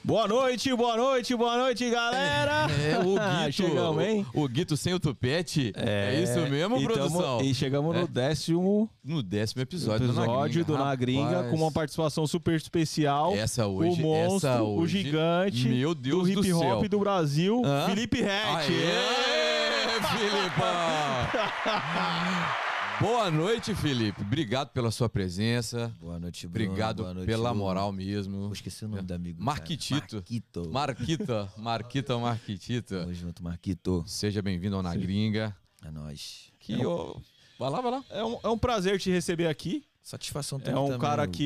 Boa noite, boa noite, boa noite, galera! O Guito, chegamos, hein? O Guito sem o tupete, é isso mesmo, produção? E chegamos no décimo episódio do Na Gringa, com uma participação super especial. Essa hoje, o monstro, o gigante, meu Deus do hip hop do Brasil, Felipe Ret. Filipão! Boa noite, Felipe. Obrigado pela sua presença. Boa noite, Bruno. Obrigado Boa noite, pela Bruno. moral mesmo. Eu esqueci o nome do amigo. Marquitito. Marquito. Tamo junto, Marquito. Seja bem-vindo ao Na Gringa. É nóis. Vai lá. É um prazer te receber aqui. Satisfação É um também, cara que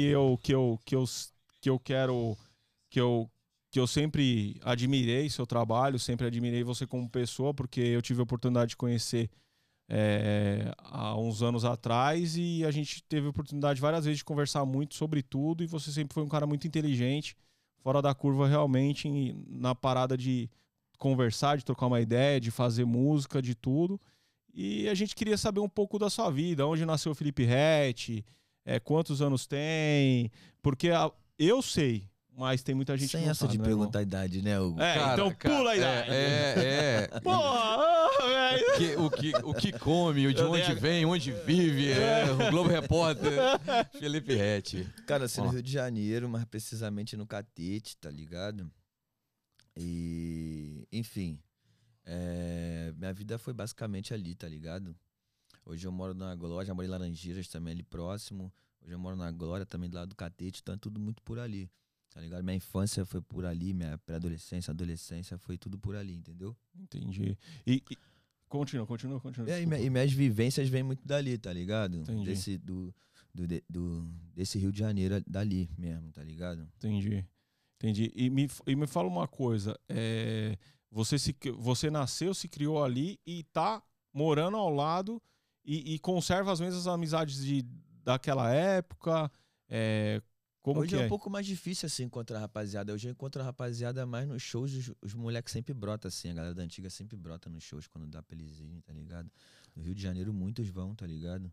eu sempre admirei seu trabalho, sempre admirei você como pessoa, porque eu tive a oportunidade de conhecer há uns anos atrás e a gente teve a oportunidade várias vezes de conversar muito sobre tudo, e você sempre foi um cara muito inteligente, fora da curva realmente, na parada de conversar, de trocar uma ideia, de fazer música, de tudo. E a gente queria saber um pouco da sua vida, onde nasceu o Felipe Ret, quantos anos tem, porque eu sei, mas tem muita gente sem que não essa sabe, de perguntar a idade, né, Hugo? Então pula a idade. Porra, velho. O que come, de onde vem, onde vive, o Globo Repórter, Felipe Ret. Cara, nasci no Rio de Janeiro, mais precisamente no Catete, tá ligado? E, enfim, minha vida foi basicamente ali, tá ligado? Hoje eu moro na Glória, já morei em Laranjeiras também, ali próximo. Hoje eu moro na Glória, também do lado do Catete, então é tudo muito por ali. Tá ligado? Minha infância foi por ali, minha pré-adolescência, adolescência, foi tudo por ali, entendeu? Entendi. E continua. E minhas vivências vêm muito dali, tá ligado? Entendi. Desse Rio de Janeiro, dali mesmo, tá ligado? Entendi. E me fala uma coisa, você nasceu, se criou ali e tá morando ao lado e conserva as mesmas amizades daquela época, como hoje que é um pouco mais difícil assim encontrar a rapaziada. Hoje eu encontro a rapaziada mais nos shows, os moleques sempre brotam assim, a galera da antiga sempre brota nos shows quando dá pra eles irem, tá ligado? No Rio de Janeiro muitos vão, tá ligado?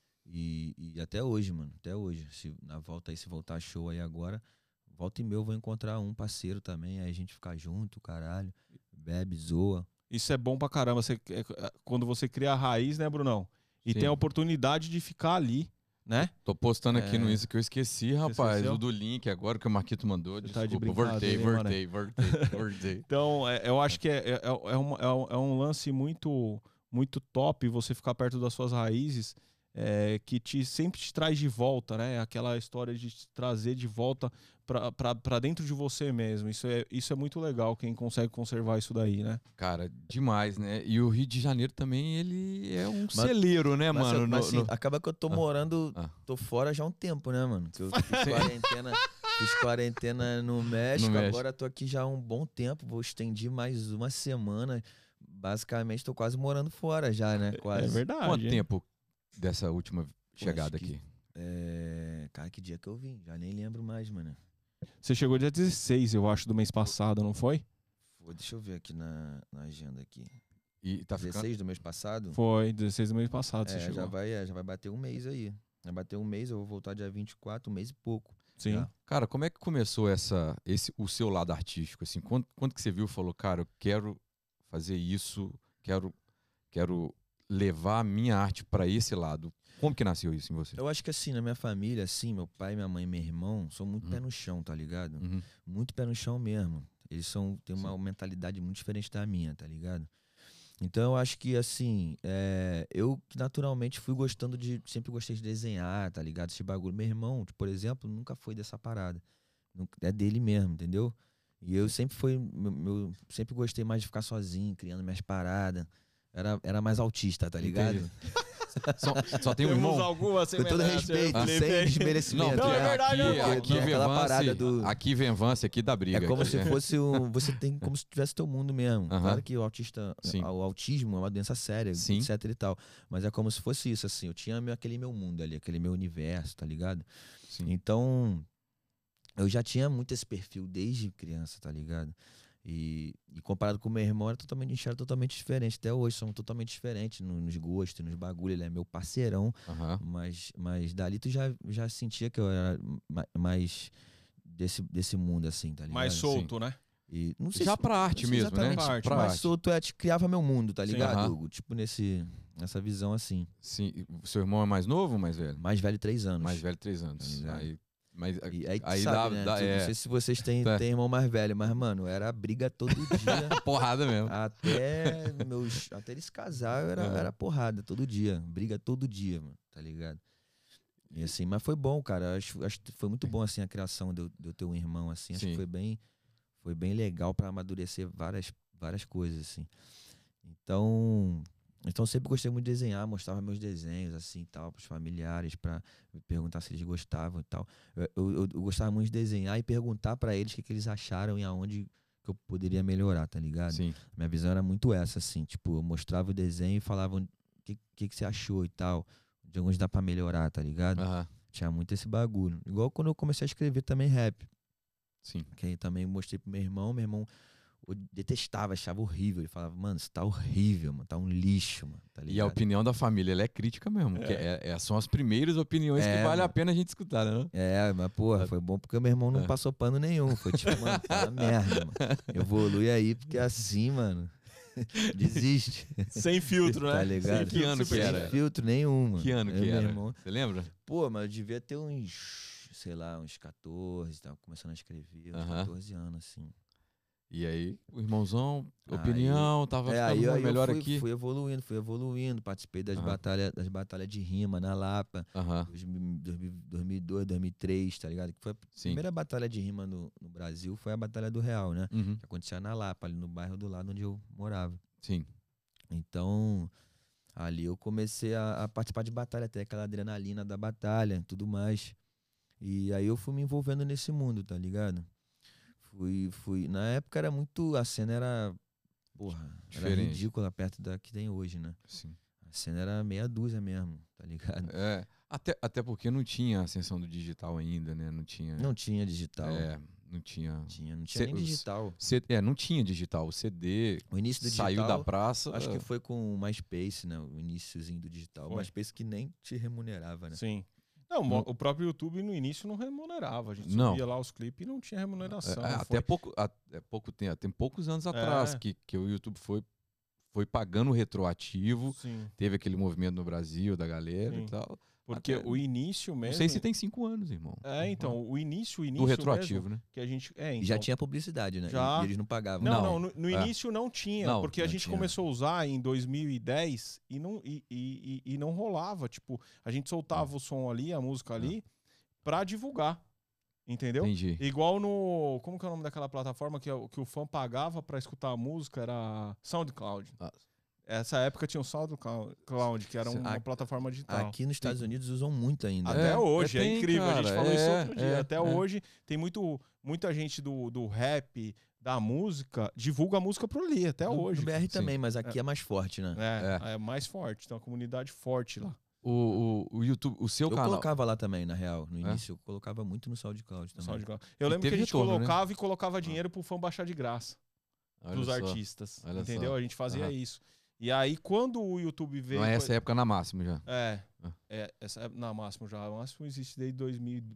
E até hoje, mano, até hoje. Se voltar show aí agora, volta e meia eu vou encontrar um parceiro também, aí a gente fica junto, caralho, bebe, zoa. Isso é bom pra caramba, quando você cria a raiz, né, Brunão? E tem a oportunidade de ficar ali, né? Tô postando aqui no Insta que eu esqueci, rapaz. Esqueceu? O do link agora que o Marquito mandou. Você tá de Desculpa, brincadeira, voltei. Então, eu acho que é um lance muito, muito top você ficar perto das suas raízes, que sempre te traz de volta, né? Aquela história de te trazer de volta pra dentro de você mesmo. Isso é muito legal, quem consegue conservar isso daí, né? Cara, demais, né? E o Rio de Janeiro também, ele é um celeiro, né, mano? Mas acaba que eu tô morando, tô fora já há um tempo, né, mano? Que eu fiz quarentena no México, agora tô aqui já há um bom tempo, vou estender mais uma semana. Basicamente, tô quase morando fora já, né? Quase. É verdade. Quanto tempo dessa última chegada aqui? Cara, que dia que eu vim? Já nem lembro mais, mano. Você chegou dia 16, eu acho, do mês passado, não foi? Deixa eu ver aqui na agenda aqui. E tá 16 do mês passado? Foi, 16 do mês passado você chegou. Já vai bater um mês aí. Vai bater um mês, eu vou voltar dia 24, um mês e pouco. Sim. Já. Cara, como é que começou o seu lado artístico? Assim, quando que você viu e falou, cara, eu quero fazer isso, quero levar a minha arte pra esse lado? Como que nasceu isso em você? Eu acho que assim, na minha família, assim, meu pai, minha mãe e meu irmão são muito pé no chão, tá ligado? Muito pé no chão mesmo. Eles têm uma mentalidade muito diferente da minha, tá ligado? Então eu acho que assim, eu que naturalmente sempre gostei de desenhar, tá ligado? Esse bagulho. Meu irmão, por exemplo, nunca foi dessa parada. É dele mesmo, entendeu? E eu sempre sempre gostei mais de ficar sozinho, criando minhas paradas. Era mais autista, tá ligado? Só tem um irmão? Com todo respeito, sem desmerecimento. Não, é verdade, aqui vem Vance, aqui dá briga. É como se fosse você tem como se tivesse teu mundo mesmo. Claro que o autismo é uma doença séria, etc e tal. Mas é como se fosse isso, assim. Eu tinha aquele meu mundo ali, aquele meu universo, tá ligado? Sim. Então, eu já tinha muito esse perfil desde criança, tá ligado? E comparado com o meu irmão, era totalmente diferente. Até hoje somos totalmente diferentes nos gostos, nos bagulhos. Ele é meu parceirão, mas dali tu já sentia que eu era mais desse mundo, assim, tá ligado? Mais solto, né? E não sei Já pra arte mesmo, né? exatamente, Arte, Pra mais arte. solto, criava meu mundo, tá Sim. ligado, Aham. Hugo? Tipo, nessa visão, assim. Sim. Seu irmão é mais novo ou mais velho? Mais velho 3 anos. Mais velho 3 anos. Tá ligado? Aí, mas, E aí tu aí sabe, né? Não é sei se vocês têm Tá. irmão mais velho, mas, mano, era briga todo dia. porrada mesmo. Até eles casar, É. era porrada todo dia. Briga todo dia, mano, tá ligado? E assim, mas foi bom, cara. Acho que foi muito bom, assim, a criação de eu ter um irmão, assim. Acho Sim. que foi bem legal pra amadurecer várias coisas, assim. Então sempre gostei muito de desenhar, mostrava meus desenhos, assim, tal, pros familiares, pra me perguntar se eles gostavam e tal. Eu gostava muito de desenhar e perguntar pra eles o que eles acharam e aonde que eu poderia melhorar, tá ligado? Sim. Minha visão era muito essa, assim, tipo, eu mostrava o desenho e falava o que você achou e tal, de onde dá pra melhorar, tá ligado? Aham. Tinha muito esse bagulho. Igual quando eu comecei a escrever também rap, Sim. que aí também mostrei pro meu irmão eu detestava, achava horrível. Ele falava, mano, isso tá horrível, mano, tá um lixo, mano, tá ligado? E a opinião da família, ela é crítica mesmo. Que são as primeiras opiniões que vale a mano. pena a gente escutar, né? Mas porra, foi bom porque meu irmão não passou pano nenhum. Foi tipo, mano, tá uma merda, mano. Evolui aí, porque assim, mano, desiste. Sem filtro, né? Tá ligado? Que ano que era? Sem filtro nenhum, mano. Que ano Eu que e meu era? irmão- Você lembra? Pô, mas eu devia ter uns, sei lá, uns 14, tava começando a escrever, uns Aham. 14 anos, assim. E aí, o irmãozão, Aí- opinião, tava ficando aí muito melhor eu aqui. fui evoluindo, participei das Aham. batalhas de rima na Lapa, Aham. 2002, 2003, tá ligado? Que foi a Sim. primeira batalha de rima no Brasil, foi a Batalha do Real, né? Uhum. Que acontecia na Lapa, ali no bairro do lado onde eu morava. Sim. Então, ali eu comecei a participar de batalha, até aquela adrenalina da batalha e tudo mais. E aí eu fui me envolvendo nesse mundo, tá ligado? Na época era muito. A cena era. Porra, era Diferente. ridícula perto da que tem hoje, né? Sim. A cena era meia dúzia mesmo, tá ligado? É, até porque não tinha a ascensão do digital ainda, né? Não tinha. Não tinha digital. Não tinha. Não tinha Cê- nem digital. Não tinha digital. O CD O início do saiu digital, da praça. acho que foi com o MySpace, né? O iníciozinho do digital. O Foi. MySpace que nem te remunerava, né? Sim. Não, Não. o próprio YouTube no início não remunerava. A gente Não. subia lá os clipes e não tinha remuneração. não até foi. pouco tempo, tem poucos anos atrás que o YouTube foi pagando retroativo. Sim. Teve aquele movimento no Brasil da galera Sim. e tal. Porque Até- o início mesmo. Não sei se tem 5 anos, irmão. Então, o início Do retroativo, mesmo, né? que a gente. E já tinha publicidade, né? Já. E eles não pagavam. Não, Não, no início não tinha, Não, porque a não gente tinha. começou a usar em 2010 e não rolava. Tipo, a gente soltava o som ali, a música ali, pra divulgar. Entendeu? Entendi. Igual no. Como que é o nome daquela plataforma que o fã pagava pra escutar a música? Era SoundCloud. Ah. Essa época tinha o SoundCloud, que era uma plataforma digital. Aqui nos Estados Unidos usam muito ainda. Até É, hoje, é tem, incrível. A gente cara, falou isso outro dia. Até é. hoje tem muita gente do rap, da música, divulga a música por ali, até hoje. No BR Sim. também, mas aqui é mais forte, né? É mais forte, tem uma comunidade forte lá. O YouTube, o seu Eu canal. colocava lá também, na real. No início, eu colocava muito no SoundCloud também. SoundCloud. Eu lembro que teve a gente retorno, né? colocava e colocava dinheiro pro fã baixar de graça Olha dos só. artistas. olha Entendeu? só. A gente fazia Aham. isso. E aí, quando o YouTube veio. Não é essa época na máxima já. Essa na Máximo já. O Máximo existe desde 2001.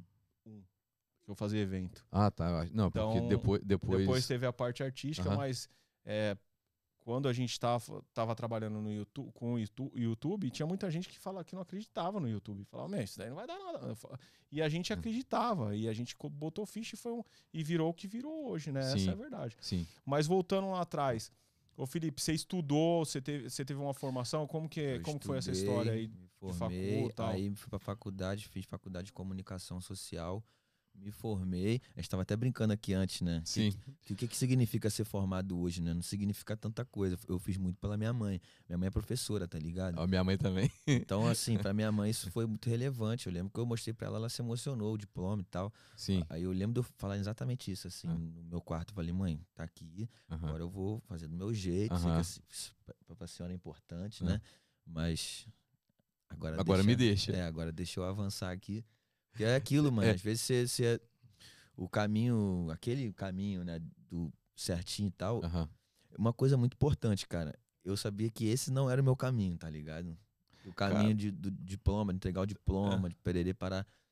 Que eu fazia evento. Ah, tá. Não, porque Então, depois... Depois teve a parte artística, Aham. mas quando a gente tava trabalhando no YouTube, com o YouTube, tinha muita gente que falava que não acreditava no YouTube. Falava, meu, isso daí não vai dar nada. E a gente acreditava. E a gente botou ficha e virou o que virou hoje, né? Sim. Essa é a verdade. Sim. Mas voltando lá atrás, ô Felipe, você estudou, você teve uma formação, como que foi essa estudei, história aí? Me formei, facu e tal? aí fui pra faculdade, fiz faculdade de comunicação social, me formei. A gente tava até brincando aqui antes, né? Sim. O que significa ser formado hoje, né? Não significa tanta coisa. Eu fiz muito pela minha mãe. Minha mãe é professora, tá ligado? A minha mãe também. Então, assim, pra minha mãe isso foi muito relevante. Eu lembro que eu mostrei pra ela, ela se emocionou, o diploma e tal. Sim. Aí eu lembro de eu falar exatamente isso, assim, no meu quarto. Eu falei, mãe, tá aqui, Aham. agora eu vou fazer do meu jeito. Sei Aham. que isso pra senhora é importante, né? Mas Agora me deixa. Agora deixa eu avançar aqui. Porque é aquilo, mano. Às vezes você o caminho, aquele caminho, né, do certinho e tal, Aham. uma coisa muito importante, cara. Eu sabia que esse não era o meu caminho, tá ligado? O caminho do diploma, de entregar o diploma, de pererê parar.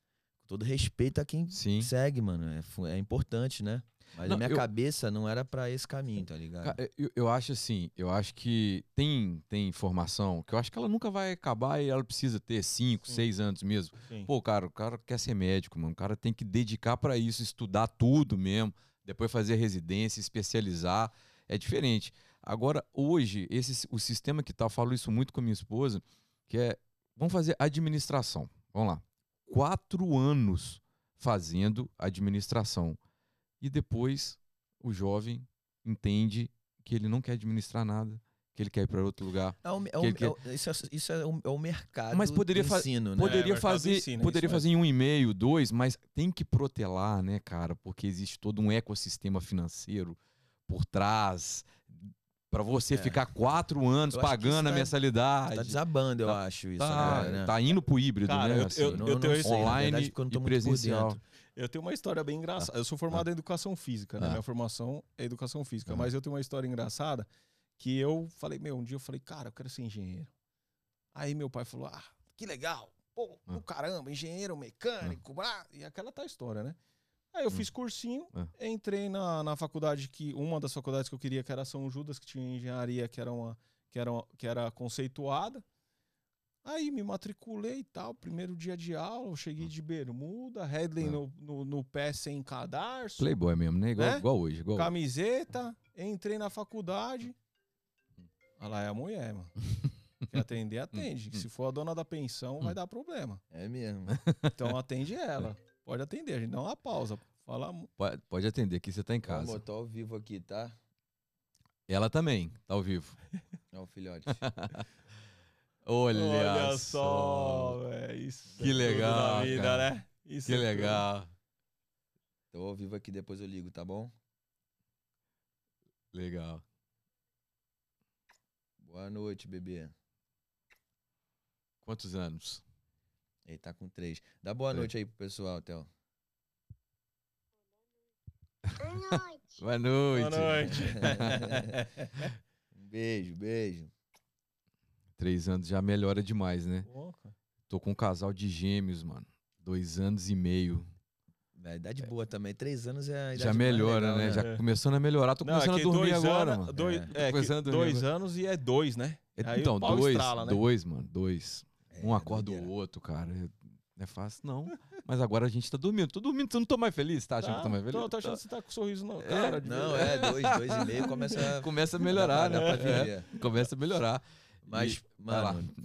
todo respeito a quem Sim. segue, mano. É importante, né? Mas Não, a minha cabeça não era pra esse caminho, tá ligado? Cara, eu acho assim, eu acho que tem informação que eu acho que ela nunca vai acabar e ela precisa ter 5, 6 anos mesmo. Sim. Pô, cara, o cara quer ser médico, mano. O cara tem que dedicar pra isso, estudar tudo mesmo, depois fazer residência, especializar. É diferente. Agora, hoje, o sistema que tá, eu falo isso muito com a minha esposa, que é, vamos fazer administração. Vamos lá. 4 anos fazendo administração. E depois o jovem entende que ele não quer administrar nada, que ele quer ir para outro lugar. Isso é o mercado Mas poderia do ensino, né? Poderia mercado do fazer, ensino, poderia isso fazer em 1,5, 2, mas tem que protelar, né, cara? Porque existe todo um ecossistema financeiro por trás para você ficar 4 anos Eu acho que pagando a isso mensalidade. Tá desabando, eu Tá- acho, isso Tá, agora, né? tá indo pro híbrido, Cara, né? eu assim, tenho não esse- sei, na online verdade, porque eu não tô e muito por presencial. dentro. Eu tenho uma história bem engraçada. Eu sou formado em educação física, né? Ah. Minha formação é educação física. Ah. Mas eu tenho uma história engraçada que eu falei, um dia eu falei, cara, eu quero ser engenheiro. Aí meu pai falou, que legal. Pô, do caramba, engenheiro, mecânico, e aquela tá a história, né? Aí eu fiz cursinho, entrei na faculdade uma das faculdades que eu queria, que era São Judas, que tinha engenharia, que era conceituada. Aí me matriculei e tal, primeiro dia de aula, eu cheguei de bermuda, headline no pé sem cadarço. Playboy mesmo, né? Igual hoje. Igual camiseta, entrei na faculdade. Olha lá, é a mulher, mano. Quer atender, atende. Se for a dona da pensão, vai dar problema. É mesmo. Então atende ela. Pode atender, a gente dá uma pausa. Fala. Pode atender, aqui você tá em casa. Amor, tô ao vivo aqui, tá? Ela também tá ao vivo. É o filhote. Olha só, velho. Isso que legal, da vida, cara. né? Isso Que legal. Tô ao vivo aqui, depois eu ligo, tá bom? Legal. Boa noite, bebê. Quantos anos? Ele tá com 3. Dá boa noite aí pro pessoal, Theo. Boa noite. Boa noite. Boa noite. Beijo. 3 anos já melhora demais, né? Boca. Tô com um casal de gêmeos, mano. 2 anos e meio. É idade boa também. 3 anos é a idade Já mais melhora, legal, né? Já começando a melhorar. Tô Não, começando é a que dormir 2 agora, anos, mano. começando a dormir 2 anos e é 2, né? Aí Então, o pau 2, estrala, né? 2, mano. 2. Um acorda o doideira. outro, cara. Não é fácil, não. Mas agora a gente tá dormindo. Tô dormindo, você não tô mais feliz? Tá achando que tô mais feliz? Tô achando que você tá com sorriso na cara. Não, 2,5 Começa a melhorar, dá pra né? viver. Começa a melhorar. Mas, E- vai lá. mano,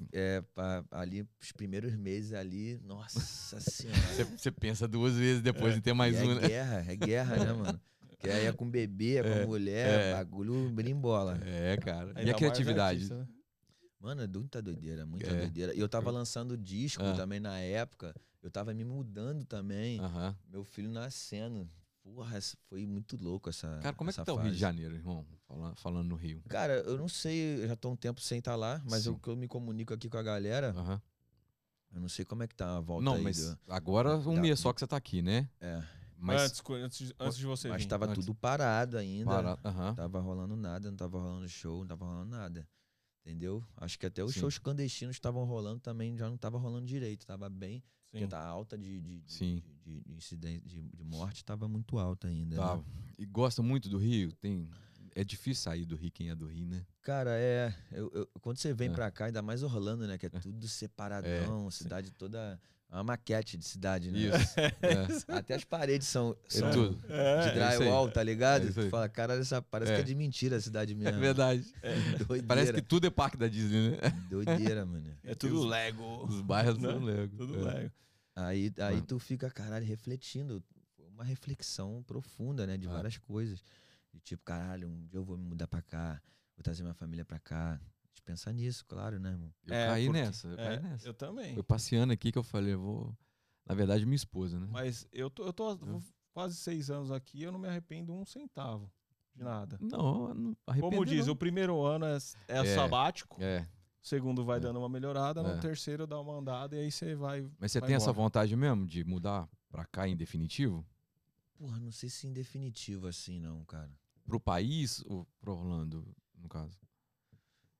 ali, os primeiros meses ali, nossa senhora. Você pensa 2 vezes depois em ter mais E um, né? é guerra, né, mano? Que aí é com bebê, é com mulher, bagulho brimbola. É, cara. Ainda E a mais criatividade? artista, né? Mano, é muita doideira, muita É. doideira. E eu tava lançando disco Ah. também na época. Eu tava me mudando também. Aham. Meu filho nascendo. Porra, foi muito louco essa. Cara, como é que essa tá o Rio fase. de Janeiro, irmão? Falando no Rio. Cara, eu não sei, eu já tô um tempo sem estar lá, mas Sim. o que eu me comunico aqui com a galera, Aham. eu não sei como é que tá a volta Não, aí. mas agora um mês só que você tá aqui, né? É, Mas Antes de você mas vir. tava antes. tudo parado ainda. Aham. Não tava rolando nada, não tava rolando show, não tava rolando nada. Entendeu? Acho que até os Sim. shows clandestinos estavam rolando também, já não tava rolando direito. Tava bem, porque Sim. tá alta de Sim. incidência de morte, tava muito alta ainda. Tá. Né? E gosta muito do Rio? É difícil sair do Rio, quem é do Rio, né? Cara, quando você vem pra cá, ainda mais Orlando, né? Que é tudo separadão, sim. cidade toda. É uma maquete de cidade, né? Isso. É. Até as paredes são tudo. de É isso aí. drywall, tá ligado? É isso aí. Tu fala, cara, parece que é de mentira a cidade É mesmo. verdade. Doideira. Parece que tudo é parque da Disney, né? Doideira, mano. É tudo Lego. Os bairros Né? são Lego. Tudo É. Lego. Aí Mano. tu fica, caralho, refletindo. Foi uma reflexão profunda, né? De várias coisas. De tipo, caralho, um dia eu vou me mudar pra cá, vou trazer minha família pra cá. A gente pensa nisso, claro, né, irmão? Eu caí porque- nessa, eu caí nessa. Eu também. Foi passeando aqui que eu falei, eu vou... Na verdade, minha esposa, né? Mas eu tô quase 6 anos aqui, eu não me arrependo um centavo de nada. Não arrependo. Como diz, não. o primeiro ano é É. sabático, É, o segundo vai dando uma melhorada, É. no terceiro dá uma andada e aí você vai. mas você vai tem essa embora. vontade mesmo de mudar pra cá em definitivo? Porra, não sei se em definitivo assim, não, cara. Pro país ou pro Orlando, no caso?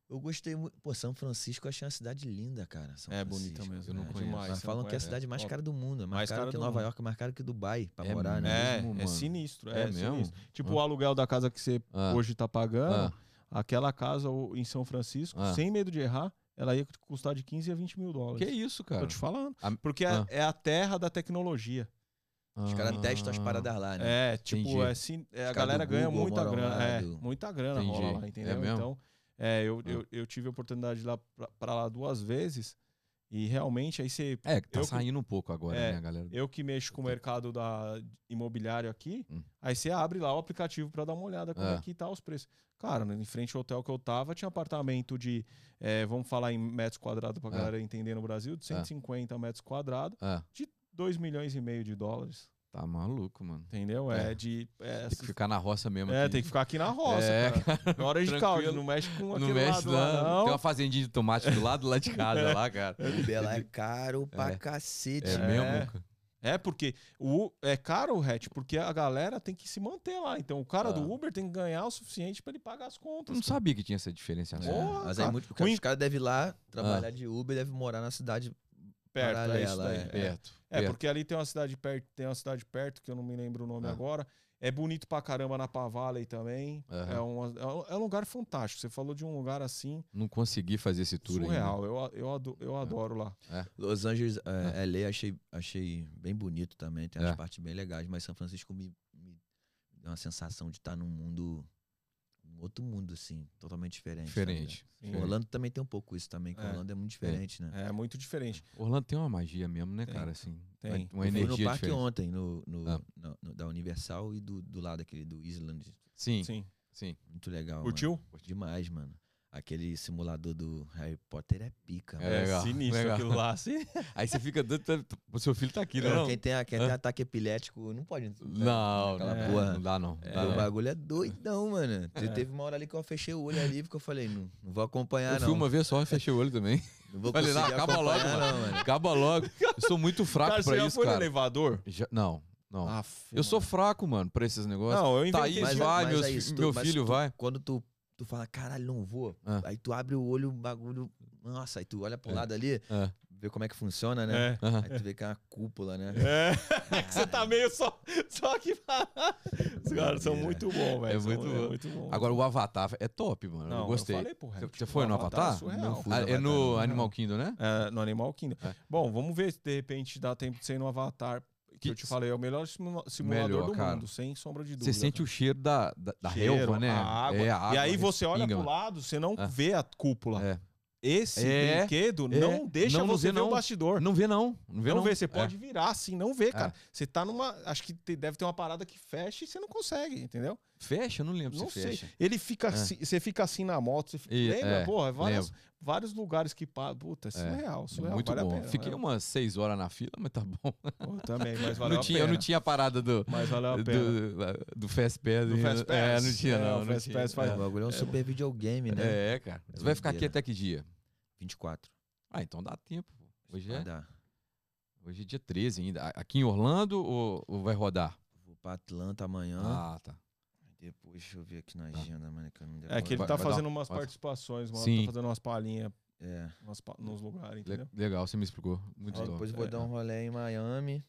Eu gostei muito. Pô, São Francisco eu achei uma cidade linda, cara. São É Francisco. bonita mesmo. Eu não é conheço. demais, Mas você falam não que é a conhece? cidade mais Top. cara do mundo. É mais, Mais cara cara que do Nova mundo. York, é mais cara que Dubai pra É morar, né? mesmo? É mano. sinistro. É É mesmo? sinistro. Tipo, Ah. o aluguel da casa que você Ah. hoje tá pagando, Ah. aquela casa em São Francisco, Ah. sem medo de errar, ela ia custar de 15 a 20 mil dólares. Que isso, Tô cara? te falando. A- Porque Ah. é a terra da tecnologia. Os caras testam as paradas lá, né? É, tipo, Entendi. a caras galera do ganha Google muita moram grana. lá, É, do- muita grana Entendi. rola lá, É entendeu? mesmo? Então, eu tive a oportunidade de ir lá pra lá 2 vezes e realmente aí você... É, tá eu- saindo um pouco agora, É, né, galera? Eu que mexo com o mercado imobiliário aqui, Hum. aí você abre lá o aplicativo pra dar uma olhada como é que tá os preços. Cara, em frente ao hotel que eu tava, tinha apartamento de, vamos falar em metros quadrados pra galera entender no Brasil, de 150 metros quadrados, Ah, de 2,5 milhões de dólares. tá maluco, mano. Entendeu? É. Tem Tem que ficar na roça mesmo. tem que ficar aqui na roça, cara. Na hora de Tranquilo. caldo, não mexe com Não aquele mexe lado lá, não. não. Tem uma fazendinha de tomate do lado lá de casa, lá, cara. Uber lá é caro pra cacete. É mesmo? cara? Porque é caro o hatch, porque a galera tem que se manter lá. Então o cara do Uber tem que ganhar o suficiente pra ele pagar as Eu contas. não sabia que tinha essa diferenciação. Porra, Mas cara. aí muito, porque os caras devem ir lá trabalhar Ah. de Uber e devem morar na cidade Perto, paralela. isso daí. Perto. Porque ali tem uma cidade perto, que eu não me lembro o nome Ah. agora. É bonito pra caramba na Valley também. Aham. É um lugar fantástico. Você falou de um lugar assim, Não consegui fazer esse tour surreal. Eu adoro lá. Los Angeles, LA, achei bem bonito também. Tem umas É. partes bem legais, mas São Francisco me deu uma sensação de estar num mundo, um outro mundo, assim, totalmente diferente. Diferente. Tá ligado? Orlando também tem um pouco isso também, que É. Orlando é muito diferente, né? É muito diferente. Orlando tem uma magia mesmo, né, Tem. cara? Assim, Tem. Uma Eu fui energia no parque diferente. ontem, Ah. da Universal e do lado aquele do Island. Sim, Sim. sim. Muito legal. Curtiu? Mano. Demais, mano. Aquele simulador do Harry Potter é pica, É mano. legal, Sinistro legal. aquilo lá. Sim. Aí você fica doido. O seu filho tá aqui, né? Não, Quem tem ataque epilético não pode. não, Aquela não, porra. não dá, não. Dá, O não. bagulho é doidão, mano. Teve uma hora ali que eu fechei o olho ali, porque eu falei, não vou acompanhar, Eu não. fui uma vez só e fechei o olho também. Não vou Falei, não, conseguir acaba logo, acompanhar, mano. não, mano. Acaba logo. Eu sou muito fraco Cara, pra você já isso, foi no cara. elevador? Não, não. Aff, Eu sou mano. fraco, mano, pra esses negócios. Não, eu inventei. Thaís Mas- vai, mas é isso, meu mas filho vai. Quando tu fala, caralho, não vou. Ah. Aí tu abre o olho, o bagulho. Nossa, aí tu olha pro lado ali, É. vê como é que funciona, né? É. Aham. Aí tu vê que é uma cúpula, né? É, que você tá meio só aqui. Os caras são muito bons, velho. É muito São- bom. muito bom. Agora, o Avatar é top, mano. Não, eu gostei. falei, porra, Você foi no Avatar? é surreal. Não fui. Ah, é no Avatar, Animal Kingdom, né? É, no Animal Kingdom. É. Bom, vamos ver se de repente dá tempo de ser no Avatar. Que eu te falei, é o melhor simulador Melhor, do cara. mundo, sem sombra de dúvida. Você sente o cheiro da Cheiro, relva, né? a água. É, a água E aí você olha respinga, pro mano. lado, você não É. vê a cúpula. É. Esse É, brinquedo é. não deixa Não você vê, ver o não. bastidor. Não vê, não. Não vê, Não não. vê, você pode virar assim, não vê, cara. É. Você tá numa. Acho que deve ter uma parada que fecha e você não consegue, entendeu? Fecha? Eu não lembro Não se sei. fecha. Ele fica assim, você fica assim na moto. Você E- lembra? é, Porra, vários lugares que. Puta, é surreal. Muito vale a bom. pena, Fiquei né? umas 6 horas na fila, mas tá bom. Pô, também, mas valeu Não a tinha, pena. eu não tinha a parada do, Mas valeu a pena. do Fast Pass. Do ainda. Fast Pass. É, não tinha, É, não. o não Fast tinha. Pass faz- O bagulho é um super videogame, né? É, cara. Você vai ficar aqui doideira. até que dia? 24. Ah, então dá tempo. Hoje Vai é, dar. hoje é dia 13 ainda. Aqui em Orlando ou vai rodar? Vou pra Atlanta amanhã. Ah, tá. Depois, deixa eu ver aqui na agenda, mano, que eu não É que ele Vai- tá vai fazendo dar- umas vai- participações, mano. Sim. Tá fazendo umas palhinhas É. nos lugares, entendeu? Legal, você me explicou. Muito Aí top. depois eu vou É. dar um rolê em Miami.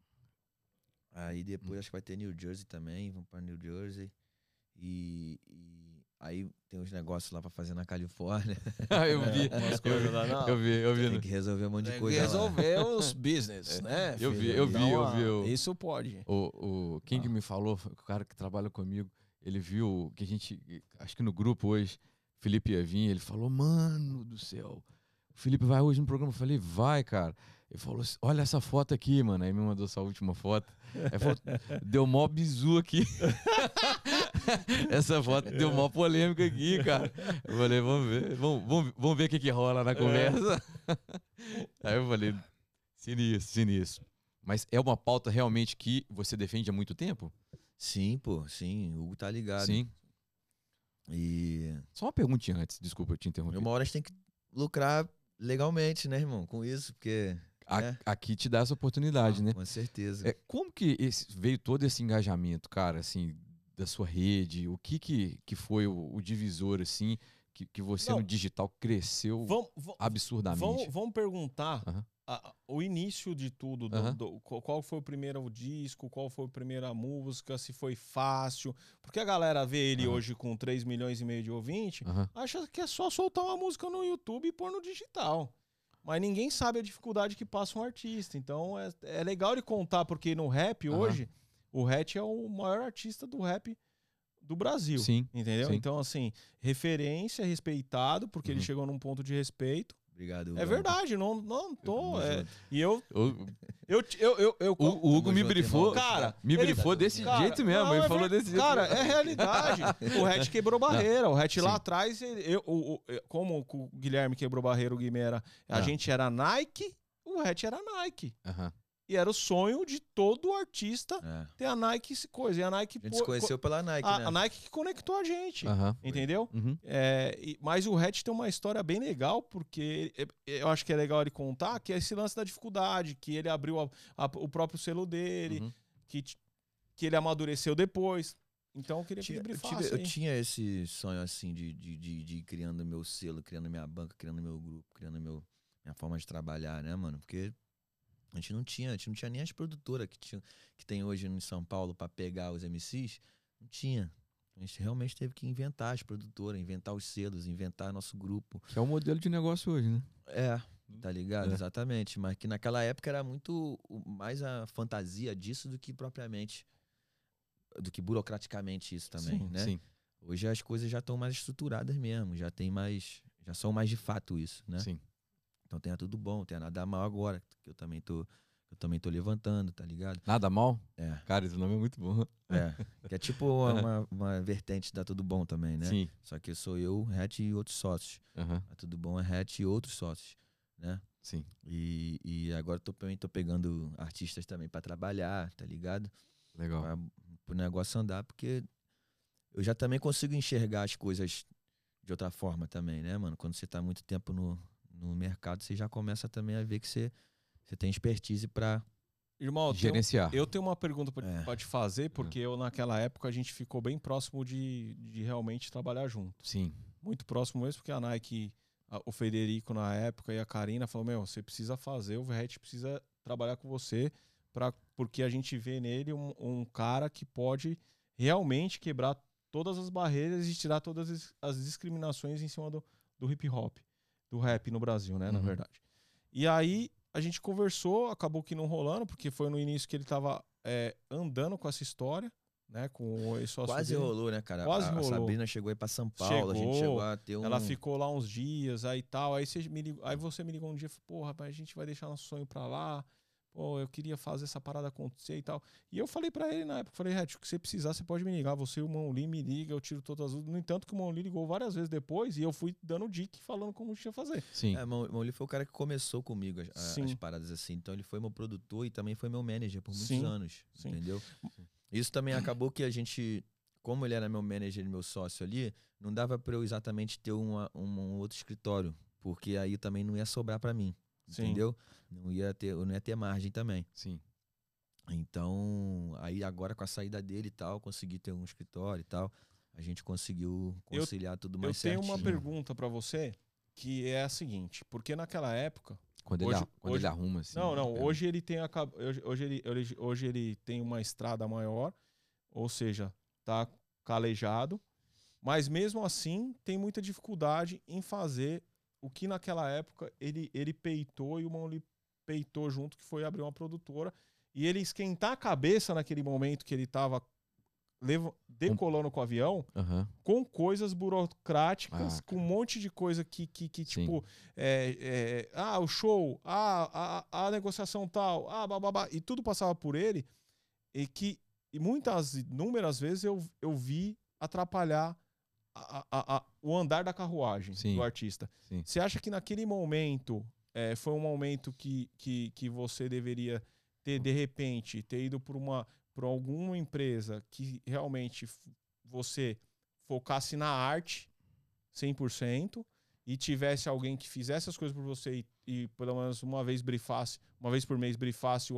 Aí depois acho que vai ter New Jersey também. Vamos pra New Jersey. E aí tem uns negócios lá pra fazer na Califórnia. eu vi. Umas coisas lá, não. Eu vi. Tem que resolver um monte de Tem que coisa lá. resolver os business, né? Eu vi, filho? eu vi, eu vi o- Isso pode. Quem que me falou, foi o cara que trabalha comigo, ele viu que a gente, acho que no grupo hoje, Felipe ia vir, ele falou, mano do céu, o Felipe vai hoje no programa? Eu falei, vai, cara. Ele falou, olha essa foto aqui, mano. Aí me mandou essa última foto. Aí falou, deu mó bizu aqui. Essa foto deu mó polêmica aqui, cara. Eu falei, vamos ver o que rola na conversa. Aí eu falei, sinistro. Mas é uma pauta realmente que você defende há muito tempo? Sim, pô, sim. O Hugo tá ligado. Sim. E Só uma perguntinha antes, desculpa eu te interromper. uma hora a gente tem que lucrar legalmente, né, irmão? Com isso, porque. né? Aqui te dá essa oportunidade, né? Com certeza. Como que veio todo esse engajamento, cara, assim, da sua rede? O que foi o divisor, assim, que você Não. no digital cresceu absurdamente. Vamos perguntar Aham. o início de tudo, Aham. qual foi o primeiro disco, qual foi a primeira música, se foi fácil. Porque a galera vê ele Aham. hoje com 3,5 milhões de ouvintes, Aham. acha que é só soltar uma música no YouTube e pôr no digital. Mas ninguém sabe a dificuldade que passa um artista. Então é legal ele contar, porque no rap Aham. hoje, o Hatch é o maior artista do rap do Brasil. Sim. Entendeu? Sim. Então, assim, referência, respeitado, porque ele Uhum. chegou num ponto de respeito. Obrigado, É Hugo. verdade, não tô. Tamo junto. E eu. O Hugo me junto, brifou, irmão. Cara, me ele- brifou desse cara, jeito mesmo. não, Ele é falou ver- desse jeito. Cara, é realidade. O Hatch quebrou barreira. O Hatch lá Sim. atrás, como o Guilherme quebrou barreira, o Guimera, a Ah. gente era Nike, o Hatch era Nike. Aham. E era o sonho de todo artista É. ter a Nike coisa. E a Nike. A gente se conheceu pela Nike, né? a Nike que conectou a gente. Aham. Entendeu? Uhum. Mas o Hatch tem uma história bem legal, porque eu acho que é legal ele contar, que é esse lance da dificuldade, que ele abriu o próprio selo dele, Uhum. que ele amadureceu depois. Então eu queria que ele brifasse Eu aí. tinha esse sonho assim de ir criando meu selo, criando minha banca, criando meu grupo, criando minha forma de trabalhar, né, mano? Porque a gente não tinha nem as produtoras que tem hoje em São Paulo pra pegar os MCs. Não tinha. A gente realmente teve que inventar as produtoras, inventar os selos, inventar nosso grupo. Que é o modelo de negócio hoje, né? Tá ligado? É. Exatamente. Mas que naquela época era muito mais a fantasia disso do que propriamente, do que burocraticamente isso também, Sim, né? Sim. Hoje as coisas já estão mais estruturadas mesmo, já são mais de fato isso, né? Sim. Então tenha tudo bom, tenha nada mal agora, que eu também tô levantando, tá ligado? Nada mal? É, Cara, esse nome é muito bom. que é tipo uma vertente da Tudo Bom também, né? Sim. Só que sou eu, Hatch e outros sócios. Aham. A Tudo Bom é Hatch e outros sócios, né? Sim. E agora também tô pegando artistas também pra trabalhar, tá ligado? Legal. Pro negócio andar, porque eu já também consigo enxergar as coisas de outra forma também, né, mano? Quando você tá muito tempo no mercado, você já começa também a ver que você tem expertise pra... Irmão, Gerenciar. eu tenho uma pergunta É. pra te fazer, porque naquela época a gente ficou bem próximo de realmente trabalhar junto. Sim. Muito próximo mesmo, porque a Nike, o Federico na época e a Karina falou, você precisa fazer, o Hatch precisa trabalhar com você, porque a gente vê nele um cara que pode realmente quebrar todas as barreiras e tirar todas as discriminações em cima do hip hop, do rap no Brasil, né, na Uhum. verdade. E aí a gente conversou, acabou que não rolando, porque foi no início que ele tava andando com essa história, né, com esse sócio Quase dele. rolou, né, cara? Quase a rolou. Sabrina chegou aí pra São Paulo, a gente Chegou, chegou a ter Ela ficou lá uns dias, aí tal. Aí você me ligou um dia e falou, pô, rapaz, a gente vai deixar nosso sonho pra lá. Pô, eu queria fazer essa parada acontecer e tal. E eu falei pra ele na época, falei, Hatch, o que você precisar, você pode me ligar. Você e o Mão Lee me liga, eu tiro todas as dúvidas. No entanto, que o Mão Lee ligou várias vezes depois e eu fui dando dica falando como tinha que fazer. Sim. Mão Lee foi o cara que começou comigo as Sim. paradas assim. Então ele foi meu produtor e também foi meu manager por muitos Sim, anos, sim. entendeu? Isso também acabou que a gente, como ele era meu manager e meu sócio ali, não dava pra eu exatamente ter um outro escritório, porque aí também não ia sobrar pra mim, Sim. entendeu? Eu não ia ter margem também. Sim. Então, aí agora com a saída dele e tal, consegui ter um escritório e tal, a gente conseguiu conciliar tudo mais Eu tenho certinho. uma pergunta pra você, que é a seguinte, porque naquela época... Quando Hoje- ele arruma, assim. Não, pega. hoje ele tem hoje ele tem uma estrada maior, ou seja, tá calejado, mas mesmo assim tem muita dificuldade em fazer o que naquela época ele peitou e o Mão Lee peitou junto, que foi abrir uma produtora, e ele esquentar a cabeça naquele momento que ele tava decolando com o avião, Aham. com coisas burocráticas, Ah, com um monte de coisa que Sim. tipo, o show, a negociação tal, bababá, e tudo passava por ele, e inúmeras vezes eu vi atrapalhar o andar da carruagem Sim. do artista. Sim. Você acha que naquele momento foi um momento que você deveria ter, de repente, ter ido por alguma empresa que realmente você focasse na arte 100% e tivesse alguém que fizesse as coisas por você e pelo menos uma vez por mês brifasse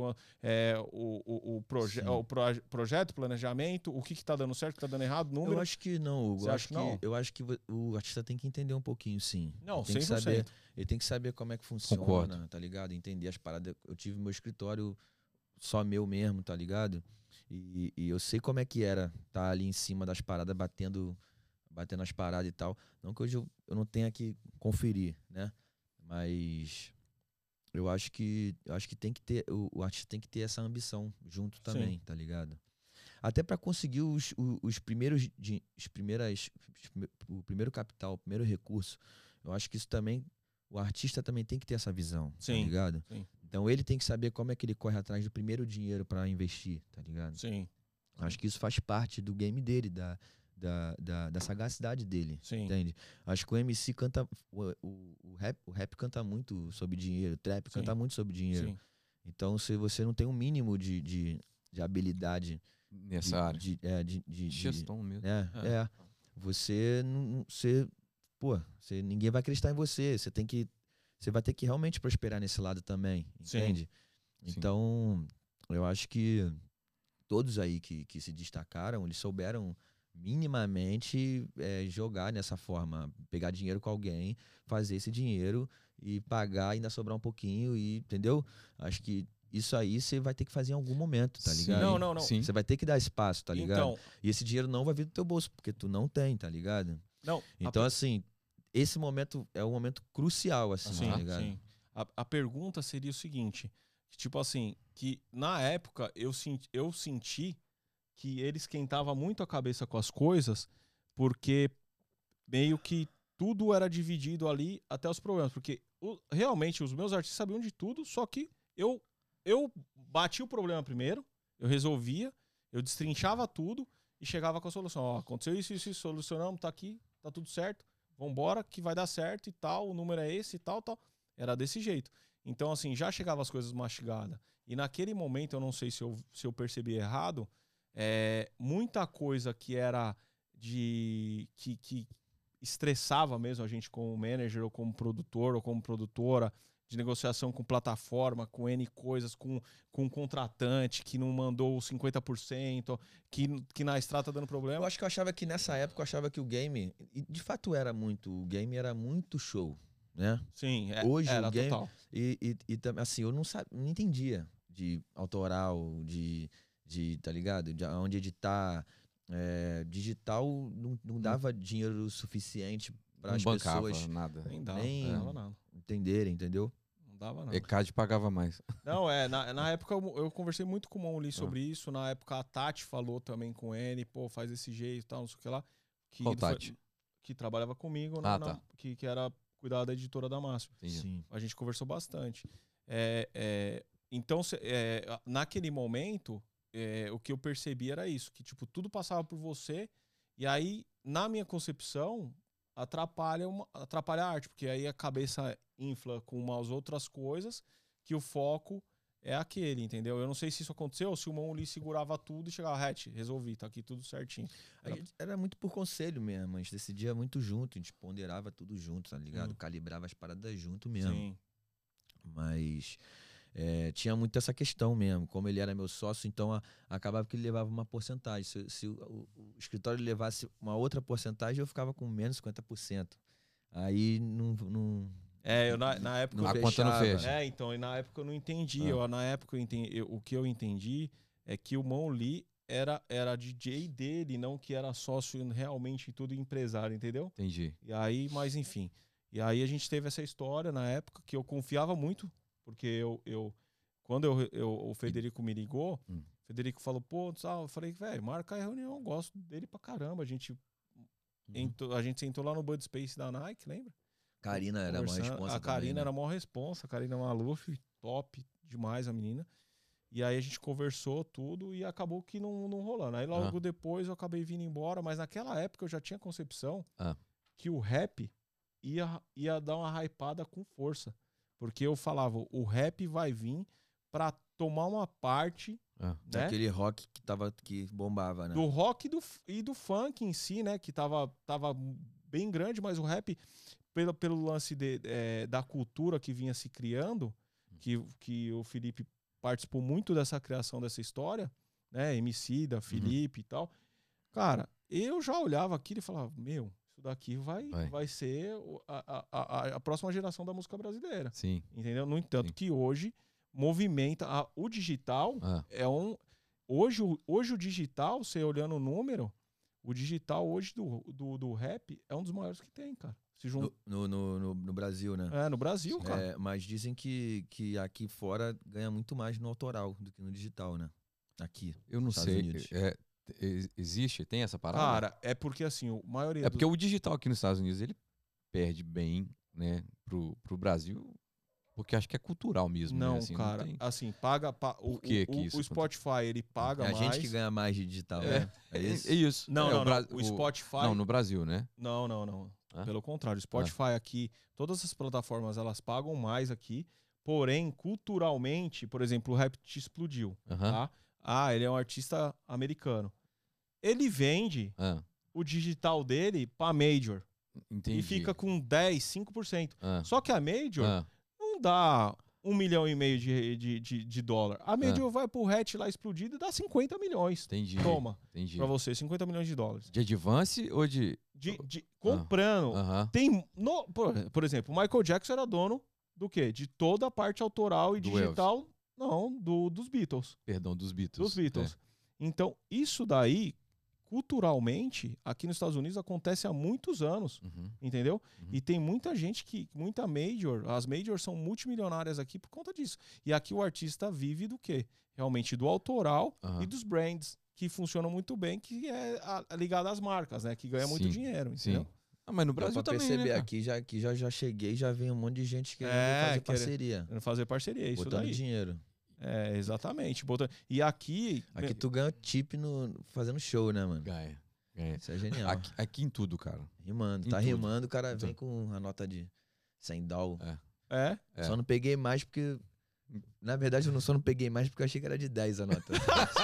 projeto, planejamento, o que tá dando certo, o que tá dando errado, número? Eu acho que não, Hugo. Você acha que não? Eu acho que o artista tem que entender um pouquinho, sim. Não, ele tem 100%. que saber, ele tem que saber como é que funciona, Concordo. tá ligado? Entender as paradas. Eu tive meu escritório só meu mesmo, tá ligado? E eu sei como é que era tá ali em cima das paradas, batendo as paradas e tal. Não que hoje eu não tenha que conferir, né? Mas eu acho que tem que ter, o artista tem que ter essa ambição junto também, tá ligado? Até para conseguir o primeiro capital, o primeiro recurso. Eu acho que isso também, o artista também tem que ter essa visão, tá ligado? Sim. Então ele tem que saber como é que ele corre atrás do primeiro dinheiro para investir, tá ligado? Sim. Acho que isso faz parte do game dele, da sagacidade dele, entende? Acho que o MC canta, o rap canta muito sobre dinheiro, o trap canta muito sobre dinheiro. Sim. Então, se você não tem um mínimo de habilidade nessa área, de gestão mesmo, ninguém vai acreditar em você. Você vai ter que realmente prosperar nesse lado também, entende? Sim. Então, eu acho que todos aí que se destacaram, eles souberam minimamente jogar nessa forma, pegar dinheiro com alguém, fazer esse dinheiro e pagar, ainda sobrar um pouquinho, entendeu? Acho que isso aí você vai ter que fazer em algum momento, tá ligado? Não. Sim. Você vai ter que dar espaço, tá ligado? Então, e esse dinheiro não vai vir do teu bolso, porque tu não tem, tá ligado? Não. Então, assim, esse momento é um momento crucial, assim, tá ligado? Sim. A pergunta seria o seguinte, tipo assim, que na época eu senti que ele esquentava muito a cabeça com as coisas, porque meio que tudo era dividido ali até os problemas. Porque realmente os meus artistas sabiam de tudo, só que eu bati o problema primeiro, eu resolvia, eu destrinchava tudo e chegava com a solução. Ó, aconteceu isso, solucionamos, tá aqui, tá tudo certo, vambora que vai dar certo e tal, o número é esse e tal. Era desse jeito. Então, assim, já chegava as coisas mastigadas. E naquele momento, eu não sei se eu percebi errado, muita coisa que era que estressava mesmo a gente como manager, ou como produtor, ou como produtora, de negociação com plataforma, com N coisas, com contratante que não mandou 50%, que na estrada tá dando problema. Eu achava que nessa época, o game, e de fato o game era muito show, né? Sim, hoje era o game, total. E assim, eu não entendia de autoral, de tá ligado? De onde editar. Digital não dava dinheiro suficiente para as pessoas nada. Nem dava nada. Entenderem, entendeu? Não dava nada. ECAD pagava mais. Não, na época eu conversei muito com o Monli sobre isso. Na época a Tati falou também com ele, pô, faz desse jeito e tal, não sei o que lá. Qual Tati? Que trabalhava comigo, tá. que era cuidar da editora da Máximo. Sim. A gente conversou bastante. Então, naquele momento, o que eu percebi era isso, que tipo, tudo passava por você, e aí, na minha concepção, atrapalha a arte, porque aí a cabeça infla com umas outras coisas, que o foco é aquele, entendeu? Eu não sei se isso aconteceu, ou se o Monli segurava tudo e chegava, resolvi, tá aqui tudo certinho. Era muito por conselho mesmo, a gente decidia muito junto, a gente ponderava tudo junto, tá ligado? Calibrava as paradas junto mesmo. Sim. Mas tinha muito essa questão mesmo, como ele era meu sócio, então acabava que ele levava uma porcentagem. Se o escritório levasse uma outra porcentagem, eu ficava com menos 50%. Aí não na época a conta não fecha. Então, e na época eu não entendi. Na época o que eu entendi é que o Monli era DJ dele, não que era sócio realmente tudo empresário, entendeu? Entendi. E aí, mas enfim. E aí a gente teve essa história na época que eu confiava muito, porque quando o Federico me ligou, o Federico falou, pô, eu falei, velho, marca a reunião, eu gosto dele pra caramba. A gente sentou lá no Bud Space da Nike, lembra? Karina era uma responsa. A Karina era a maior responsa, a Karina Maluf, top demais a menina. E aí a gente conversou tudo e acabou que não rolando. Aí logo depois eu acabei vindo embora, mas naquela época eu já tinha concepção que o rap ia dar uma hypada com força. Porque eu falava, o rap vai vir pra tomar uma parte daquele rock que bombava, né? Do rock e do funk em si, né? Que tava bem grande, mas o rap pelo lance da cultura que vinha se criando, que o Felipe participou muito dessa criação dessa história, né? Emicida, Felipe e tal. Cara, eu já olhava aquilo e falava, meu, isso daqui vai ser a próxima geração da música brasileira. Sim. Entendeu? No entanto, que hoje movimenta. O digital é um. Hoje o digital, você olhando o número, o digital hoje do rap é um dos maiores que tem, cara. Se no Brasil, né? É, no Brasil, cara. Mas dizem que aqui fora ganha muito mais no autoral do que no digital, né? Aqui. Eu não sei. Existe? Tem essa parada? Cara, é porque assim, a maioria. Porque o digital aqui nos Estados Unidos ele perde bem, né, pro Brasil. Porque acho que é cultural mesmo. Não, né? Assim, cara, não tem... assim, paga. Por que isso o Spotify, ele paga mais. É a gente que ganha mais de digital, né? É isso. Não, o Spotify. Não, no Brasil, né? Não. Pelo contrário, o Spotify aqui, todas as plataformas, elas pagam mais aqui. Porém, culturalmente, por exemplo, o rap explodiu. Tá? Ele é um artista americano. Ele vende o digital dele pra Major. Entendi. E fica com 10, 5%. Só que a Major não dá 1,5 milhão de dólar. A Major vai pro hatch lá explodido e dá 50 milhões. Entendi. Toma. Entendi. Pra você, 50 milhões de dólares. De advance ou de... Comprando. Tem, por exemplo, o Michael Jackson era dono do quê? De toda a parte autoral e digital. Elvis. Não, dos Beatles. Perdão, dos Beatles. Dos Beatles. Então, isso daí, culturalmente, aqui nos Estados Unidos acontece há muitos anos, entendeu? E tem muita gente muita major, as majors são multimilionárias aqui por conta disso. E aqui o artista vive do quê? Realmente do autoral e dos brands, que funcionam muito bem, que é ligado às marcas, né? Que ganha muito dinheiro, entendeu? Mas no Brasil também, perceber, né, aqui já cheguei, já vem um monte de gente querendo fazer parceria. Querendo fazer parceria, isso botando daí. dinheiro. É, exatamente. E aqui... Aqui tu ganha tip fazendo show, né, mano? Ganha. Isso é genial. Aqui em tudo, cara. Rimando. Tá rimando, o cara vem com a nota de $100. Só não peguei mais porque... Na verdade, eu só não peguei mais porque eu achei que era de 10 a nota.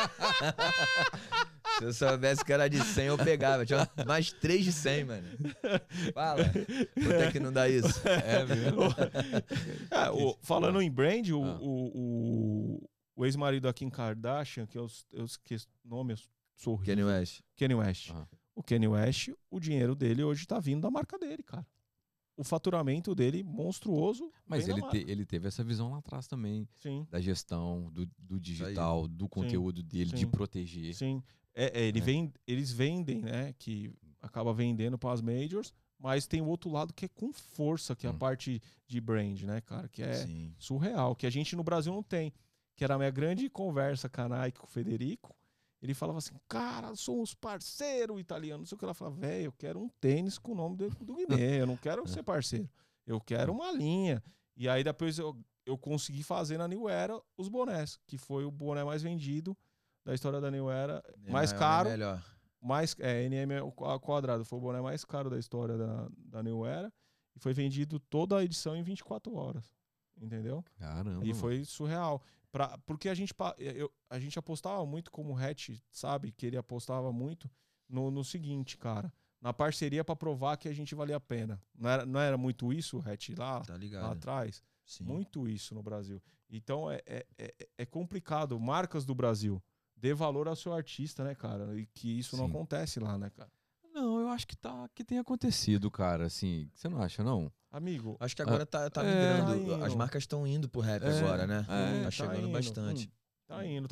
Se eu soubesse que era de 100, eu pegava. Tinha mais 3 de 100, mano. Fala. Quanto é que não dá isso? Falando em brand, o ex-marido da Kim Kardashian, que eu esqueço o nome, eu sou horrível. Kanye West. O Kanye West, o dinheiro dele hoje tá vindo da marca dele, cara. O faturamento dele monstruoso. Mas ele teve essa visão lá atrás também. Sim. Da gestão, do digital, do conteúdo dele, de proteger. Sim. Eles vendem, né? Que acaba vendendo para as majors, mas tem o outro lado que é com força, que é a parte de brand, né, cara? Que é surreal, que a gente no Brasil não tem. Que era a minha grande conversa com a Nike, com o Federico. Ele falava assim, cara, somos parceiro italiano. Não sei o que. Ela falava, velho, eu quero um tênis com o nome do Guimê. Eu não quero ser parceiro. Eu quero uma linha. E aí depois eu consegui fazer na New Era os bonés, que foi o boné mais vendido da história da New Era. Mais caro. Melhor. NM ao quadrado. Foi o boné mais caro da história da New Era. E foi vendido toda a edição em 24 horas. Entendeu? Caramba. E foi surreal. Porque a gente apostava muito, como o Hatch sabe, que ele apostava muito no seguinte, cara. Na parceria para provar que a gente valia a pena. Não era muito isso, o Hatch, lá atrás? Sim. Muito isso no Brasil. Então é complicado. Marcas do Brasil, dê valor ao seu artista, né, cara? E que isso não acontece lá, né, cara? Não, eu acho que tem acontecido, cara, assim. Você não acha, não? Amigo... Acho que agora tá migrando. As marcas estão indo pro rap agora, né? Tá chegando bastante. Tá indo.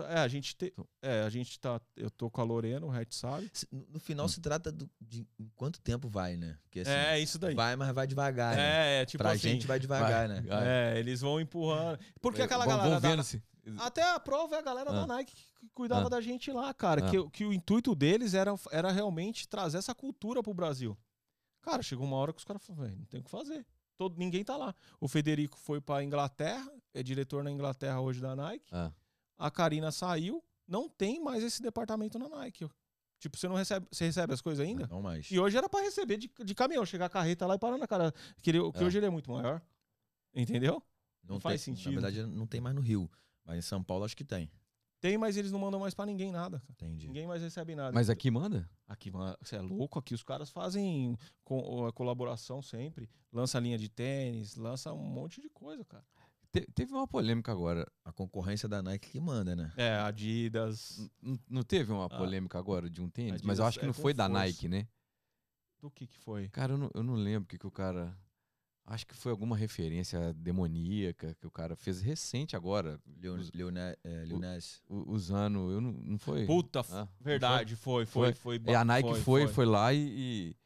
Eu tô com a Lorena, o Hatch sabe. No final se trata de em quanto tempo vai, né? Porque, assim, isso daí. Vai, mas vai devagar, né? Tipo pra assim, gente vai devagar, né? Eles vão empurrando. Porque aquela galera... Até a prova é a galera da Nike que cuidava da gente lá, cara. Que o intuito deles era realmente trazer essa cultura pro Brasil. Cara, chegou uma hora que os caras falaram, velho, não tem o que fazer. Ninguém tá lá. O Federico foi pra Inglaterra, é diretor na Inglaterra hoje da Nike. A Karina saiu, não tem mais esse departamento na Nike. Tipo, você recebe as coisas ainda? Não mais. E hoje era pra receber de caminhão, chegar a carreta lá e parar na cara. Que hoje ele é muito maior. Entendeu? Não faz sentido. Na verdade, não tem mais no Rio. Mas em São Paulo acho que tem. Tem, mas eles não mandam mais pra ninguém nada, cara. Entendi. Ninguém mais recebe nada. Mas aqui manda? Aqui, mano, você é louco? Aqui os caras fazem colaboração sempre. Lança linha de tênis, lança um monte de coisa, cara. Teve uma polêmica agora. A concorrência da Nike que manda, né? É, Adidas. Não teve uma polêmica agora de um tênis? Adidas Mas eu acho que é não com foi da força. Nike, né? Do que foi? Cara, eu não lembro o que o cara... Acho que foi alguma referência demoníaca que o cara fez recente agora. Lil Nas. Usando... Eu não foi? Puta, Ah, verdade, foi. A Nike foi lá e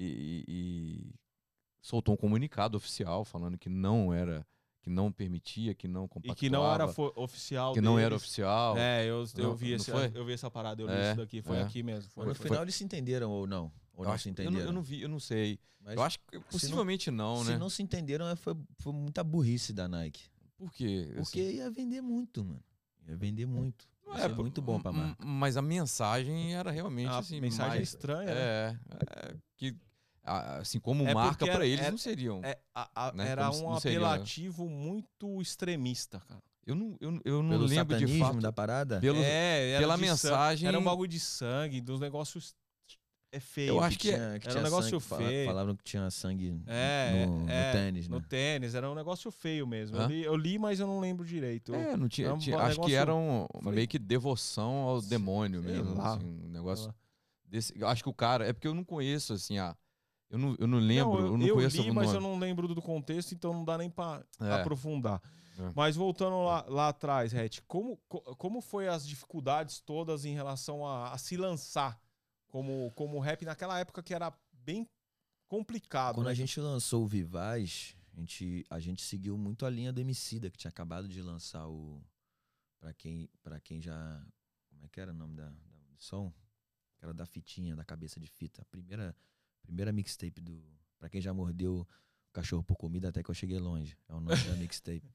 soltou um comunicado oficial falando que não era... Que não permitia, que não compactuava. E que não era oficial que deles. não era oficial. É, eu vi essa parada, eu li isso daqui. Foi aqui mesmo. No final eles se entenderam ou não? Ou não se entenderam? Eu não vi, eu não sei. Mas eu acho que possivelmente não, né? Se não se entenderam, foi muita burrice da Nike. Por quê? Porque ia vender muito, mano. Ia vender muito. Ia ser muito bom pra marca. Mas a mensagem era realmente A assim. mensagem mais, estranha, né? Que assim, como É marca porque pra eles não seriam. Né? Era Como um não seria- apelativo muito extremista, cara. Eu não Pelo lembro de satanismo fato. da parada? Era pela de mensagem. Era um bagulho de sangue, dos negócios feio. Eu acho que era um negócio feio. Falavam que tinha sangue no tênis, né? No tênis, era um negócio feio mesmo. Hã? Eu li, mas eu não lembro direito. não tinha, era um acho negócio- que era Falei, meio que devoção ao demônio sei mesmo. lá. Assim, um negócio Sei lá. desse. Eu acho que o cara. É porque eu não conheço, assim, eu não lembro, eu não eu conheço li, o mas nome. eu não lembro do contexto, então não dá nem pra É. aprofundar. É. Mas voltando lá atrás, Ret, como foi as dificuldades todas em relação a se lançar como rap naquela época que era bem complicado? Quando né? a gente lançou o Vivaz, a gente seguiu muito a linha do Emicida, que tinha acabado de lançar o... Pra quem já... Como é que era o nome do som? Que era da fitinha, da cabeça de fita. A primeira mixtape do... Pra quem já mordeu o cachorro por comida, até que eu cheguei longe. É o nome da mixtape.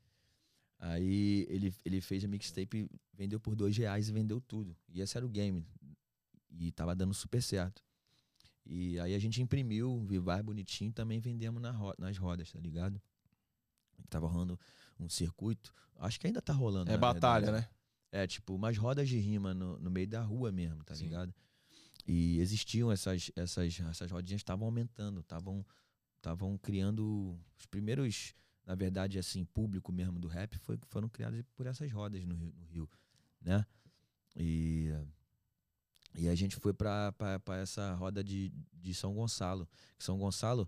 Aí ele fez a mixtape, vendeu por R$2 e vendeu tudo. E esse era o game. E tava dando super certo. E aí a gente imprimiu o Vivaz bonitinho e também vendemos nas rodas, tá ligado? Tava rolando um circuito. Acho que ainda tá rolando. É na batalha, verdade. né? Tipo, umas rodas de rima no meio da rua mesmo, tá Sim. ligado? E existiam essas rodinhas, estavam aumentando, estavam criando os primeiros, na verdade, assim, público mesmo do rap foram criados por essas rodas no Rio, né? E a gente foi pra essa roda de São Gonçalo. São Gonçalo,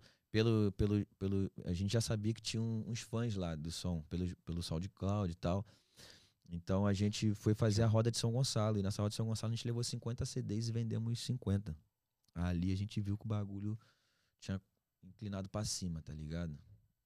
a gente já sabia que tinha uns fãs lá do som, pelo SoundCloud e tal. Então a gente foi fazer a roda de São Gonçalo. E nessa roda de São Gonçalo a gente levou 50 CDs e vendemos 50. Ali a gente viu que o bagulho tinha inclinado pra cima, tá ligado?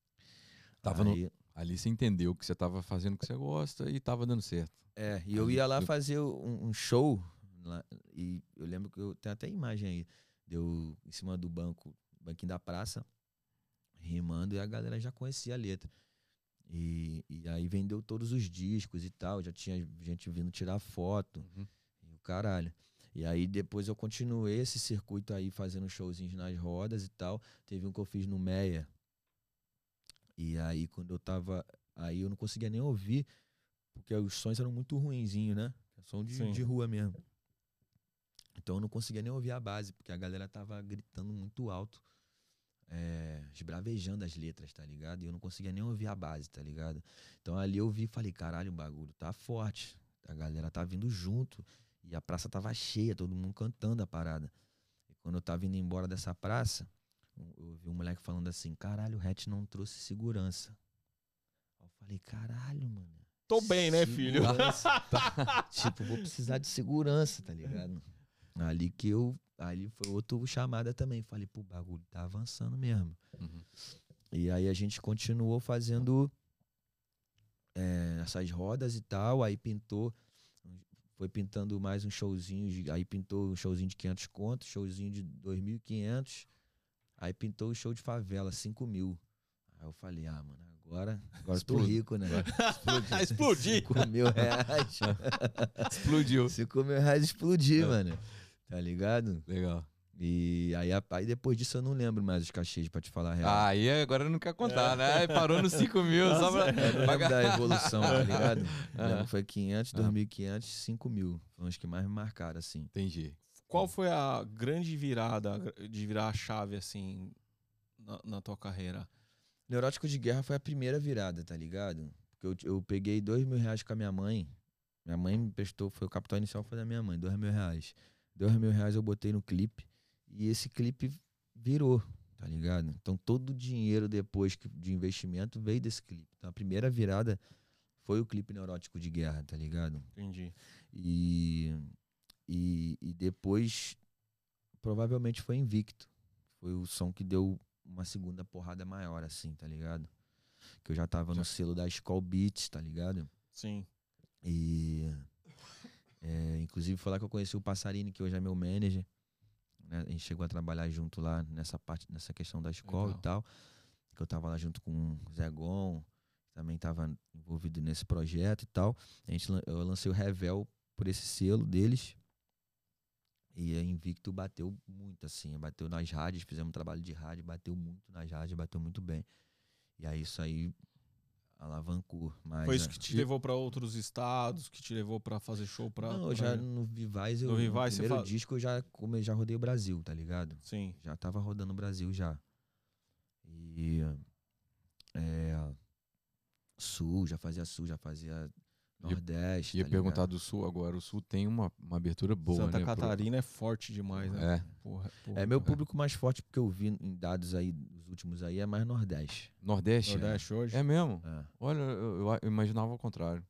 Ali você entendeu que você tava fazendo o que você gosta e tava dando certo. E eu ia lá fazer um show. Lá, e eu lembro que eu tenho até imagem aí. Deu em cima do banquinho da praça, rimando, e a galera já conhecia a letra. E aí vendeu todos os discos e tal. Já tinha gente vindo tirar foto. E o caralho. E aí depois eu continuei esse circuito aí, fazendo showzinhos nas rodas e tal. Teve um que eu fiz no Meia. E aí quando eu tava... Aí eu não conseguia nem ouvir, porque os sons eram muito ruinzinhos, né? Som de rua mesmo. Então eu não conseguia nem ouvir a base, porque a galera tava gritando muito alto, esbravejando as letras, tá ligado? E eu não conseguia nem ouvir a base, tá ligado? Então ali eu vi e falei, caralho, o bagulho tá forte. A galera tá vindo junto. E a praça tava cheia, todo mundo cantando a parada. E quando eu tava indo embora dessa praça, eu vi um moleque falando assim, caralho, o Hatch não trouxe segurança. Eu falei, caralho, mano. Tô bem, né, filho? Tipo, vou precisar de segurança, tá ligado? Ali foi outro chamada também. Falei, pô, o bagulho tá avançando mesmo. E aí a gente continuou fazendo essas rodas e tal. Aí foi pintando mais uns showzinhos. Aí pintou um showzinho de 500 contos, showzinho de 2.500. Aí pintou o show de favela, 5.000. Aí eu falei, mano, agora eu tô rico, né? Explodi. 5.000 reais. Explodiu. 5.000 reais explodiu, mano. Tá ligado? Legal. E aí depois disso eu não lembro mais os cachês, pra te falar a real. Aí agora não quer contar, né? Aí parou nos 5 mil, só pra... Eu não lembro da evolução, tá ligado? Aham. Lembro, foi 500, 2.500, 5 mil. Foram os que mais me marcaram, assim. Entendi. Qual foi a grande virada de virar a chave, assim, na tua carreira? Neurótico de Guerra foi a primeira virada, tá ligado? Porque eu peguei R$2.000 com a minha mãe. Minha mãe me prestou, foi o capital inicial, foi da minha mãe, R$2.000. R$2.000 eu botei no clipe e esse clipe virou, tá ligado? Então todo o dinheiro depois de investimento veio desse clipe. Então a primeira virada foi o clipe Neurótico de Guerra, tá ligado? Entendi. E depois provavelmente foi Invicto. Foi o som que deu uma segunda porrada maior, assim, tá ligado? Que eu já tava no selo da Skull Beats, tá ligado? Sim. E inclusive foi lá que eu conheci o Passarini, que hoje é meu manager, né? A gente chegou a trabalhar junto lá nessa questão da escola. Legal. E tal. Que eu tava lá junto com o Zé Gon, que também tava envolvido nesse projeto e tal. Eu lancei o Revel por esse selo deles. E a Invicto bateu muito, assim. Bateu nas rádios, fizemos um trabalho de rádio, bateu muito nas rádios, bateu muito bem. E aí isso aí alavancou. Mas, Foi isso que te levou pra outros estados, que te levou pra fazer show pra... Não, eu já no Vivaz, No Vivaz, no primeiro disco como eu já rodei o Brasil, tá ligado? Sim. Já tava rodando o Brasil já. E Sul, já fazia Nordeste. Ia tá perguntar ligado? do Sul agora. O Sul tem uma abertura boa, Santa né? Catarina é forte demais, né? É. Porra. É meu público mais forte, porque eu vi em dados aí, os últimos aí, é mais Nordeste. Nordeste? Nordeste hoje? É mesmo? É. Olha, eu imaginava ao contrário.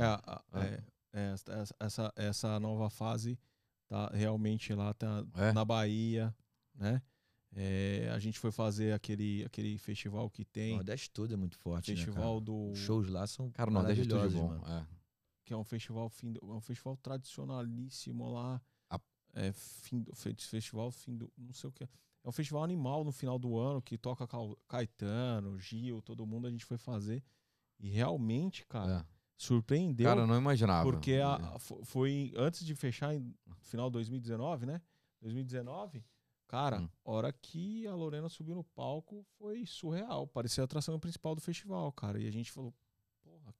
Essa nova fase tá realmente lá, tá É? na Bahia, né? A gente foi fazer aquele festival que O tem, Nordeste todo é muito forte, festival né, cara? do... Os shows lá são Cara, o Nordeste é tudo de maravilhosos, bom. mano. É. que é um festival um festival tradicionalíssimo lá. Festival não sei o que. É um festival animal no final do ano que toca Caetano, Gil, todo mundo a gente foi fazer. E realmente, cara, surpreendeu. Cara, eu não imaginava. Porque foi antes de fechar em final de 2019, né? 2019, cara, a hora que a Lorena subiu no palco foi surreal. Parecia a atração principal do festival, cara. E a gente falou, porra,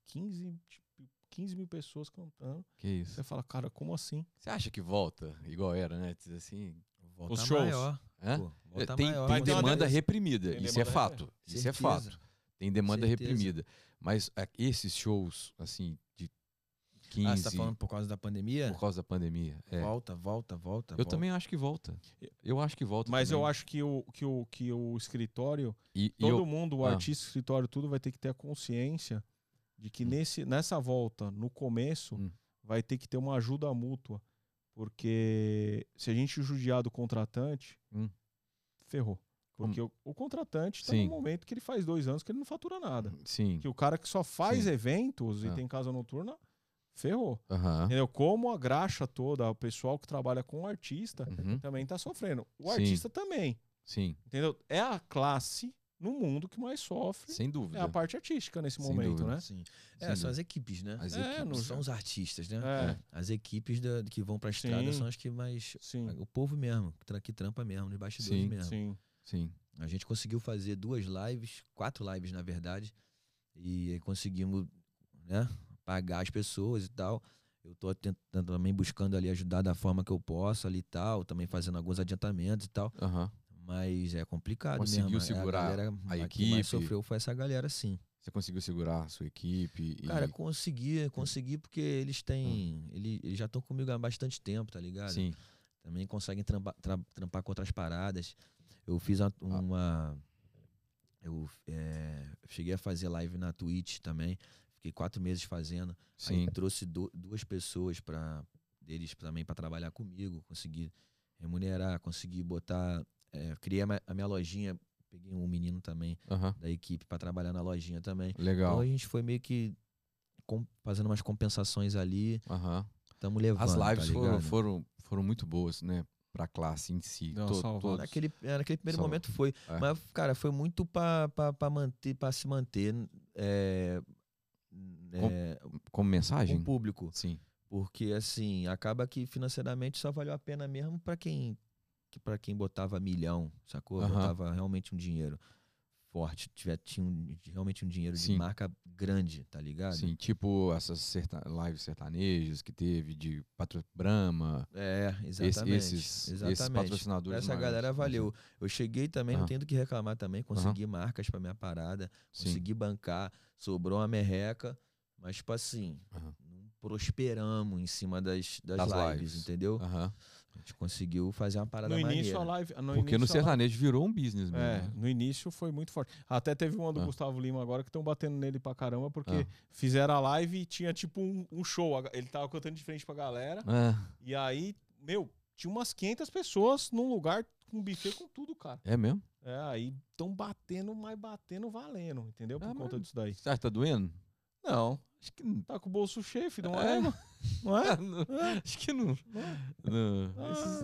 15 mil pessoas cantando. Que isso? Você fala, cara, como assim? Você acha que volta igual era, né? Diz assim. Volta Os shows. maior. Hã? Pô, volta Tem maior. Vai ter uma demanda demanda- reprimida. tem Isso demanda é fato. Isso é Certeza. fato. Tem demanda Certeza. reprimida. Mas esses shows, assim, de 15... Ah, você tá falando por causa da pandemia? por causa da pandemia. É. Volta. Eu também acho que volta. Eu acho que volta. Mas também. eu acho que o escritório, E todo eu- mundo, o artista, o escritório, tudo vai ter que ter a consciência de que nessa volta, no começo, vai ter que ter uma ajuda mútua. Porque se a gente judiar do contratante, ferrou. Porque o contratante está Sim. no momento que ele faz 2 anos que ele não fatura nada. Sim. Que o cara que só faz Sim. eventos e tem casa noturna, ferrou. Aham. Entendeu? Como a graxa toda, o pessoal que trabalha com o artista Uhum. também tá sofrendo. O Sim. artista também. Sim. Entendeu? É a classe no mundo que mais sofre. Sem dúvida. É a parte artística nesse Sem momento, dúvida. né? Sim. Sem São as equipes, né? As É, equipes. no- São os artistas, né? É. As equipes que vão pra estrada Sim. são as que mais... Sim, O povo mesmo, que trampa mesmo, nos bastidores Sim, mesmo. sim. Sim. A gente conseguiu fazer 4 lives, na verdade, e aí conseguimos, né, pagar as pessoas e tal. Eu tô tentando também buscando ali ajudar da forma que eu posso ali e tal, também fazendo alguns adiantamentos e tal, Aham. mas é complicado Conseguiu mesmo. segurar a a que mais equipe? sofreu foi essa galera, sim. Você conseguiu segurar a sua equipe? Cara, consegui porque eles têm, eles já estão comigo há bastante tempo, tá ligado? Sim. Também conseguem trampar com outras paradas. Eu fiz eu cheguei a fazer live na Twitch também. Fiquei 4 meses fazendo. Sim. Aí trouxe 2 pessoas deles também para trabalhar comigo. Consegui remunerar, consegui botar... criei a minha lojinha. Peguei um menino também Aham. da equipe para trabalhar na lojinha também. Legal. Então a gente foi meio que fazendo umas compensações ali. Aham. Tamo levando, As lives tá ligado? foram muito boas, né? Pra classe em si. Deu uma salvada. Naquele primeiro Salva. momento foi. É. Mas, cara, foi muito pra se manter Como com mensagem? o público. Sim. Porque, assim, acaba que financeiramente só valeu a pena mesmo pra quem pra quem botava milhão, sacou? Aham. Botava realmente um dinheiro forte, realmente um dinheiro de Sim. marca grande, tá ligado? Sim, tipo essas lives sertanejas que teve de Brahma, Exatamente. esses patrocinadores Essa maiores, galera né, valeu. Eu cheguei também, não Aham. tenho do que reclamar também, consegui marcas pra minha parada, Sim. consegui bancar, sobrou uma merreca, mas tipo assim, Aham. não prosperamos em cima das lives, entendeu? Aham. A gente conseguiu fazer uma parada No início, maneira. a live. Porque no sertanejo virou um business mesmo. né? No início foi muito forte. Até teve uma do Ah. Gustavo Lima agora que estão batendo nele pra caramba, porque Ah. fizeram a live e tinha tipo um show. Ele tava cantando de frente pra galera. E aí, tinha umas 500 pessoas num lugar com buffet com tudo, cara. É mesmo? Aí estão batendo, mas batendo valendo, entendeu? Por conta disso daí. Você acha que tá doendo? Não. Acho que não. Tá com o bolso cheio, filho, não é? Não é? Acho que não. Não.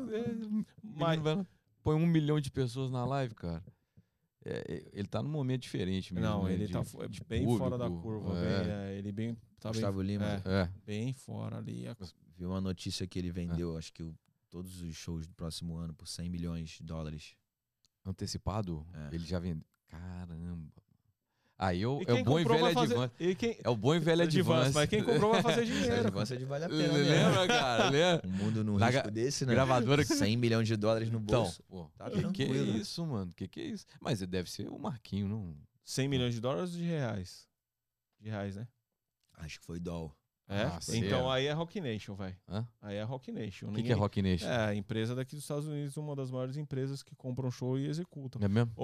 Mas, Põe 1 milhão de pessoas na live, cara. Ele tá num momento diferente mesmo. não, né, ele de- tá de bem público, fora da curva. Ele bem. Tá Gustavo bem, Lima. bem fora ali. Vi uma notícia que ele vendeu, acho que todos os shows do próximo ano por 100 milhões de dólares. Antecipado, É. ele já vendeu. Caramba. Aí é o quem bom e comprou velho vai fazer- advance. e quem- É o bom e velho advance. Mas quem comprou vai fazer dinheiro. Essa de vale a pena mesmo. Lembra, cara? Lembra? Um mundo num Na risco desse, né? gravadora que- 100 milhões de dólares no Então, bolso. pô, Tá que é tranquilo. isso, mano? Que é isso? Mas deve ser o Marquinho, não? 100 milhões de dólares ou de reais? De reais, né? Acho que foi doll. É? Ah, Então sério? aí é Rock Nation, velho. Hã? Aí é Rock Nation. O que é Rock Nation? É, a empresa daqui dos Estados Unidos, uma das maiores empresas que compram show e executam. É mesmo?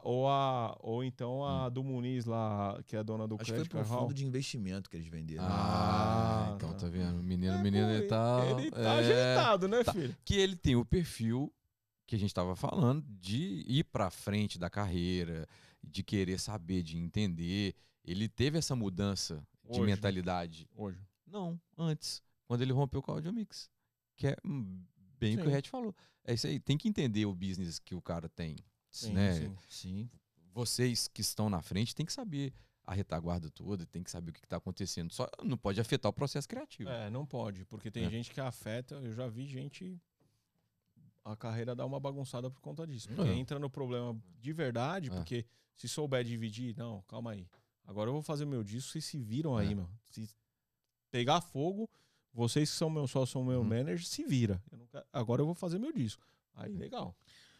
Ou então a do Muniz lá, que é a dona do Acho que foi Crédito por um Carral. fundo de investimento que eles venderam. Então tá. tá vendo? O menino, Ele ele tá. ajeitado, né, tá. filho? Que ele tem o perfil que a gente tava falando de ir pra frente da carreira, de querer saber, de entender. Ele teve essa mudança de Hoje. mentalidade. Hoje. Não, antes, quando ele rompeu com o Audiomix. Que é bem o que o Sim. Red falou. É isso aí, tem que entender o business que o cara tem. Sim, né? sim. Sim. Vocês que estão na frente tem que saber a retaguarda toda, tem que saber o que está acontecendo. Só não pode afetar o processo criativo. Não pode, porque tem É. gente que afeta. Eu já vi gente. A carreira dar uma bagunçada por conta disso. Porque É. entra no problema de verdade, É. porque se souber dividir, não, calma aí. Agora eu vou fazer meu disco, vocês se viram aí, meu. Se pegar fogo, vocês que são meu sócio, são meu manager, se vira. Agora eu vou fazer meu disco. Aí, legal.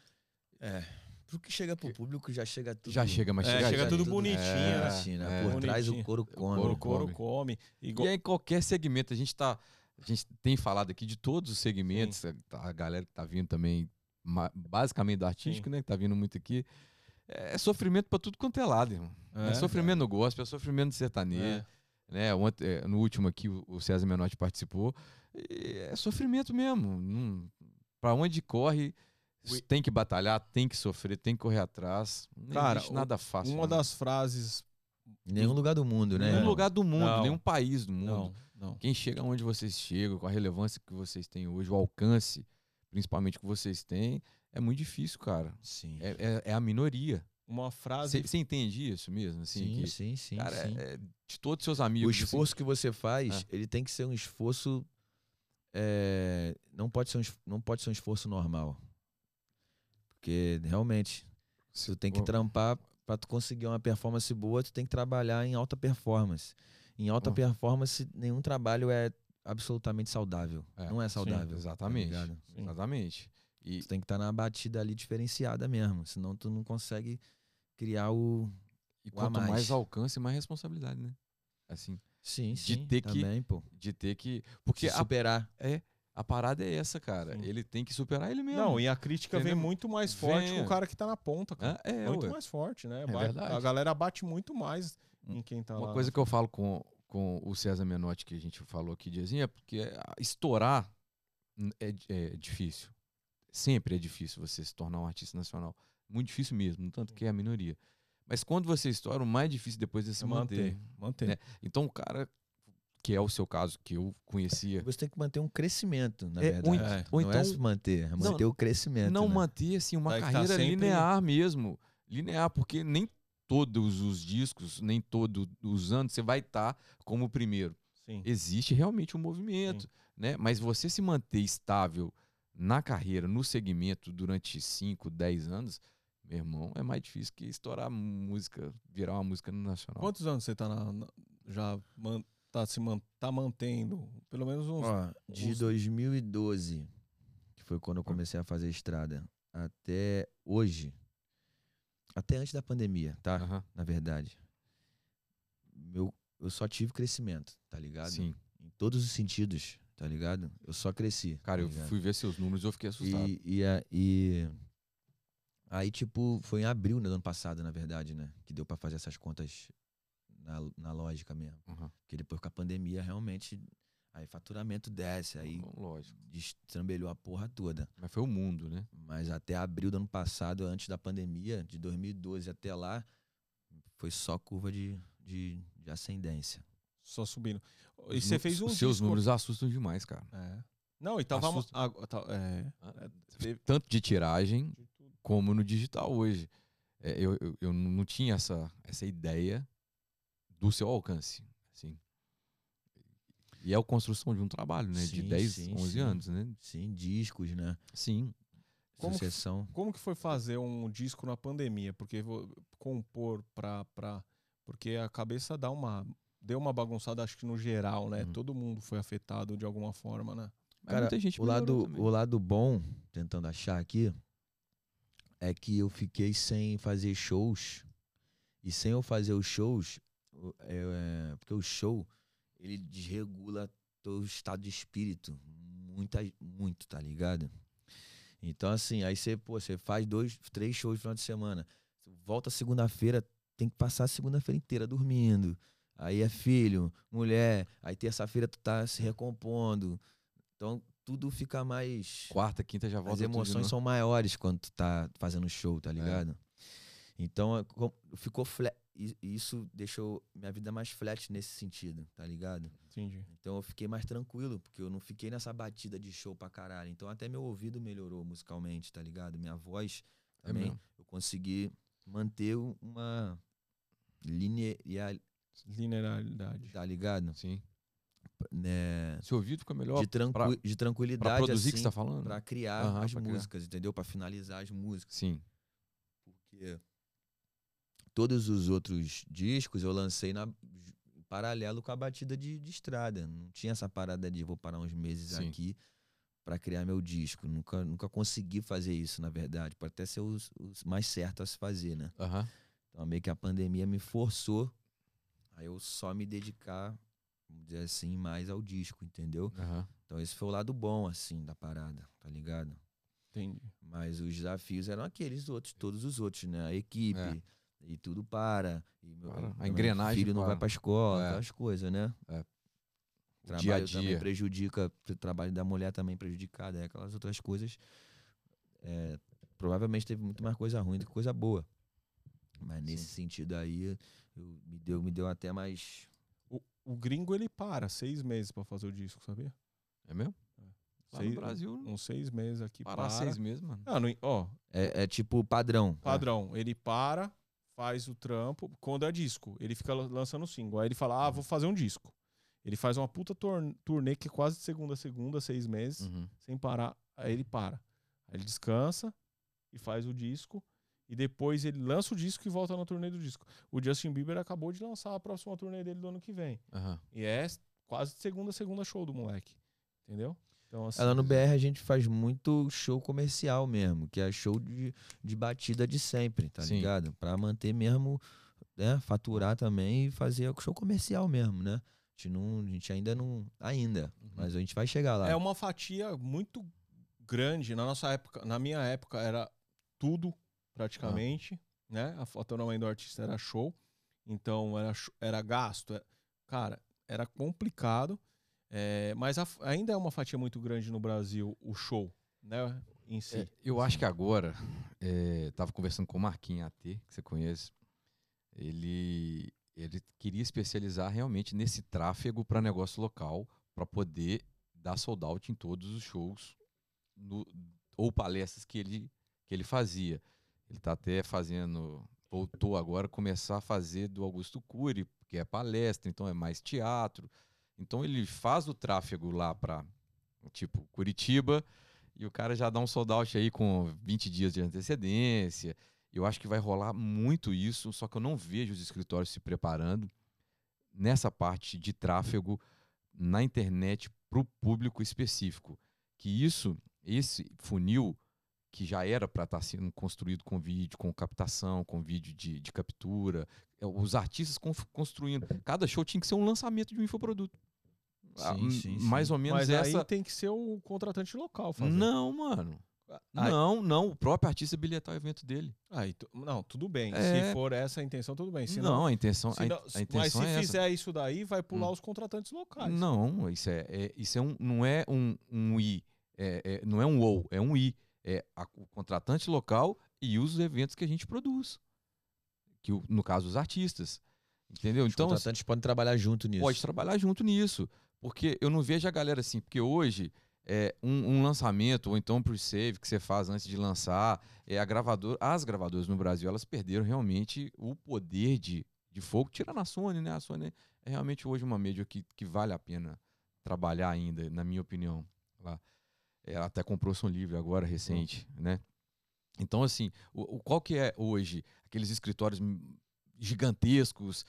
Pro que chega pro público já chega tudo. Já chega, mas chega tudo bonitinho, né? bonitinho, né? Por trás Bonitinho. o couro come. couro O couro come. E aí, em qualquer segmento, a gente tem falado aqui de todos os segmentos, a galera que tá vindo também, basicamente do artístico, Sim. né, que tá vindo muito aqui, é sofrimento pra tudo quanto é lado, irmão. É sofrimento no gospel, é sofrimento no sertanejo, né? No último aqui, o César Menotti participou, e é sofrimento mesmo. Pra onde corre, tem que batalhar, tem que sofrer, tem que correr atrás. Não Cara, existe nada fácil. Uma não. das frases. Em nenhum lugar do mundo, né? Nenhum irmão? lugar do mundo, Não. nenhum país do mundo. Não. Quem chega onde vocês chegam, com a relevância que vocês têm hoje, o alcance, principalmente que vocês têm, é muito difícil, cara. Sim. É a minoria. Uma frase. Você entende isso mesmo? Assim, Sim. cara, sim. de todos os seus O amigos. esforço que você faz, ele tem que ser um esforço. Não pode ser um esforço normal. Porque realmente, tu tem que trampar pra tu conseguir uma performance boa, tu tem que trabalhar em alta performance. Em alta performance, nenhum trabalho é absolutamente saudável. Não é saudável. Exatamente. Tá ligado? Exatamente. E Tu tem que estar na batida ali diferenciada mesmo. Senão tu não consegue criar o. quanto a mais. mais alcance, mais responsabilidade, né? Assim, Sim, ter que- também, pô. de ter que. Porque Se superar. a parada é essa, cara. Sim. Ele tem que superar ele mesmo. Não, e a crítica vem Entendeu? muito mais forte Vem, com o cara que tá na ponta, cara. Muito ué. mais forte, né? verdade. A galera bate muito mais em quem tá lá. Uma coisa que eu falo com o César Menotti, que a gente falou aqui, Diazinho, é porque estourar é difícil. Sempre é difícil você se tornar um artista nacional. Muito difícil mesmo, no tanto que é a minoria. Mas quando você estoura, o mais difícil depois é se manter. Né? Então o cara, que é o seu caso, que eu conhecia... Você tem que manter um crescimento, na É, verdade. ou não então- é se manter, é manter o crescimento. Não né? manter assim, uma Vai que tá carreira sempre- linear mesmo. Linear, porque nem todos os discos, nem todos os anos você vai estar como o primeiro. Sim. Existe realmente um movimento, né? Mas você se manter estável na carreira, no segmento, durante 5, 10 anos, meu irmão, é mais difícil que estourar música, virar uma música no nacional. Quantos anos você tá tá mantendo? Pelo menos uns... Ó, de 2012, que foi quando eu comecei a fazer estrada, até hoje, até antes da pandemia, tá? Aham. Na verdade. Eu só tive crescimento, tá ligado? Sim. Em todos os sentidos, tá ligado? Eu só cresci. Cara, tá eu ligado? fui ver seus números e eu fiquei assustado. Aí, tipo, foi em abril, né, do ano passado, na verdade, né? Que deu pra fazer essas contas na lógica mesmo. Uhum. Porque depois com a pandemia, realmente, aí faturamento desce, aí Lógico. destrambelhou a porra toda. Mas foi o mundo, né? Mas até abril do ano passado, antes da pandemia, de 2012 até lá, foi só curva de ascendência. Só subindo. E você fez um Os seus disco... números assustam demais, cara. É. Não, e tava... Assusta. Teve- Tanto de tiragem como no digital hoje. Eu não tinha essa ideia do seu alcance. Assim. E é a construção de um trabalho, né? De 10, 11 anos, né? Sim, discos, né? Sim. Sucessão. Como que foi fazer um disco na pandemia? Porque compor porque a cabeça deu uma bagunçada, acho que no geral, né? Todo mundo foi afetado de alguma forma, né? Mas Cara, muita gente o melhorou também. lado bom, tentando achar aqui, é que eu fiquei sem fazer shows. E sem eu fazer os shows, porque o show, ele desregula teu estado de espírito muito, tá ligado? Então, assim, aí você faz 2, 3 shows no final de semana. Você volta segunda-feira, tem que passar a segunda-feira inteira dormindo. Aí é filho, mulher, aí terça-feira tu tá se recompondo. Então, tudo fica mais... Quarta, quinta já volta. As emoções são maiores quando tu tá fazendo show, tá ligado? Então, ficou flat. Isso deixou minha vida mais flat nesse sentido, tá ligado? Entendi. Então eu fiquei mais tranquilo, porque eu não fiquei nessa batida de show pra caralho. Então até meu ouvido melhorou musicalmente, tá ligado? Minha voz também, mesmo? eu consegui manter uma linearidade, Linearidade. tá ligado? Sim. Né? Seu ouvido fica melhor De tranquilidade, pra produzir, assim, que você tá falando? pra criar Aham, as pra criar. músicas, entendeu? Pra finalizar as músicas. Sim. Porque todos os outros discos eu lancei em paralelo com a batida de estrada. Não tinha essa parada de vou parar uns meses Sim. aqui pra criar meu disco. Nunca consegui fazer isso, na verdade. Pode até ser os mais certo a se fazer, né? Aham. Então meio que a pandemia me forçou a eu só me dedicar, vamos dizer assim, mais ao disco, entendeu? Aham. Então esse foi o lado bom, assim, da parada, tá ligado? Entendi. Mas os desafios eram aqueles outros, todos os outros, né? A equipe, e tudo para. E Para. A também engrenagem filho não para. vai pra escola, É. aquelas coisas, né? O Trabalho dia a também dia. prejudica, o trabalho da mulher também prejudicado, aquelas outras coisas. Provavelmente teve muito mais coisa ruim do que coisa boa. Mas nesse sentido aí, me deu até mais... O gringo, ele para 6 meses pra fazer o disco, sabia? É mesmo? Lá no Brasil, Uns 6 meses aqui parar 6 meses, mano. Ah, ó, É tipo padrão. padrão. Ele para, faz o trampo. Quando é disco, ele fica lançando single. Aí ele fala, vou fazer um disco. Ele faz uma puta turnê que é quase de segunda a segunda, 6 meses, sem parar. Aí ele para. Aí ele descansa e faz o disco. E depois ele lança o disco e volta na turnê do disco. O Justin Bieber acabou de lançar a próxima turnê dele do ano que vem. E é quase de segunda a segunda show do moleque. Entendeu? Então, assim, Lá no BR a gente faz muito show comercial mesmo, que é show de batida de sempre, tá Sim. ligado? Pra manter mesmo, né? Faturar também e fazer show comercial mesmo, né? A gente ainda não... mas a gente vai chegar lá. é uma fatia muito grande. Na nossa época, na minha época, era tudo praticamente, né? A faturamento do artista era show. Então era gasto. Cara, era complicado. Mas ainda é uma fatia muito grande no Brasil o show, né? Em si. Eu acho que agora, tava conversando com o Marquinhos AT, que você conhece, ele queria especializar realmente nesse tráfego para negócio local, para poder dar sold out em todos os shows ou palestras que ele fazia. Ele está até voltou agora a começar a fazer do Augusto Cury, que é palestra, então é mais teatro. Então ele faz o tráfego lá para, tipo, Curitiba e o cara já dá um sold out aí com 20 dias de antecedência. Eu acho que vai rolar muito isso, só que eu não vejo os escritórios se preparando nessa parte de tráfego na internet para o público específico. Que esse funil que já era para estar sendo construído com vídeo, com captação, com vídeo de captura, os artistas construindo. Cada show tinha que ser um lançamento de um infoproduto. Sim. Mais ou menos Mas essa. aí tem que ser o contratante local fazer. Não, mano. Não. O próprio artista bilhetar o evento dele. Não, tudo bem. É. Se for essa a intenção, tudo bem. Não, a intenção, Mas se é fizer isso daí, vai pular os contratantes locais. Não, isso não é um I. Não é um ou, é um I. É o contratante local e os eventos que a gente produz. Que, no caso, os artistas. Entendeu? Os então, contratantes podem trabalhar junto nisso. Pode trabalhar junto nisso. Porque eu não vejo a galera assim. Porque hoje, um lançamento, ou então um pre-save que você faz antes de lançar, as gravadoras no Brasil, elas perderam realmente o poder de fogo. Tirando a Sony, né? A Sony é realmente hoje uma mídia que vale a pena trabalhar ainda, na minha opinião. Lá. Ela até comprou Som Livre agora, recente, né? Então, assim, qual que é hoje aqueles escritórios gigantescos,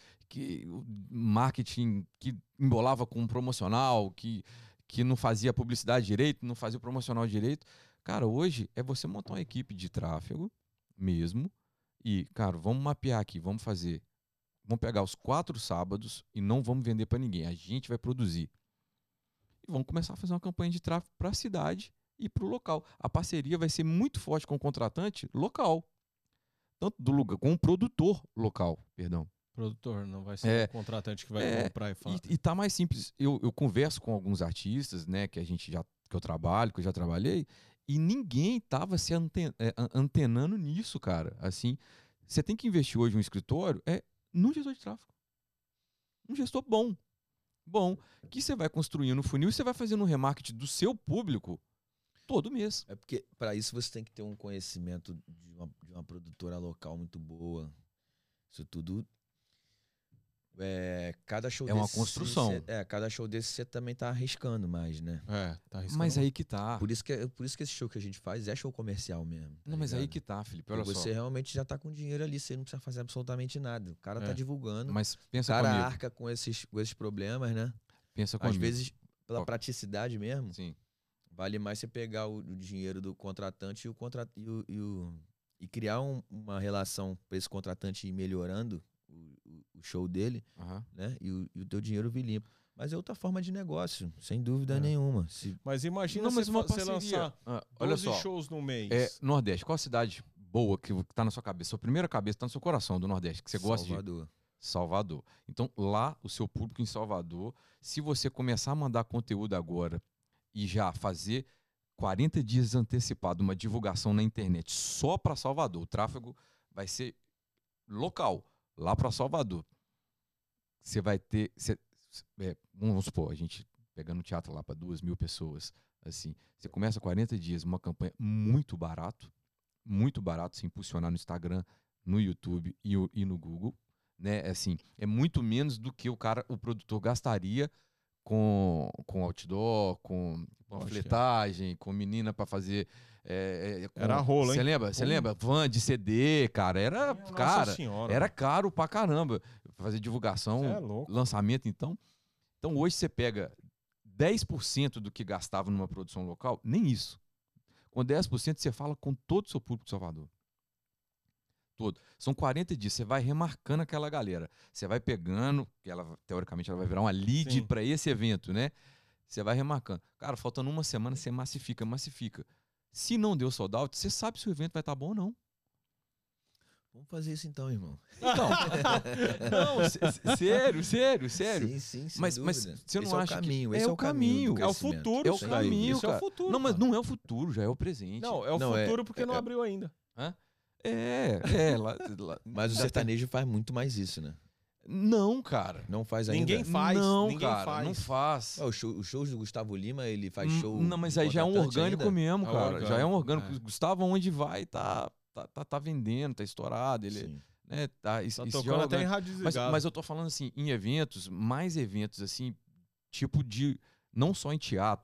marketing que embolava com promocional, que não fazia publicidade direito, não fazia promocional direito? Cara, hoje é você montar uma equipe de tráfego mesmo e, cara, vamos mapear aqui, vamos pegar os 4 sábados e não vamos vender para ninguém, a gente vai produzir. E vamos começar a fazer uma campanha de tráfego para a cidade e para o local. A parceria vai ser muito forte com o contratante local. Tanto com o produtor local, perdão. Produtor, não vai ser o contratante que vai comprar e falar. E tá mais simples. Eu converso com alguns artistas, né, que eu trabalho, que eu já trabalhei, e ninguém tava se antenando nisso, cara. Assim, você tem que investir hoje no escritório no gestor de tráfego. Um gestor bom, que você vai construindo o funil e você vai fazendo um remarketing do seu público todo mês. É porque para isso você tem que ter um conhecimento de uma produtora local muito boa. Isso tudo cada show é desse, uma construção. Cada show desse você também tá arriscando mais, né? Tá arriscando. Mas aí que tá. Por isso que esse show que a gente faz é show comercial mesmo. Não, mas aí que tá, Felipe. Olha só. Você realmente já tá com dinheiro ali, você não precisa fazer absolutamente nada. O cara tá divulgando. Mas pensa o cara comigo. arca com esses problemas, né? Pensa Às comigo. vezes, pela praticidade mesmo, Sim. vale mais você pegar o dinheiro do contratante e criar uma relação para esse contratante ir melhorando o show dele, né? E o teu dinheiro vir limpo. Mas é outra forma de negócio, sem dúvida nenhuma. Mas imagina você lançar 12 shows no mês. Nordeste, qual a cidade boa que tá na sua cabeça? Sua primeira cabeça tá no seu coração do Nordeste, que você gosta de? Salvador. Então, lá, o seu público em Salvador, se você começar a mandar conteúdo agora e já fazer 40 dias antecipado uma divulgação na internet só para Salvador, o tráfego vai ser local, lá para Salvador. Você vai ter... vamos supor, a gente pegando teatro lá para 2.000 pessoas, assim, você começa 40 dias, uma campanha muito barato, se impulsionar no Instagram, no YouTube e no Google, né? Assim, é muito menos do que o produtor gastaria com outdoor, com panfletagem, com menina para fazer. Era rolo, hein? Você lembra? Van de CD, cara. Era caro pra caramba. Fazer divulgação, lançamento, então. Então hoje você pega 10% do que gastava numa produção local, nem isso. Com 10% você fala com todo o seu público de Salvador. Todo. São 40 dias, você vai remarcando aquela galera. Você vai pegando, que teoricamente ela vai virar uma lead para esse evento, né? Você vai remarcando. Cara, faltando uma semana, você massifica. Se não deu sold out, você sabe se o evento vai estar bom ou não. Vamos fazer isso então, irmão. Então, não, sério. Sim, mas você não acha que é o caminho? É o futuro. É o caminho, isso cara. É o futuro. Não, mas não é o futuro, já é o presente. Não, é o futuro porque não abriu ainda. Hã? Mas o sertanejo faz muito mais isso, né? Não, cara. Não faz ainda. Ninguém faz. Não, cara, não faz. Os shows do Gustavo Lima, ele faz show. Não, mas aí já é um orgânico ainda? mesmo, cara. Já é um orgânico. O Gustavo, onde vai, tá vendendo, tá estourado. Ele, né, tá tocando até em rádio desligado. Mas eu tô falando assim, em eventos, mais eventos, assim, tipo de. Não só em teatro,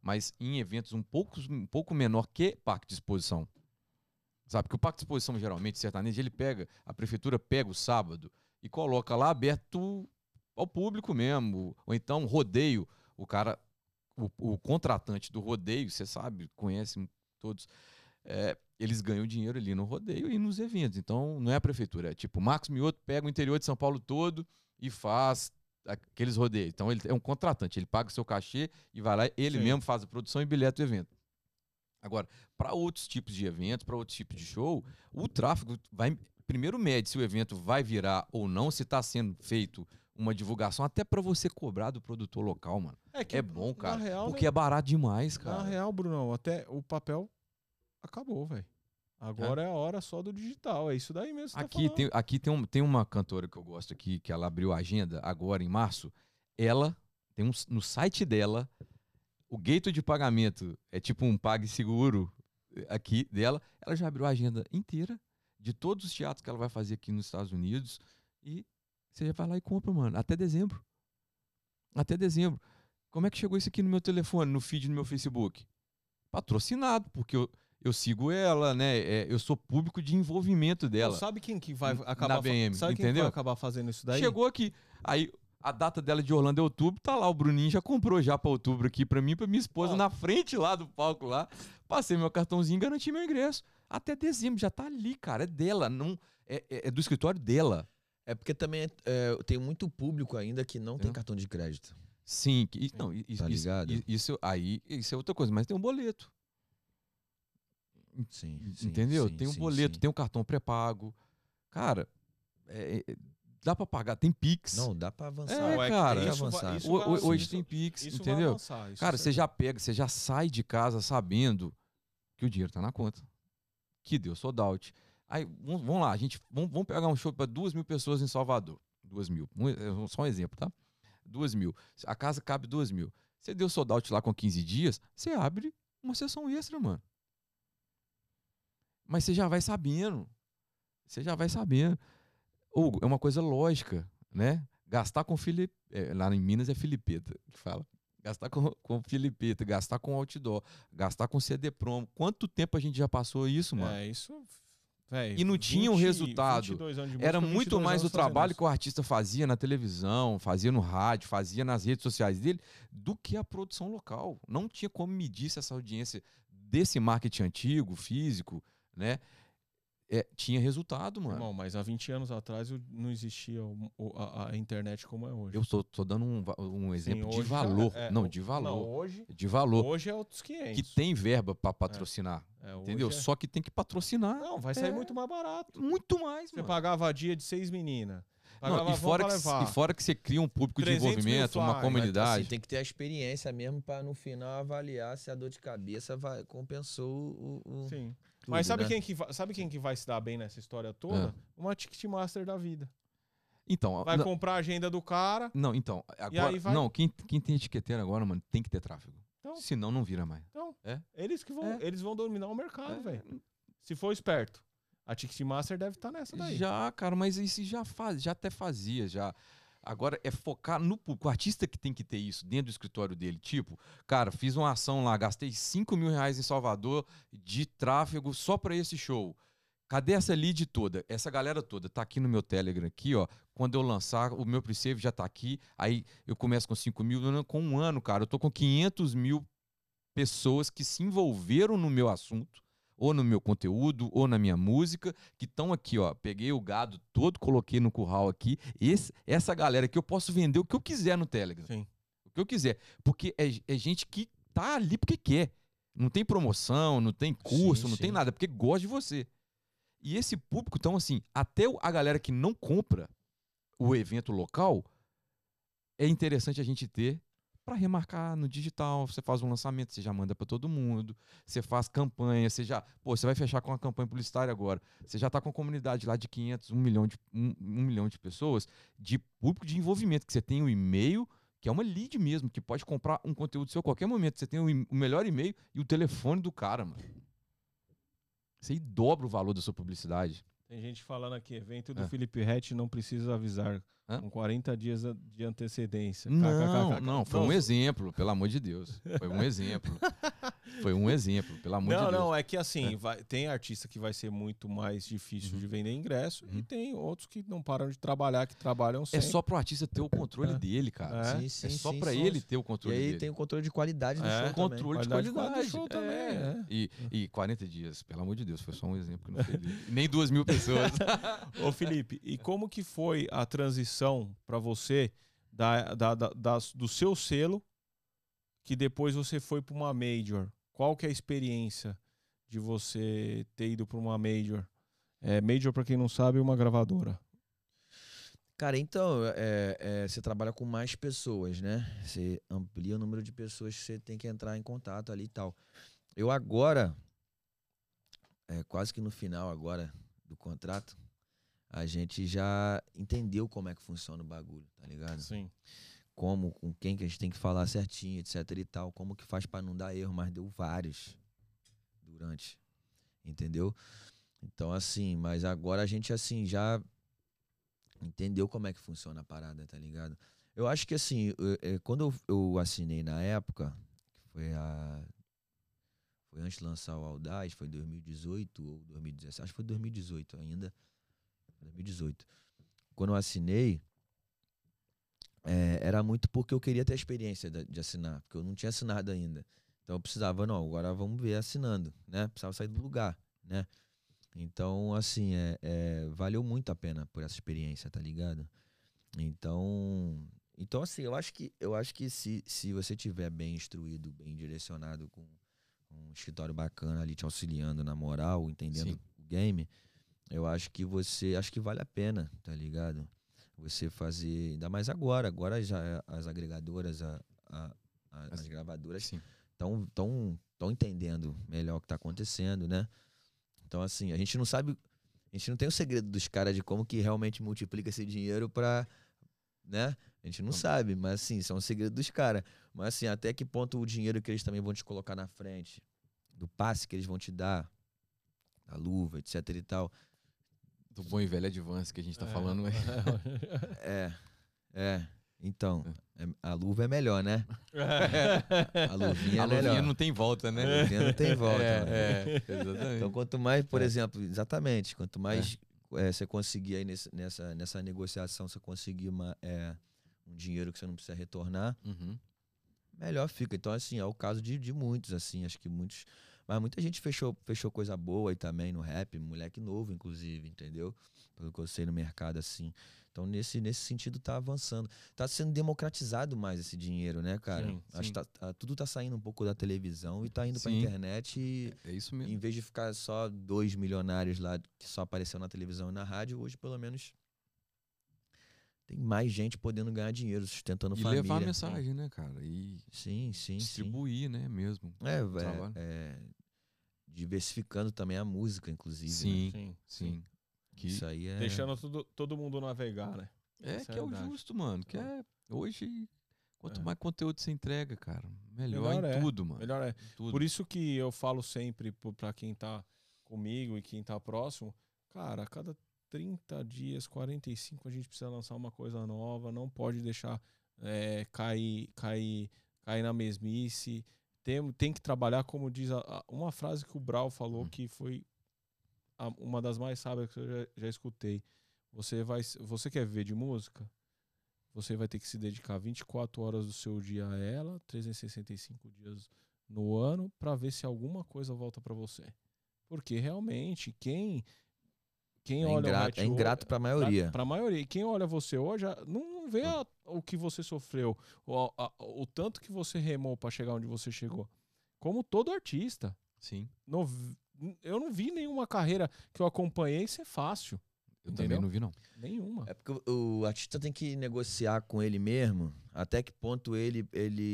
mas em eventos um pouco menor que parque de exposição. Sabe, que o parque de exposição, geralmente, sertanejo, a prefeitura pega o sábado e coloca lá aberto ao público mesmo. Ou então, rodeio, o contratante do rodeio, você sabe, conhece todos, eles ganham dinheiro ali no rodeio e nos eventos. Então, não é a prefeitura, é tipo, o Marcos Mioto pega o interior de São Paulo todo e faz aqueles rodeios. Então, ele é um contratante, ele paga o seu cachê e vai lá, ele mesmo faz a produção e bilhete do evento. Agora, para outros tipos de eventos, para outros tipos de show, o tráfego vai primeiro mede se o evento vai virar ou não, se está sendo feito uma divulgação, até para você cobrar do produtor local, mano. É bom, cara, real, porque é barato demais, cara. Na real, Brunão, até o papel acabou, velho. Agora é a hora só do digital, é isso daí mesmo que Aqui tem uma cantora que eu gosto aqui, que ela abriu a agenda agora em março. Ela tem no site dela, o gateway de pagamento é tipo um PagSeguro aqui dela. Ela já abriu a agenda inteira de todos os teatros que ela vai fazer aqui nos Estados Unidos e você já vai lá e compra, mano, até dezembro. Até dezembro. Como é que chegou isso aqui no meu telefone, no feed no meu Facebook? Patrocinado, porque eu sigo ela, né? Eu sou público de envolvimento dela. Então, sabe quem que vai acabar, na BM, sabe quem entendeu? vai acabar fazendo isso daí? Chegou aqui. Aí a data dela de Orlando é outubro, tá lá, o Bruninho já comprou já pra outubro aqui pra mim e pra minha esposa na frente lá do palco lá. Passei meu cartãozinho e garanti meu ingresso. Até dezembro, já tá ali, cara. É dela, não é do escritório dela. É porque também tem muito público ainda que não tem cartão de crédito. Sim, não, tá ligado? Isso é outra coisa, mas tem um boleto. Sim, entendeu? Sim, tem um boleto, tem um cartão pré-pago. Cara, dá pra pagar, tem Pix. Não, dá pra avançar. Cara, hoje tem Pix, isso entendeu? Avançar, cara, você já sai de casa sabendo que o dinheiro tá na conta. Que deu sold out. Aí, vamos lá, vamos pegar um show para 2.000 pessoas em Salvador. 2.000. Só um exemplo, tá? 2.000. A casa cabe 2.000. Você deu sold out lá com 15 dias, você abre uma sessão extra, mano. Mas você já vai sabendo. Hugo, é uma coisa lógica, né? Gastar com lá em Minas é filipeta que fala. Gastar com filipeta, gastar com outdoor, gastar com CD promo. Quanto tempo a gente já passou isso, mano? Isso... Véio, e não tinha um resultado. Era muito mais o trabalho que o artista fazia na televisão, fazia no rádio, fazia nas redes sociais dele, do que a produção local. Não tinha como medir se essa audiência desse marketing antigo, físico, né? Tinha resultado, mano. Irmão, mas há 20 anos atrás não existia a internet como é hoje. Eu tô dando um exemplo de hoje valor. De valor. Não, hoje, de valor. Hoje é outros 500. Que tem verba para patrocinar. Entendeu? Só que tem que patrocinar. Não, vai sair muito mais barato. Muito mais, Você pagava a dia de 6 meninas. E fora que você cria um público de envolvimento, uma comunidade. Assim, tem que ter a experiência mesmo para no final avaliar se a dor de cabeça compensou o Sim. Tudo, mas sabe, né? sabe quem que vai se dar bem nessa história toda? Uma Ticketmaster da vida. Então, vai comprar a agenda do cara. Não, então, agora, quem tem etiqueteiro agora, mano, tem que ter tráfego. Então, senão não vira mais. Então, eles vão dominar o mercado, velho. Se for esperto. A Ticketmaster deve estar nessa daí. Já, cara, mas isso já até fazia, já. Agora é focar no público. O artista que tem que ter isso dentro do escritório dele. Tipo, cara, fiz uma ação lá, gastei R$5.000 em Salvador de tráfego só pra esse show. Cadê essa lead toda? Essa galera toda tá aqui no meu Telegram, aqui, ó. Quando eu lançar, o meu pre-save já tá aqui. Aí eu começo com 5.000, com um ano, cara. Eu tô com 500.000 pessoas que se envolveram no meu assunto, ou no meu conteúdo, ou na minha música, que estão aqui, ó. Peguei o gado todo, coloquei no curral aqui. Essa galera que eu posso vender o que eu quiser no Telegram. Sim. O que eu quiser. Porque é gente que tá ali porque quer. Não tem promoção, não tem curso, não tem nada, porque gosta de você. E esse público, então, assim, até a galera que não compra o evento local, é interessante a gente ter para remarcar no digital. Você faz um lançamento, você já manda para todo mundo, você faz campanha, você vai fechar com uma campanha publicitária agora, você já está com uma comunidade lá de 500, 1 milhão de pessoas, de público de envolvimento, que você tem o e-mail, que é uma lead mesmo, que pode comprar um conteúdo seu a qualquer momento, você tem o melhor e-mail e o telefone do cara, mano. Você aí dobra o valor da sua publicidade. Tem gente falando aqui, evento do Felipe Rett não precisa avisar. Com 40 dias de antecedência. Não, foi um exemplo, pelo amor de Deus. Foi um exemplo. Foi um exemplo, pelo amor de Deus. Não, é que assim, tem artista que vai ser muito mais difícil de vender ingresso e tem outros que não param de trabalhar, que trabalham sempre. É só pro artista ter o controle dele, cara. Sim, sim, é só sim, pra sim. ele ter o controle dele. E aí tem o controle de qualidade do show controle de qualidade do show também. E 40 dias, pelo amor de Deus, foi só um exemplo que não foi dele. Nem 2.000 pessoas. Ô Felipe, e como que foi a transição pra você do seu selo, que depois você foi pra uma major? Qual que é a experiência de você ter ido pra uma major? Major, pra quem não sabe, é uma gravadora. Cara, então, você trabalha com mais pessoas, né? Você amplia o número de pessoas que você tem que entrar em contato ali e tal. Eu agora, quase que no final agora do contrato, a gente já entendeu como é que funciona o bagulho, tá ligado? Sim. Com quem que a gente tem que falar certinho, etc e tal. Como que faz pra não dar erro, mas deu vários durante, entendeu? Então, assim, mas agora a gente, assim, já entendeu como é que funciona a parada, tá ligado? Eu acho que, assim, quando eu assinei na época, que foi antes de lançar o Audaz, foi 2018 ou 2017, acho que foi 2018 ainda, 2018. Quando eu assinei, era muito porque eu queria ter a experiência de assinar, porque eu não tinha assinado ainda. Então eu precisava, não, agora vamos ver assinando, né? Precisava sair do lugar, né? Então, assim, valeu muito a pena por essa experiência, tá ligado? Então assim, eu acho que se você tiver bem instruído, bem direcionado, com um escritório bacana ali te auxiliando na moral, entendendo o game, eu acho que vale a pena, tá ligado? Você fazer, ainda mais agora já as agregadoras, as gravadoras estão entendendo melhor o que tá acontecendo, né? Então, assim, a gente não tem o segredo dos caras de como que realmente multiplica esse dinheiro pra, né? A gente não sabe, mas assim, são os segredos dos caras. Mas assim, até que ponto o dinheiro que eles também vão te colocar na frente, do passe que eles vão te dar, da luva, etc e tal. Do bom e velho advance que a gente tá falando. Então, a luva é melhor, né? A luvinha é melhor. A luvinha não tem volta, né? A luvinha não tem volta. Exatamente. Então, quanto mais, por exemplo, exatamente, quanto mais você conseguir aí nessa negociação, você conseguir um dinheiro que você não precisa retornar, melhor fica. Então, assim, é o caso de muitos, assim, acho que muitos... Mas muita gente fechou coisa boa aí também no rap, moleque novo, inclusive, entendeu? Pelo que eu sei no mercado, assim. Então, nesse sentido, tá avançando. Tá sendo democratizado mais esse dinheiro, né, cara? Sim, acho que tudo tá saindo um pouco da televisão e tá indo pra internet. E, é isso mesmo. em vez de ficar só 2 milionários lá que só apareceu na televisão e na rádio, hoje, pelo menos, tem mais gente podendo ganhar dinheiro, sustentando família. E levar a mensagem, né, cara? E sim, distribuir, né, mesmo. Diversificando também a música, inclusive. Sim. Que... Isso aí é... Deixando todo mundo navegar, né? Essa que é o justo, mano. Que hoje, quanto mais conteúdo você entrega, cara, melhor em tudo, mano. Melhor é. Tudo. Por isso que eu falo sempre pra quem tá comigo e quem tá próximo, cara, a cada 30 dias, 45, a gente precisa lançar uma coisa nova, não pode deixar cair na mesmice. Tem que trabalhar, como diz uma frase que o Brau falou, que foi uma das mais sábias que eu já escutei. Você quer viver de música? Você vai ter que se dedicar 24 horas do seu dia a ela, 365 dias no ano, para ver se alguma coisa volta para você. Porque realmente, quem olha é ingrato para a maioria. Para a maioria. E quem olha você hoje não vê o que você sofreu, o tanto que você remou para chegar onde você chegou. Como todo artista. Sim. Eu não vi nenhuma carreira que eu acompanhei ser fácil. Eu também não vi, não. Nenhuma. É porque o artista tem que negociar com ele mesmo até que ponto ele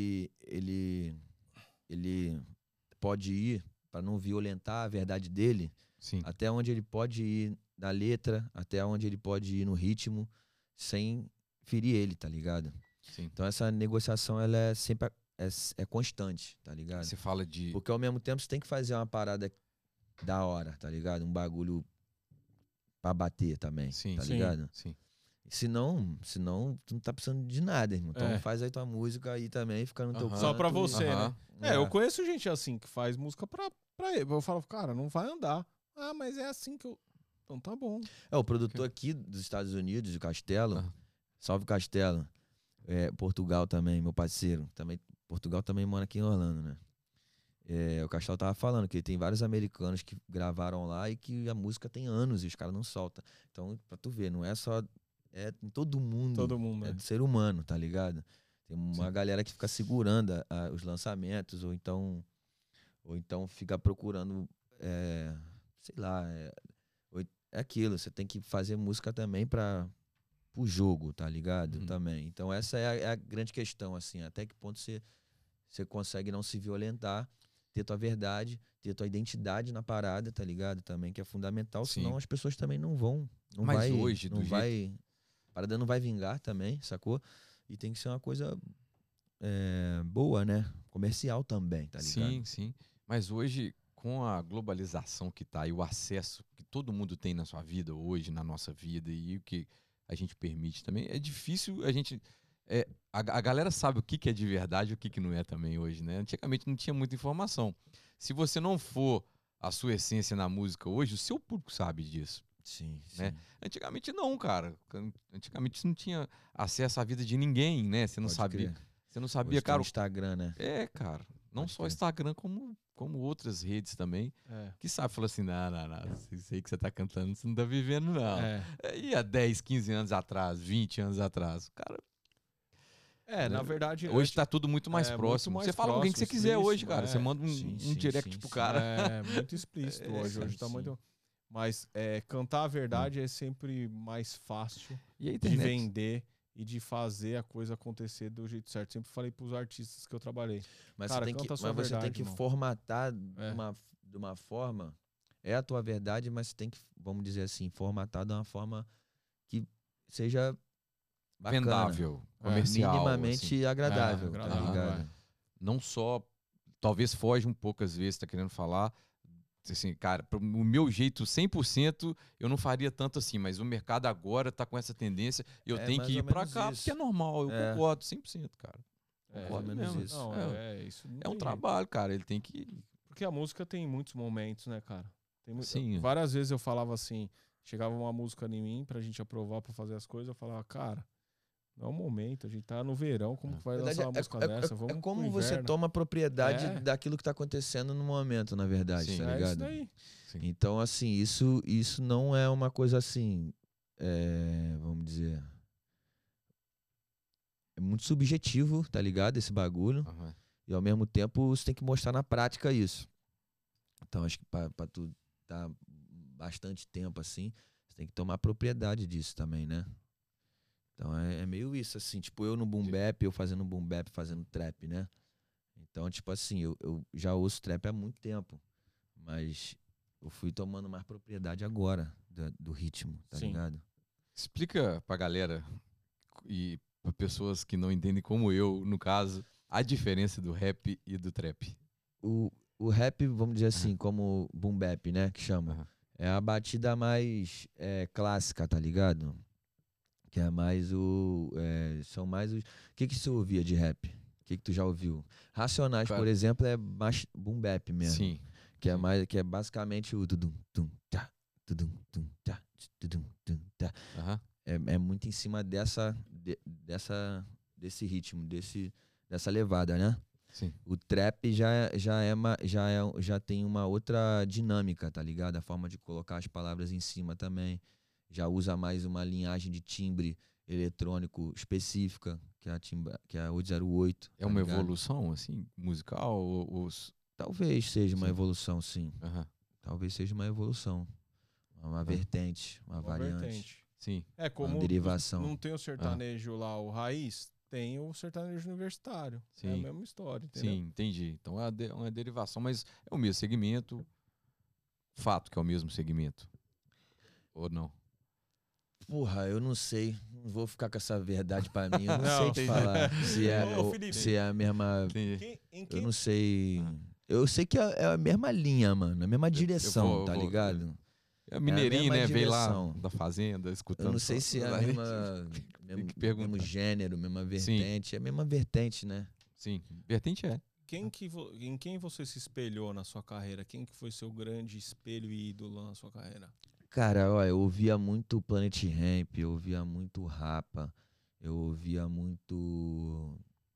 pode ir para não violentar a verdade dele. Sim. Até onde ele pode ir na letra, até onde ele pode ir no ritmo, sem ferir ele, tá ligado? Sim. Então essa negociação, ela é sempre constante, tá ligado? Você fala de... Porque ao mesmo tempo você tem que fazer uma parada da hora, tá ligado? Um bagulho pra bater também, Sim, tá sim, ligado? Sim. Senão, tu não tá precisando de nada, irmão. Então faz aí tua música aí também, fica no teu Aham. canto. Só pra você, Aham. né? Eu conheço gente assim que faz música pra ele. Eu falo, cara, não vai andar. Ah, mas é assim que eu. Então tá bom. O produtor aqui dos Estados Unidos, o Castelo, Ah. salve Castelo, Portugal também, meu parceiro. Portugal também mora aqui em Orlando, né? O Castelo tava falando que tem vários americanos que gravaram lá e que a música tem anos e os caras não soltam. Então, pra tu ver, não é só. É em todo mundo. Todo mundo, É né? do ser humano, tá ligado? Tem uma Sim. galera que fica segurando os lançamentos, ou então fica procurando, sei lá, é aquilo, você tem que fazer música também pro jogo, tá ligado? Uhum. Também. Então essa é a grande questão, assim, até que ponto você consegue não se violentar, ter tua verdade, ter tua identidade na parada, tá ligado? Também, que é fundamental, Sim. senão as pessoas também não vão. Mas hoje, não do vai. A parada não vai vingar também, sacou? E tem que ser uma coisa boa, né? Comercial também, tá ligado? Sim, sim. Mas hoje, com a globalização que tá e o acesso que todo mundo tem na sua vida hoje, na nossa vida, e o que a gente permite também, é difícil a gente. A galera sabe o que é de verdade e o que não é também hoje, né? Antigamente não tinha muita informação. Se você não for a sua essência na música hoje, o seu público sabe disso. Sim, Né? sim. Antigamente não, cara. Antigamente você não tinha acesso à vida de ninguém, né? Você não Pode sabia. crer. Você não Hoje sabia, tem cara. o Instagram, né? Cara. Não Pode só o crer. Instagram, como outras redes também. Que sabe, fala assim, não. Isso aí que você tá cantando, você não tá vivendo, não. E há 10, 15 anos atrás, 20 anos atrás, cara. Na verdade. Hoje tá tudo muito mais próximo. Muito mais você fala com quem que você quiser hoje, cara. Você manda um direct pro cara. É muito explícito hoje. Hoje tá muito. Mas cantar a verdade é sempre mais fácil E a de internet? vender e de fazer a coisa acontecer do jeito certo. Sempre falei pros artistas que eu trabalhei. Mas Cara, você tem canta a que, sua mas você tem verdade, que irmão. formatar de uma forma. É a tua verdade, mas você tem que, vamos dizer assim, formatar de uma forma que seja bacana, Vendável, comercial. minimamente assim. agradável, tá agradável, ligado? Não só, talvez foge um pouco às vezes, tá querendo falar, assim, cara, o meu jeito 100% eu não faria tanto assim, mas o mercado agora tá com essa tendência e eu tenho mais que ir ou pra menos cá, isso. porque é normal, eu concordo 100%, cara. Concordo mais ou menos mesmo. isso. Não, isso não É um tem trabalho, cara, ele tem que... jeito. Porque a música tem muitos momentos, né, cara? Sim. Várias vezes eu falava assim, chegava uma música em mim pra gente aprovar, pra fazer as coisas, eu falava, cara, não é o momento, a gente tá no verão, como que vai lançar uma música dessa? Vamos é como pro você inverno. toma propriedade daquilo que tá acontecendo no momento, na verdade, Sim. tá É ligado? isso daí. Sim. Então, assim, isso não é uma coisa assim, vamos dizer, é muito subjetivo, tá ligado? Esse bagulho. Aham. E ao mesmo tempo você tem que mostrar na prática isso. Então, acho que pra tu tá bastante tempo assim, você tem que tomar propriedade disso também, né? Então é meio isso, assim, tipo, eu no boom bap, eu fazendo boom bap, fazendo trap, né? Então, tipo assim, eu já ouço trap há muito tempo, mas eu fui tomando mais propriedade agora do ritmo, tá Sim. ligado? Explica pra galera e pra pessoas que não entendem como eu, no caso, a diferença do rap e do trap. O rap, vamos dizer assim, como boom bap, né, que chama, Aham. é a batida mais clássica, tá ligado? Que é mais são mais os... O que você ouvia de rap? O que tu já ouviu? Racionais, Cara, por exemplo, é mais boom bap mesmo. Sim. Que é sim. mais, que é basicamente o tudum, tum, tá, tudum, tum, tá, tudum, tum, tá. Aham. É muito em cima desse ritmo, dessa levada, né? Sim. O trap já tem uma outra dinâmica, tá ligado? A forma de colocar as palavras em cima também. Já usa mais uma linhagem de timbre eletrônico específica, que é a 808. É uma evolução, assim, musical? Talvez seja uma Sim. evolução, sim. Aham. Talvez seja uma evolução. Uma vertente, uma variante. Vertente. Sim. É como derivação. não tem o sertanejo lá, o raiz, tem o sertanejo universitário. É a Sim. mesma história, entendeu? Sim, entendi. Então é uma derivação, mas é o mesmo segmento. Fato que é o mesmo segmento. Ou não? Porra, eu não sei. Não vou ficar com essa verdade pra mim. Eu não, Não, sei te entendi. falar Ô, Felipe. se é a mesma. Entendi. Eu não sei. Eu sei que é a mesma linha, mano. A mesma direção, eu tá vou- ligado? É mineirinho, né? Veio lá direção. da fazenda, escutando. Eu não sei se é a mesmo gênero, mesma vertente. É a mesma vertente, né? Sim, vertente é. Em quem você se espelhou na sua carreira? Quem que foi seu grande espelho e ídolo na sua carreira? Cara, ó, eu ouvia muito Planet Hemp, eu ouvia muito Rapa, eu ouvia muito.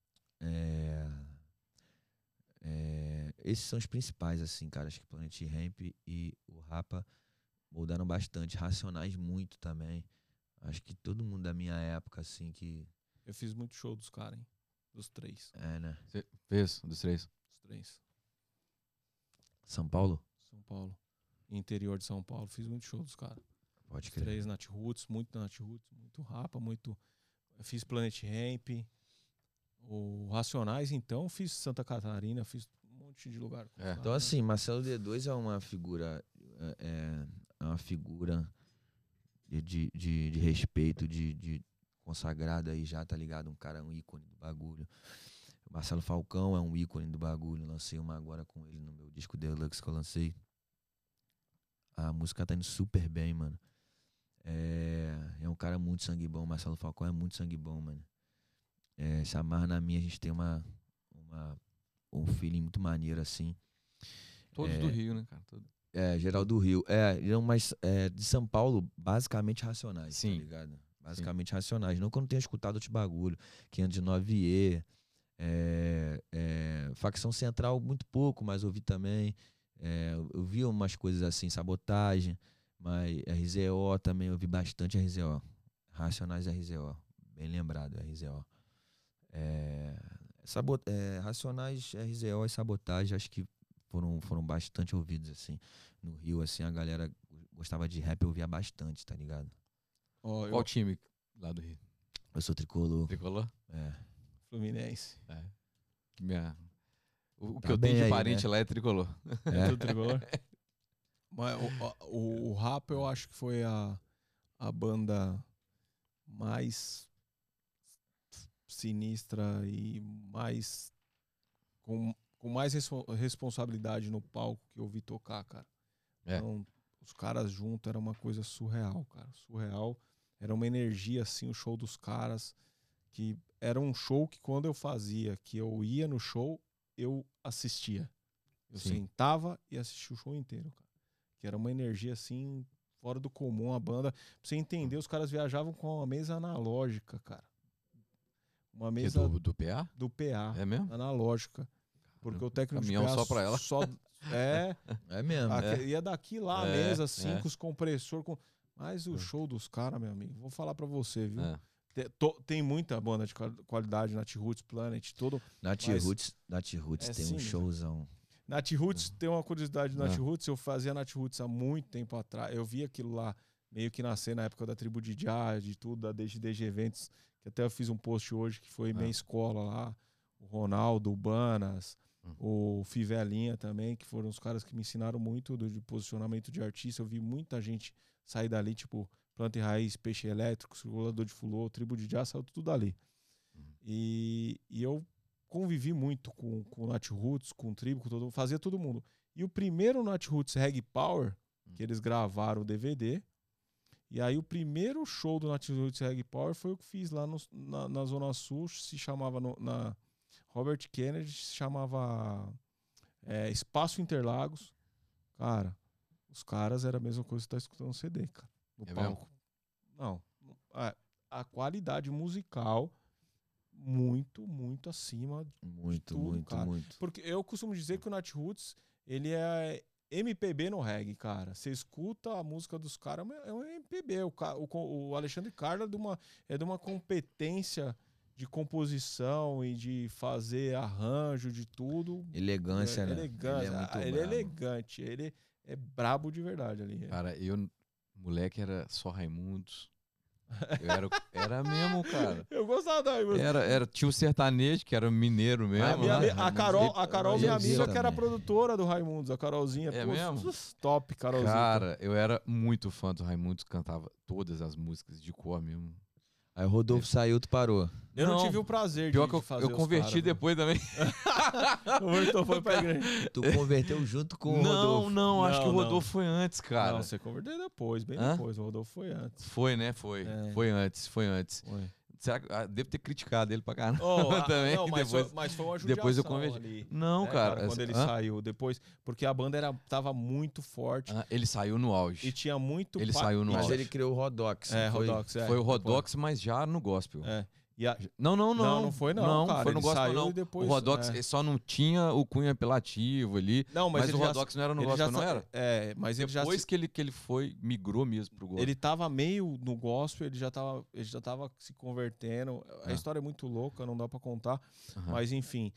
Esses são os principais, assim, cara. Acho que Planet Hemp e o Rapa moldaram bastante. Racionais muito também. Acho que todo mundo da minha época, assim, que. Eu fiz muito show dos caras, hein? Dos três. É, né? Você fez dos três? Dos três. São Paulo? São Paulo. Interior de São Paulo. Fiz muito show dos caras. Pode Os crer. três Nat Roots, muito Nat Roots, muito Rapa, muito. Eu fiz Planet Hemp. O Racionais, então, fiz Santa Catarina, fiz um monte de lugar. com os caras, Então, né? assim, Marcelo D2 é uma figura. É uma figura de respeito, de consagrado aí já, tá ligado? Um cara, um ícone do bagulho. O Marcelo Falcão é um ícone do bagulho. Lancei uma agora com ele no meu disco Deluxe que eu lancei. A música tá indo super bem, mano. É um cara muito sangue bom. O Marcelo Falcão é muito sangue bom, mano. Se amarra na minha, a gente tem um feeling muito maneiro, assim. Todos do Rio, né, cara? Geral do Rio. Não, mas de São Paulo, basicamente Racionais, Sim. tá ligado? Basicamente Racionais. Não que eu não tenha escutado outro bagulho. 509E, Facção Central, muito pouco, mas ouvi também. Eu vi umas coisas assim, Sabotagem, mas RZO também, eu vi bastante RZO. Racionais RZO. Bem lembrado, RZO. Racionais, RZO e Sabotagem, acho que foram bastante ouvidos, assim. No Rio, assim, a galera gostava de rap, eu ouvia bastante, tá ligado? Qual time lá do Rio? Eu sou tricolor. Tricolor? Fluminense. O que Tá eu bem tenho de aí, parente né? lá é tricolor. É tudo tricolor? Mas o Rapa eu acho que foi a banda mais sinistra e mais com mais responsabilidade no palco que eu vi tocar, cara. Então, os caras juntos era uma coisa surreal, cara. Surreal. Era uma energia, assim, o show dos caras, que era um show que quando eu fazia, que eu ia no show, eu assistia. Eu sentava e assistia o show inteiro, cara. Que era uma energia, assim, fora do comum, a banda. Pra você entender, os caras viajavam com uma mesa analógica, cara. Uma mesa do PA? do PA. É mesmo? Analógica. Porque o técnico Caminhão de PA só pra ela. É mesmo. Ia daqui lá a mesa, assim, com os compressor. Mas o show dos caras, meu amigo, vou falar pra você, viu? Tem muita banda de qualidade, Nat Roots, Planet, todo. Nat Roots tem um showzão. Nat Roots, tem uma curiosidade do Nat Roots, eu fazia Nat Roots há muito tempo atrás. Eu vi aquilo lá meio que nascer na época da Tribo de Jazz, de tudo, da DG Eventos, que até eu fiz um post hoje que foi minha escola lá. O Ronaldo, o Banas, o Fivelinha também, que foram os caras que me ensinaram muito de posicionamento de artista. Eu vi muita gente sair dali, tipo Planta e Raiz, Peixe Elétrico, Circulador de Fulô, Tribo de Jazz, saiu tudo dali. E eu convivi muito com o Nat Roots, com o Tribo, com todo, fazia todo mundo. E o primeiro Nat Roots Reggae Power, que eles gravaram o DVD, e aí o primeiro show do Nat Roots Reggae Power foi o que fiz lá na Zona Sul, se chamava na Robert Kennedy, se chamava Espaço Interlagos. Cara, os caras era a mesma coisa que você tá escutando um CD, cara, no palco. Mesmo? Não. A qualidade musical muito, muito acima de tudo, cara. Muito. Porque eu costumo dizer que o Nat Roots, ele é MPB no reggae, cara. Você escuta a música dos caras, é um MPB. O Alexandre Carla é de uma competência de composição e de fazer arranjo de tudo. Elegância, né? Ele é elegante. Ele é brabo de verdade ali. Cara, moleque, era só Raimundos. Era mesmo, cara. Eu gostava da Raimundos. Tinha o sertanejo, que era mineiro mesmo. A Carol, minha amiga, que era também. produtora do Raimundos, a Carolzinha. Mesmo? Top, Carolzinha. Cara, eu era muito fã do Raimundos, cantava todas as músicas de cor mesmo. Aí o Rodolfo saiu, tu parou. Eu não Não, tive o prazer Pior de que fazer eu os converti cara, depois também. O Verton foi pra igreja. Tu converteu junto com o Não, Rodolfo. não, acho que o Não, Rodolfo foi antes, cara. Não, você converteu depois, bem Hã? depois. O Rodolfo foi antes. Foi, né? Foi. É. Foi antes, foi antes. Foi. Será que, devo ter criticado ele pra caramba Oh, também. não, mas, depois, mas foi uma judiação depois eu converti. ali. Não, Né, cara. quando ele hã? saiu, depois... Porque a banda tava muito forte. Ele saiu no auge. E tinha muito... Ele saiu no Mas auge. ele criou o Rodox. É, não foi? Rodox, Foi o Rodox, mas já no gospel. É. E a... Não. Não foi não, cara. Foi no Ele gospel, saiu não. e depois, o Rodox é. só não tinha o cunho apelativo ali. Não, mas ele o já- Rodox não era no ele gospel, já não sa- era? É, mas ele já... Depois que ele foi, migrou mesmo pro gospel. Ele tava meio no gospel, ele já tava se convertendo. A história é muito louca, não dá pra contar. Aham. Mas enfim,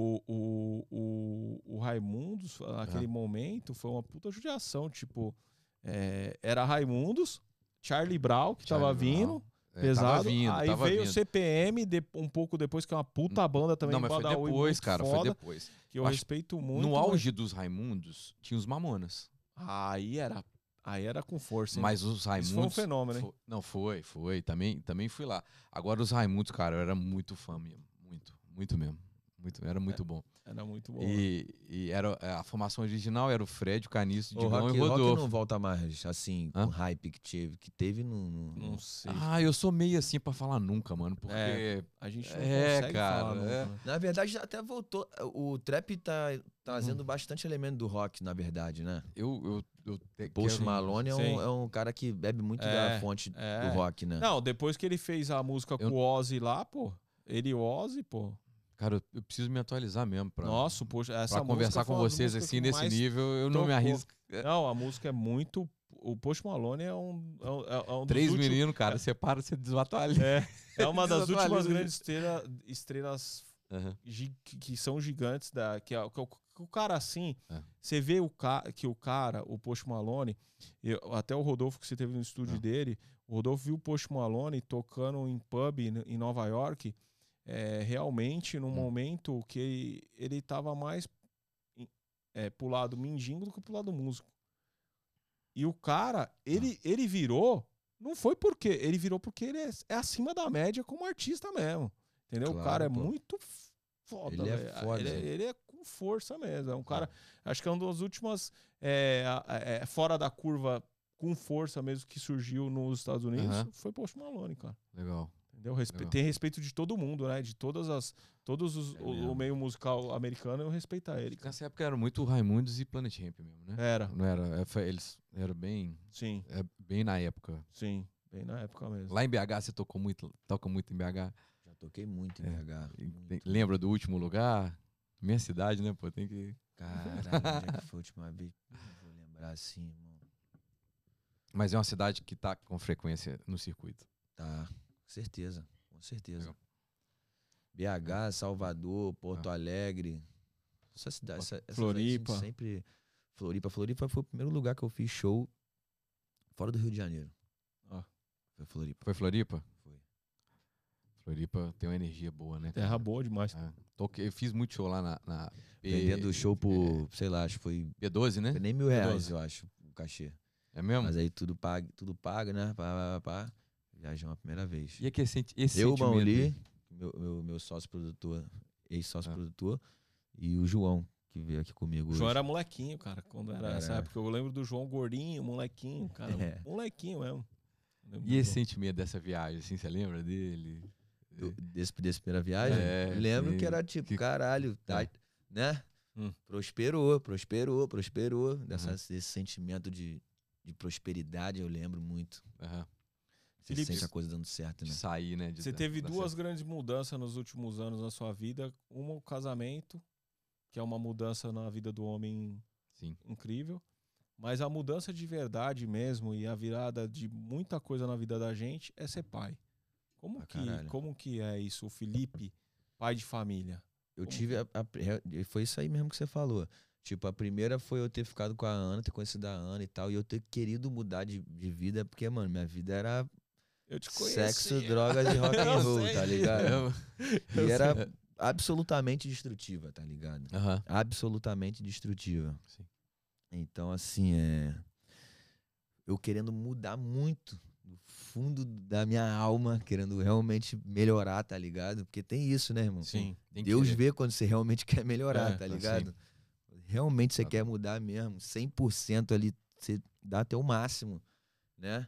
o Raimundos, naquele momento, foi uma puta judiação. Tipo, era Raimundos, Charlie Brown, que tava Charlie vindo, Brown. pesado. Tava vindo, Aí tava veio o vindo. CPM um pouco depois, que é uma puta banda também. Não, mas foi Badawi, depois, muito cara. Foi foda, depois. que eu Acho- respeito muito. No mas- auge dos Raimundos, tinha os Mamonas. Aí era com força, hein? Mas os Raimundos... Isso foi um fenômeno, hein? Não, foi. Também fui lá. Agora os Raimundos, cara, eu era muito fã mesmo. Muito mesmo. Era muito bom. Era muito bom. E era, a formação original era o Fred, o Caniço, o O Digão rock, e o rock Rodolfo. não volta mais, assim, Hã? com o hype que teve Não sei. Eu sou meio assim pra falar nunca, mano. Porque... A gente não É, consegue cara, falar nunca, é. né? Na verdade, até voltou. O trap tá trazendo bastante elemento do rock, na verdade, né? eu Post quero- Malone Sim. é um cara que bebe muito É, da fonte é. do rock, né? Não, depois que ele fez a música com o Ozzy lá, pô. Ele e o Ozzy, pô. Cara, eu preciso me atualizar mesmo pra, Nossa, poxa, essa pra música conversar foi com uma das vocês músicas assim, que nesse mais nível, eu não me tocou. arrisco. Não, a música é muito... O Post Malone é um dos 3 últimos... meninos, cara, você para, você desatualiza. É uma das últimas Desatualiza. grandes estrelas Aham. que são gigantes que o cara assim, É. você vê que o cara, o Post Malone, até o Rodolfo que você teve no estúdio dele, o Rodolfo viu o Post Malone tocando em pub em Nova York, realmente num momento que ele tava mais pro lado mendigo do que pro lado músico. E o cara, ele virou, não foi porque, ele virou porque ele é acima da média como artista mesmo. Entendeu? Claro, O cara é pô. muito foda, Ele é velho. foda. Ele é com força mesmo. É um cara, acho que é uma das últimas fora da curva com força mesmo que surgiu nos Estados Unidos. Aham. Foi Post Malone, cara. Legal. Entendeu? Legal. Tem respeito de todo mundo, né? De todos o meio musical americano, eu respeito ele. Cara. Nessa época era muito Raimundos e Planet Hemp mesmo, né? Era, Não era, eles eram bem, sim, bem na época. sim. Bem na época mesmo. Lá em BH você toca muito em BH. Já toquei muito em BH. muito. Lembra do último lugar? Minha cidade, né, pô? Tem que... Caralho, onde é que foi a última vez? Não vou lembrar assim, irmão. Mas é uma cidade que tá com frequência no circuito. Tá, com certeza, com certeza. Legal. BH, Salvador, Porto Alegre. Essa cidade, essas aí a gente Floripa. sempre. Floripa foi o primeiro lugar que eu fiz show fora do Rio de Janeiro. Ah. Foi Floripa. Foi Floripa? Foi. Floripa tem uma energia boa, né? cara? Terra boa demais. Eu fiz muito show lá na Vendendo show por, sei lá, acho que foi, B12, né? foi nem R$1.000, eu acho, o cachê. É mesmo? Mas aí tudo paga, né? Pá. Viajamos a primeira vez. E é que esse Eu, o sentimento... Mauli, meu sócio produtor, ex-sócio produtor, e o João, que veio aqui comigo O hoje. João era molequinho, cara, quando era essa Era. época. Eu lembro do João gordinho, molequinho, cara. É. Molequinho mesmo. Lembro E do esse João. sentimento dessa viagem, assim, você lembra dele? Desse primeira viagem, É, lembro sim. que era tipo, Que- caralho, tá, né? Hum. Prosperou. Desse sentimento de prosperidade, eu lembro muito. Aham. Você Felipe, sente a coisa dando certo, De né? sair, né? Você teve duas grandes mudanças nos últimos anos na sua vida. Uma, o casamento, que é uma mudança na vida do homem Sim. incrível. Mas a mudança de verdade mesmo e a virada de muita coisa na vida da gente é ser pai. Pra caralho. Como que é isso, o Felipe, pai de família? Eu tive foi isso aí mesmo que você falou. Tipo, a primeira foi eu ter ficado com a Ana, ter conhecido a Ana e tal, e eu ter querido mudar de vida, porque, mano, minha vida era Eu te conheci. sexo, drogas e rock and Eu roll, sei. tá ligado? Eu E era absolutamente destrutiva, tá ligado? Aham. Absolutamente destrutiva. Sim. Então, assim, eu querendo mudar muito do fundo da minha alma, querendo realmente melhorar, tá ligado? Porque tem isso, né, irmão? Sim. Tem que Deus querer. vê quando você realmente quer melhorar, É, tá assim. ligado? Realmente você Tá quer bom. mudar mesmo, 100% ali, você dá até o máximo, né?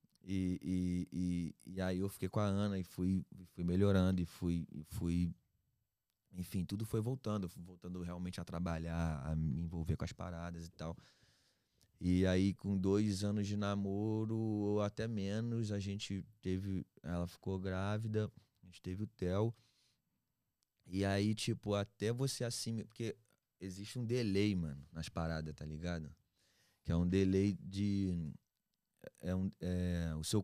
E aí eu fiquei com a Ana e fui melhorando e fui, enfim, tudo foi voltando, fui voltando realmente a trabalhar, a me envolver com as paradas e tal. E aí, com 2 anos de namoro, ou até menos, ela ficou grávida, a gente teve o Theo. E aí, tipo, até você assim, porque existe um delay, mano, nas paradas, tá ligado? Que é um delay de, o seu,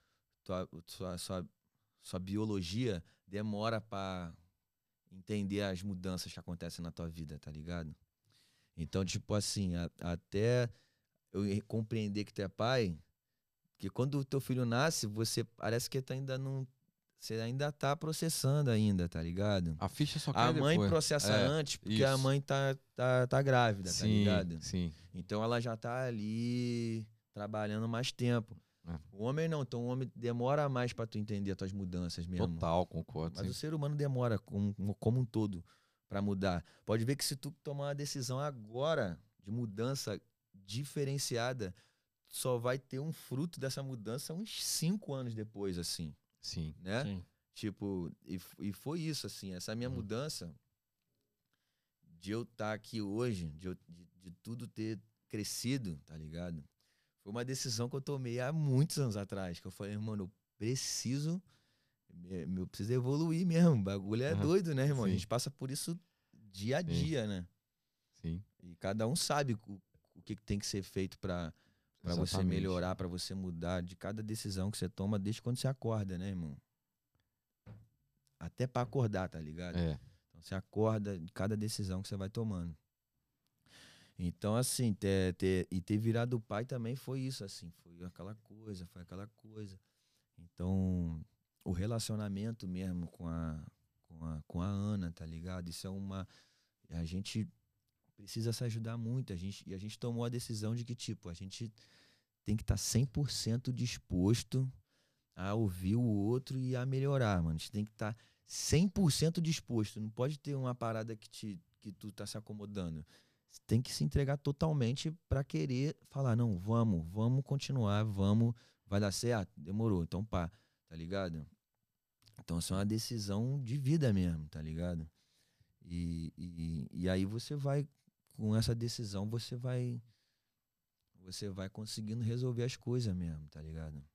sua biologia demora pra entender as mudanças que acontecem na tua vida, tá ligado? Então, tipo assim, até eu compreender que tu é pai, que quando o teu filho nasce, você parece que tu ainda não, você ainda tá processando ainda, tá ligado? A ficha só A cai mãe depois. processa antes porque a Isso. mãe tá grávida, tá Sim, ligado? sim. Então ela já tá ali trabalhando mais tempo. É. O homem não, então o homem demora mais pra tu entender as tuas mudanças mesmo. Total, concordo. Mas o Sim. ser humano demora como um todo pra mudar. Pode ver que se tu tomar uma decisão agora de mudança diferenciada, só vai ter um fruto dessa mudança uns 5 anos depois, assim, Sim. né? Sim. Tipo, e foi isso, assim, essa minha Uhum. mudança de eu estar aqui hoje, de tudo ter crescido, tá ligado? Foi uma decisão que eu tomei há muitos anos atrás, que eu falei, mano, eu preciso evoluir mesmo, o bagulho é Aham. doido, né, irmão? A Sim. gente passa por isso dia a Sim. dia, né? Sim. E cada um sabe o que tem que ser feito pra você Exatamente. melhorar, pra você mudar de cada decisão que você toma desde quando você acorda, né, irmão? Até pra acordar, tá ligado? É. Então você acorda de cada decisão que você vai tomando. Então, assim, ter virado pai também foi isso, assim, foi aquela coisa. Então, o relacionamento mesmo com a Ana, tá ligado? Isso é uma. A gente precisa se ajudar muito. E a gente tomou a decisão de que, tipo, a gente tem que estar 100% disposto a ouvir o outro e a melhorar, mano. A gente tem que estar 100% disposto. Não pode ter uma parada que tu tá se acomodando. Você tem que se entregar totalmente pra querer falar, não, vamos continuar, vai dar certo? Demorou, então pá, tá ligado? Então isso é uma decisão de vida mesmo, tá ligado? E aí você vai, com essa decisão, você vai conseguindo resolver as coisas mesmo, tá ligado?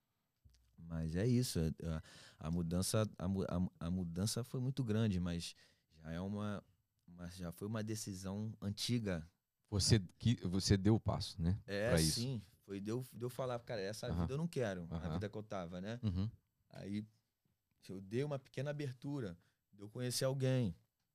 Mas é isso, a mudança, a mudança foi muito grande, mas já já foi uma decisão antiga. Você deu o passo, né? Pra isso. Sim, foi de eu falar, cara, essa Aham. vida eu não quero, a Aham. vida que eu tava, né? Uhum. Aí eu dei uma pequena abertura, de eu conhecer alguém,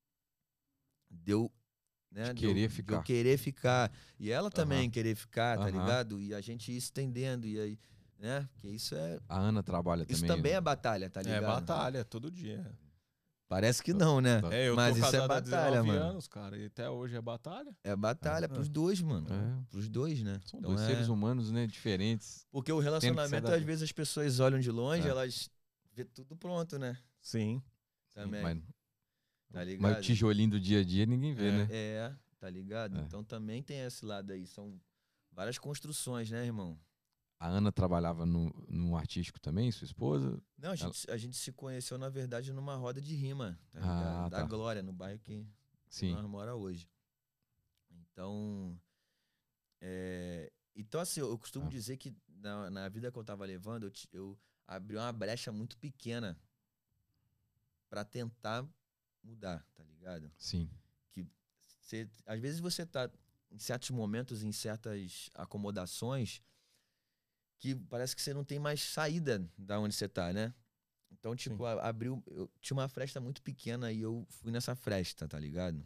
deu, né, De de eu, querer de eu ficar. querer ficar, e ela também Aham. querer ficar, tá Aham. ligado? E a gente ir estendendo, e aí, né? Porque A Ana trabalha isso também. também é batalha, tá É ligado? batalha, todo dia. Parece que não, né? É, eu Mas tô isso é casado há batalha, 19 mano. anos, cara, e até hoje é batalha. É batalha pros dois, mano. É. Pros dois, né? São Então dois seres humanos, né? Diferentes. Porque o Tendo que se relacionamento, às adaptar. vezes, as pessoas olham de longe, É. elas vê tudo pronto, né? Sim. Também. Mas, Tá mas ligado? o tijolinho do dia a dia ninguém vê, né? Tá ligado? É. Então também tem esse lado aí. São várias construções, né, irmão? A Ana trabalhava no artístico também, sua esposa? Não, a gente se conheceu, na verdade, numa roda de rima, tá Ah, ligado? Da tá. Glória, no bairro que Sim. nós mora hoje. Então, então assim, eu costumo dizer que na vida que eu tava levando, eu abri uma brecha muito pequena pra tentar mudar, tá ligado? Sim. Que às vezes você tá em certos momentos, em certas acomodações, que parece que você não tem mais saída da onde você tá, né? Então, tipo, eu tinha uma fresta muito pequena e eu fui nessa fresta, tá ligado?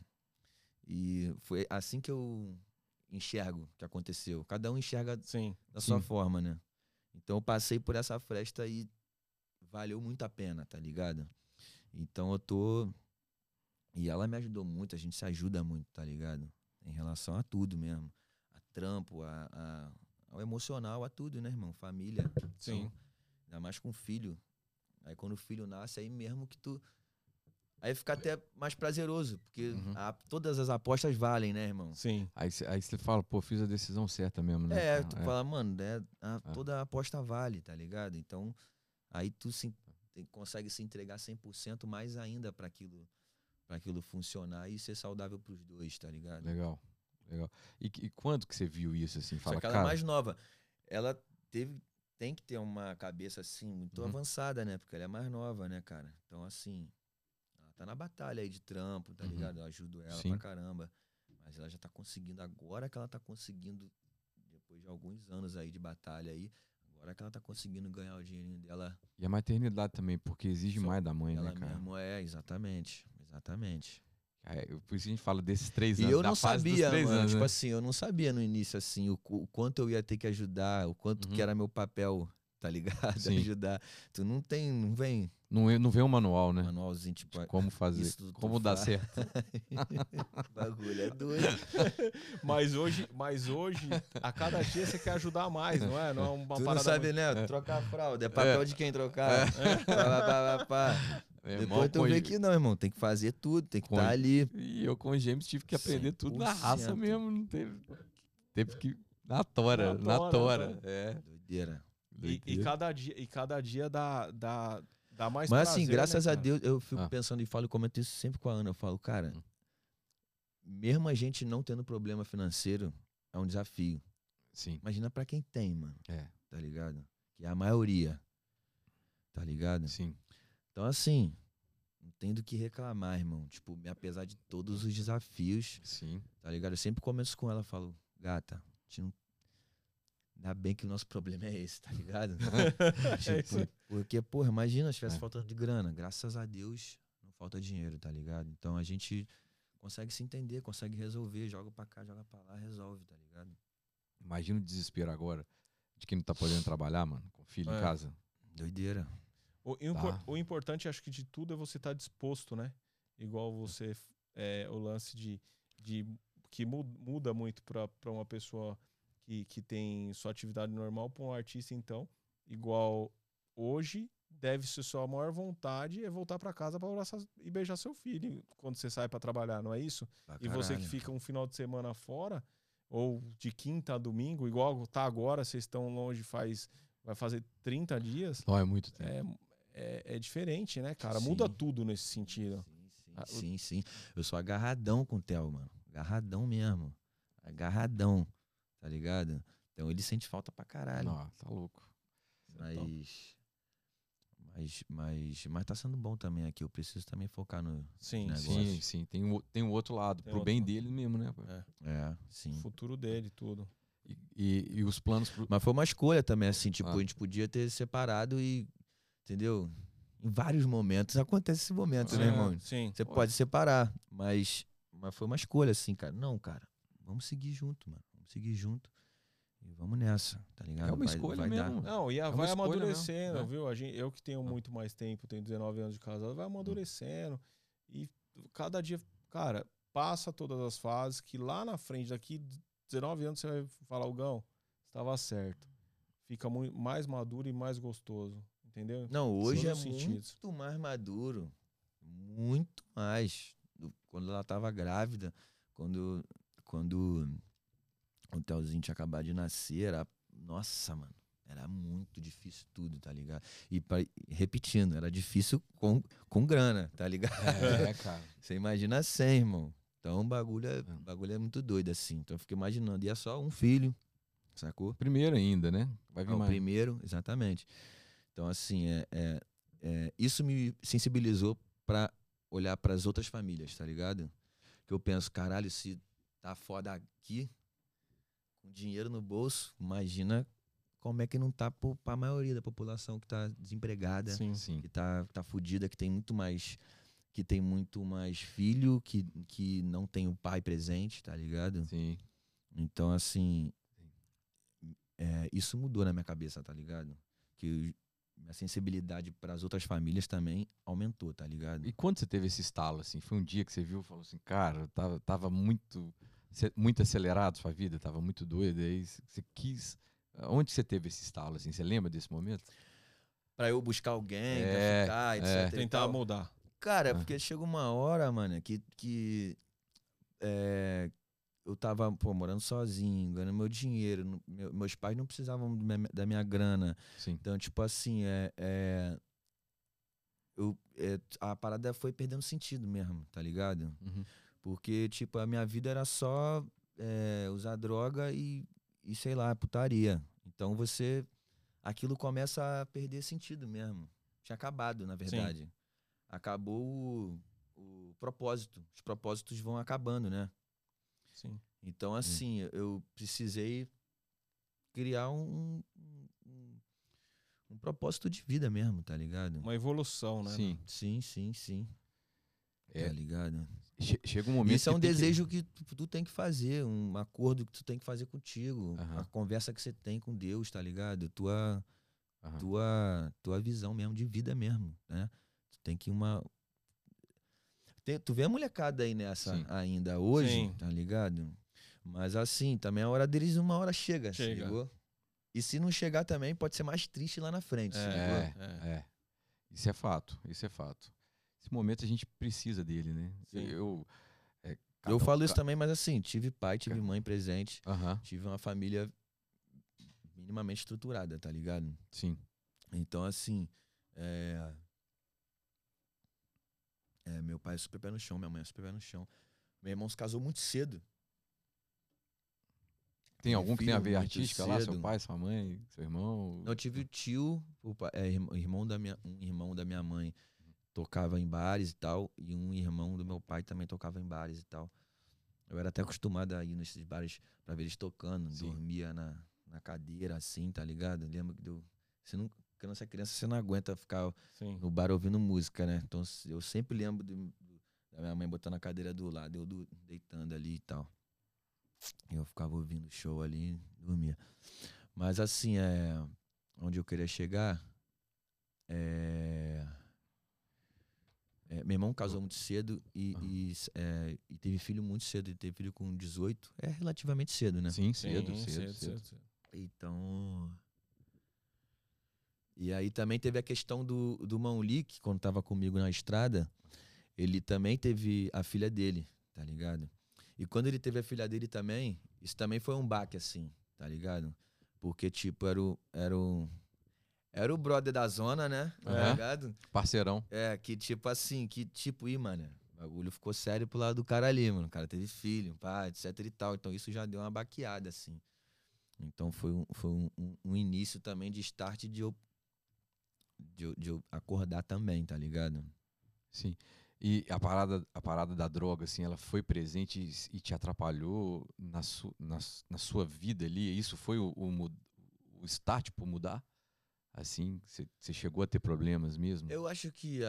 E foi assim que eu enxergo o que aconteceu. Cada um enxerga Sim. da sua forma, né? Então eu passei por essa fresta e valeu muito a pena, tá ligado? Então eu tô... E ela me ajudou muito, a gente se ajuda muito, tá ligado? Em relação a tudo mesmo. A trampo, ao emocional, a tudo, né, irmão? Família. Sim. Então, ainda mais com filho. Aí quando o filho nasce, aí mesmo que tu... Aí fica até mais prazeroso, porque todas as apostas valem, né, irmão? Sim. Aí você fala, pô, fiz a decisão certa mesmo, né? É, cara? tu fala, mano, né, toda aposta vale, tá ligado? Então, aí tu consegue se entregar 100% mais ainda pra aquilo funcionar e ser saudável pros dois, tá ligado? Legal, legal. E quando que você viu isso, assim? Fala, Só que ela é cara... mais nova. Ela tem que ter uma cabeça, assim, muito avançada, né? Porque ela é mais nova, né, cara? Então, assim, ela tá na batalha aí de trampo, tá ligado? Eu ajudo ela Sim. pra caramba. Mas ela já tá conseguindo, agora que ela tá conseguindo, depois de alguns anos aí de batalha aí, agora que ela tá conseguindo ganhar o dinheirinho dela. E a maternidade também, porque exige mais da mãe, Ela né, cara? mesmo exatamente. Por isso que a gente fala desses 3 E anos, eu da não fase dos sabia, 3 mano, anos, tipo né? assim, eu não sabia no início, assim, o quanto eu ia ter que ajudar, o quanto que era meu papel, tá ligado? Sim. Ajudar. Tu não vem Não vem um manual, né? manualzinho, tipo, De como fazer, isso tu como dar faz. certo. O bagulho é doido. Mas hoje, a cada dia você quer ajudar mais, não é? Não é uma Tu não parada sabe, muito... né? Trocar a fralda, é papel de quem trocar. Pá. Meu Depois irmão, tu vê que não, irmão, tem que fazer tudo, tem que com- estar ali. E eu com os gêmeos tive que aprender tudo na raça 100%. mesmo. Não teve que... Na tora. Na tora. É. Doideira. E cada dia dá mais Mas prazer, assim, graças né, a cara? Deus, eu fico pensando e falo e comento isso sempre com a Ana. Eu falo, cara, mesmo a gente não tendo problema financeiro, é um desafio. Sim. Imagina pra quem tem, mano. É. Tá ligado? Que é a maioria. Tá ligado? Sim. Então, assim, não tem do que reclamar, irmão. Tipo, apesar de todos os desafios, Sim. tá ligado? Eu sempre começo com ela, falo, gata, a gente não... Ainda bem que o nosso problema é esse, tá ligado? Porque, porra, imagina se tivesse faltando de grana. Graças a Deus, não falta dinheiro, tá ligado? Então a gente consegue se entender, consegue resolver, joga pra cá, joga pra lá, resolve, tá ligado? Imagina o desespero agora de quem não tá podendo trabalhar, mano, com filho em casa. Doideira. O importante, acho que de tudo, é você estar disposto, né? Igual você, o lance que muda muito para uma pessoa que tem sua atividade normal, para um artista, então, igual hoje, deve ser sua maior vontade é voltar para casa para abraçar e beijar seu filho quando você sai para trabalhar, não é isso? E você que fica um final de semana fora, ou de quinta a domingo, igual tá agora, vocês estão longe vai fazer 30 dias. Não, é muito tempo. É diferente, né, cara? Sim. Muda tudo nesse sentido. Sim. Eu sou agarradão com o Theo, mano. Agarradão mesmo. Agarradão. Tá ligado? Então ele sente falta pra caralho. Não, tá louco. Mas tá sendo bom também aqui. Eu preciso também focar no negócio. Sim. Tem um outro lado. Pro bem dele mesmo, né? Sim. O futuro dele, tudo. E os planos... Mas foi uma escolha também, assim. Tipo, a gente podia ter separado e... Entendeu? Em vários momentos. Acontece esse momento, né, irmão? Sim. Você pode separar. Mas foi uma escolha, assim, cara. Não, cara. Vamos seguir junto, mano. Vamos seguir junto. E vamos nessa, tá ligado? É uma escolha mesmo. Não, vai amadurecendo, mesmo, viu? Eu que tenho muito mais tempo, tenho 19 anos de casado, vai amadurecendo. E cada dia, cara, passa todas as fases que lá na frente, daqui 19 anos, você vai falar, Gão, estava certo. Fica mais maduro e mais gostoso, entendeu? Não, hoje é muito mais maduro. Muito mais. Quando ela tava grávida, quando o Telzinho tinha acabado de nascer, nossa, mano, era muito difícil tudo, tá ligado? E repetindo, era difícil com grana, tá ligado? Cara. Você imagina 100, irmão. Então o bagulho é muito doido, assim. Então eu fico imaginando, e é só um filho, sacou? Primeiro ainda, né? Vai vir mais. O primeiro, exatamente. Então, assim, isso me sensibilizou pra olhar pras outras famílias, tá ligado? Que eu penso, caralho, se tá foda aqui, com dinheiro no bolso, imagina como é que não tá pra maioria da população que tá desempregada, Sim. que tá fudida, que tem muito mais filho, que não tem o pai presente, tá ligado? Sim. Então, assim, isso mudou na minha cabeça, tá ligado? Que a sensibilidade para as outras famílias também aumentou, tá ligado? E quando você teve esse estalo, assim? Foi um dia que você viu e falou assim, cara, tava muito acelerado sua vida, tava muito doido, aí você quis Onde você teve esse estalo, assim? Você lembra desse momento? Pra eu buscar alguém, pra É, ficar, etc. e Tentar tal. mudar. Cara, porque chega uma hora, mano, que eu tava, pô, morando sozinho, ganhando meu dinheiro. Meus pais não precisavam da minha grana. Sim. Então, tipo assim, a parada foi perdendo sentido mesmo, tá ligado? Uhum. Porque, tipo, a minha vida era só usar droga e, sei lá, putaria. Então aquilo começa a perder sentido mesmo. Tinha acabado, na verdade. Acabou o propósito. Os propósitos vão acabando, né? Sim. Então, assim, eu precisei criar um propósito de vida mesmo, tá ligado? Uma evolução, né? Sim. Sim. É. Tá ligado? Chega um momento Isso é um que tem desejo que tu tem que fazer, um acordo que tu tem que fazer contigo, Aham. a conversa que você tem com Deus, tá ligado? Tua visão mesmo de vida mesmo, né? Tu tem que tu vê a molecada aí nessa Sim. ainda hoje, Sim. tá ligado? Mas assim, também a hora deles uma hora chega. Ligou? E se não chegar também, pode ser mais triste lá na frente, É. Isso é fato, isso é fato. Esse momento a gente precisa dele, né? Sim. Eu falo isso também, mas assim, tive pai, tive mãe presente, Aham. tive uma família minimamente estruturada, tá ligado? Sim. Então, assim, meu pai é super pé no chão, minha mãe é super pé no chão. Meu irmão se casou muito cedo. Tem algum que tem a filho ver muito artística lá? Seu cedo. pai, sua mãe, seu irmão? Eu tive o tio, um irmão da minha mãe tocava em bares e tal, e um irmão do meu pai também tocava em bares e tal. Eu era até acostumado a ir nesses bares pra ver eles tocando, Sim. dormia na cadeira assim, tá ligado? Eu lembro que quando você é criança, você não aguenta ficar no bar ouvindo música, né? Então eu sempre lembro da minha mãe botando a cadeira do lado, eu deitando ali e tal. Eu ficava ouvindo o show ali e dormia. Mas assim, onde eu queria chegar, meu irmão casou muito cedo e teve filho muito cedo. Ele teve filho com 18. É relativamente cedo, né? Sim, cedo. Então... E aí também teve a questão do Mão-Li, que quando tava comigo na estrada, ele também teve a filha dele, tá ligado? E quando ele teve a filha dele também, isso também foi um baque, assim, tá ligado? Porque, tipo, era o brother da zona, né? Tá ligado? Parceirão. Que tipo assim, mano, o bagulho ficou sério pro lado do cara ali, mano. O cara teve filho, pá, etc e tal. Então isso já deu uma baqueada, assim. Então foi um início também de start de eu acordar também, tá ligado? Sim. E a parada da droga, assim, ela foi presente e te atrapalhou na sua vida ali? Isso foi o start por mudar? Assim, você chegou a ter problemas mesmo? Eu acho que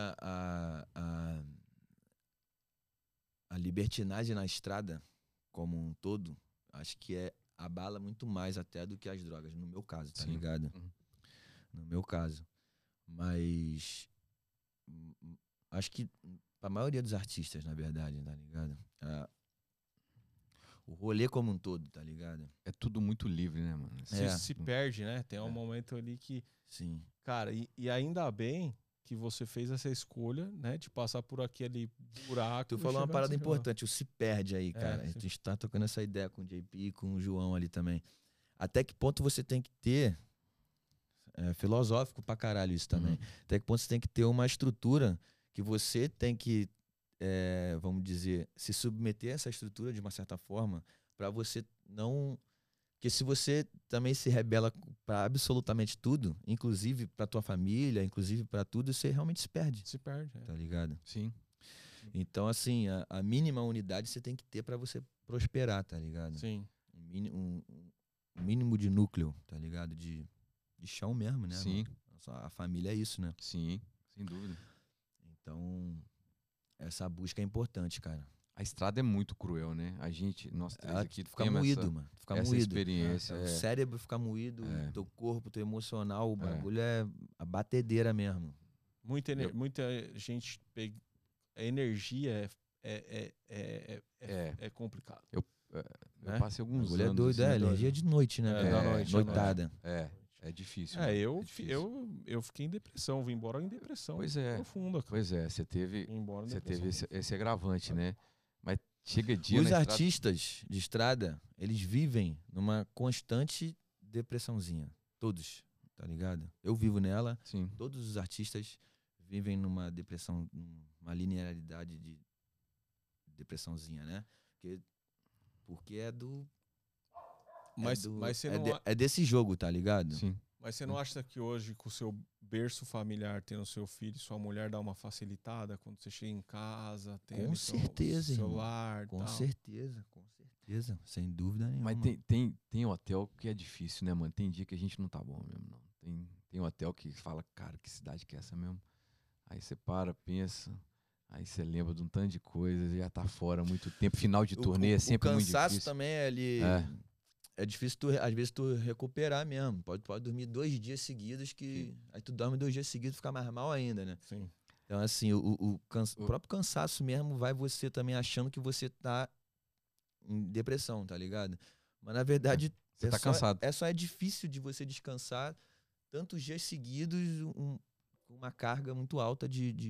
a libertinagem na estrada, como um todo, acho que abala muito mais até do que as drogas, no meu caso, tá ligado? No meu caso. Mas acho que a maioria dos artistas, na verdade, tá ligado? O rolê como um todo, tá ligado? É tudo muito livre, né, mano? Se perde, né? Tem um momento ali que... Sim. Cara, e ainda bem que você fez essa escolha, né? De passar por aquele buraco. Tu falou uma parada importante, o se perde aí, cara. A gente tá tocando essa ideia com o JP e com o João ali também. Até que ponto você tem que ter... filosófico pra caralho isso também. Até que ponto você tem que ter uma estrutura que você tem que, vamos dizer, se submeter a essa estrutura de uma certa forma pra você não... Porque se você também se rebela pra absolutamente tudo, inclusive pra tua família, inclusive pra tudo, você realmente se perde. Se perde, tá ligado? Sim. Então, assim, a mínima unidade você tem que ter pra você prosperar, tá ligado? Sim. Um mínimo de núcleo, tá ligado? De chão mesmo, né? Sim. A família é isso, né? Sim, sem dúvida. Então, essa busca é importante, cara. A estrada é muito cruel, né? Nós três aqui fica temos moído, mano. Fica essa moído. experiência. O cérebro fica moído, teu corpo, teu emocional, o bagulho é a batedeira mesmo. Muita gente... A energia é complicado. passei alguns Agulha é anos. doido, assim, energia de noite, né? É, da noite, Noitada. É difícil. É, mano, eu, é difícil. eu fiquei em depressão, vim embora em depressão Pois é. profunda, cara. Pois é, você teve, Vim embora em você depressão teve esse agravante, né? Mas chega dia Os na estrada- artistas de estrada, eles vivem numa constante depressãozinha. Todos, tá ligado? Eu vivo nela. Sim. Todos os artistas vivem numa depressão, numa linearidade de depressãozinha, né? Porque é do... Mas, é do- mas, você é, não, de- é desse jogo, tá ligado? Sim. mas você não acha que hoje, com o seu berço familiar, tendo seu filho e sua mulher, dá uma facilitada quando você chega em casa, tem Com ali seu certeza, irmão. celular e Com tal? certeza, com certeza. Sem dúvida nenhuma. Mas tem hotel que é difícil, né, mano? Tem dia que a gente não tá bom mesmo, não. Tem hotel que fala, cara, que cidade que é essa mesmo? Aí você para, pensa, aí você lembra de um tanto de coisa, já tá fora há muito tempo. Final de turnê é sempre o muito cansaço difícil. também é ali. É. É difícil, às vezes, tu recuperar mesmo. Pode dormir 2 dias seguidos, que aí tu dorme 2 dias seguidos e fica mais mal ainda, né? Sim. Então, assim, o próprio cansaço mesmo vai você também achando que você tá em depressão, tá ligado? Mas, na verdade, Você tá cansado. só é difícil de você descansar tantos dias seguidos, uma carga muito alta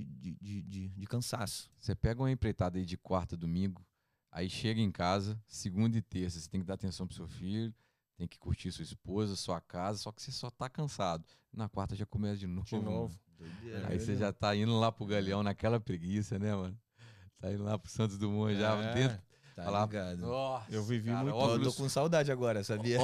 de cansaço. Você pega uma empreitada aí de quarta, domingo, aí chega em casa, segunda e terça, você tem que dar atenção pro seu filho, tem que curtir sua esposa, sua casa, só que você só tá cansado. Na quarta já começa de novo. De novo. Doideira. Aí você já tá indo lá pro Galeão naquela preguiça, né, mano? Tá indo lá pro Santos Dumont já É. dentro. Tá Olha lá. ligado? Nossa, Eu vivi cara, muito Ó, eu tô óculos, com saudade agora, sabia?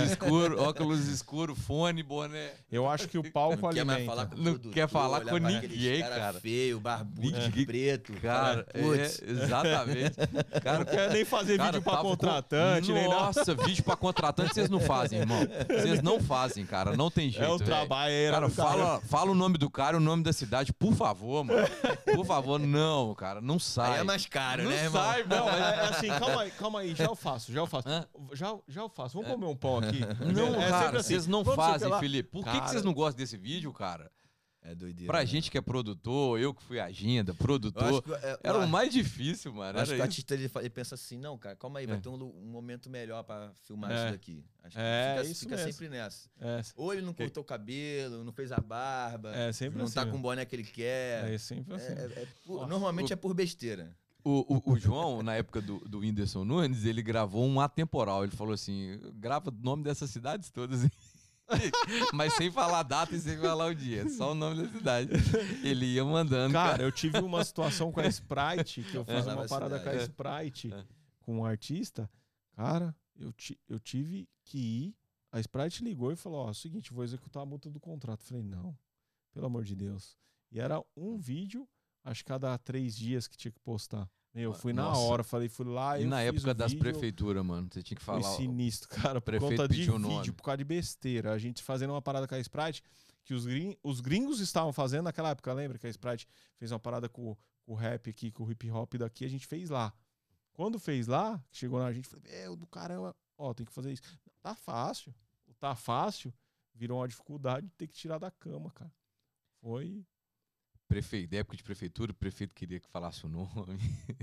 óculos escuro, fone, boné. Eu acho que o palco Não quer mais alimenta. falar com o Não produtor, quer falar com olhar pra aqueles ninguém, cara. feio, barbudo, Ninguém- preto. Cara, putz. exatamente. Cara, Não quer nem fazer cara, vídeo pra tava com- contratante, nem nada. Nossa, vídeo pra contratante vocês não fazem, irmão. Vocês não fazem, cara. Não tem jeito. É o velho. trabalho. Cara, fala o nome do cara, o nome da cidade, por favor, mano. Por favor, não, cara, não sai. Aí é mais caro, Não né, irmão? sai, Não, não. é assim, calma aí, já eu faço. Hã? Já eu faço. Vamos comer um pão aqui? Não, É cara, sempre assim, vocês não vamos sei fazem, lá. Felipe. Por que Cara, vocês não gostam desse vídeo, cara? É doideira. Pra né? gente que é produtor, eu que fui agenda, Eu produtor, acho que, era o mais difícil, mano. eu acho que o Era isso. artista ele pensa assim, não, cara, calma aí, vai ter um momento melhor pra filmar É. isso daqui. Acho que É, fica, isso fica mesmo. sempre nessa. É, Ou ele não cortou o cabelo, não fez a barba, É, sempre não assim, tá né? com o boné que ele quer. é sempre assim. Normalmente é por besteira. O João, na época do Whindersson Nunes, ele gravou um atemporal. Ele falou assim: grava o nome dessas cidades todas, mas sem falar a data e sem falar o dia, só o nome da cidade. Ele ia mandando. Cara, eu tive uma situação com a Sprite, que eu fiz Falava uma a parada com a cidade. Sprite, É. com um artista. Cara, eu tive que ir. A Sprite ligou e falou: ó, seguinte, vou executar a multa do contrato. Eu falei: não, pelo amor de Deus. E era um vídeo, acho que cada 3 dias que tinha que postar. Eu fui na Nossa. hora, fui lá. E eu na fiz época o das vídeo, prefeituras, mano, você tinha que Foi falar. sinistro, cara, por prefeito conta de pediu o nome. vídeo, por causa de besteira. A gente fazendo uma parada com a Sprite, que os gringos estavam fazendo naquela época, lembra que a Sprite fez uma parada com o rap aqui, com o hip hop daqui, a gente fez lá. Quando fez lá, chegou na gente, falei, meu, do caramba, ó, tem que fazer isso. Tá fácil. O tá fácil virou uma dificuldade de ter que tirar da cama, cara. Foi... Prefeito, época de prefeitura, o prefeito queria que falasse o nome.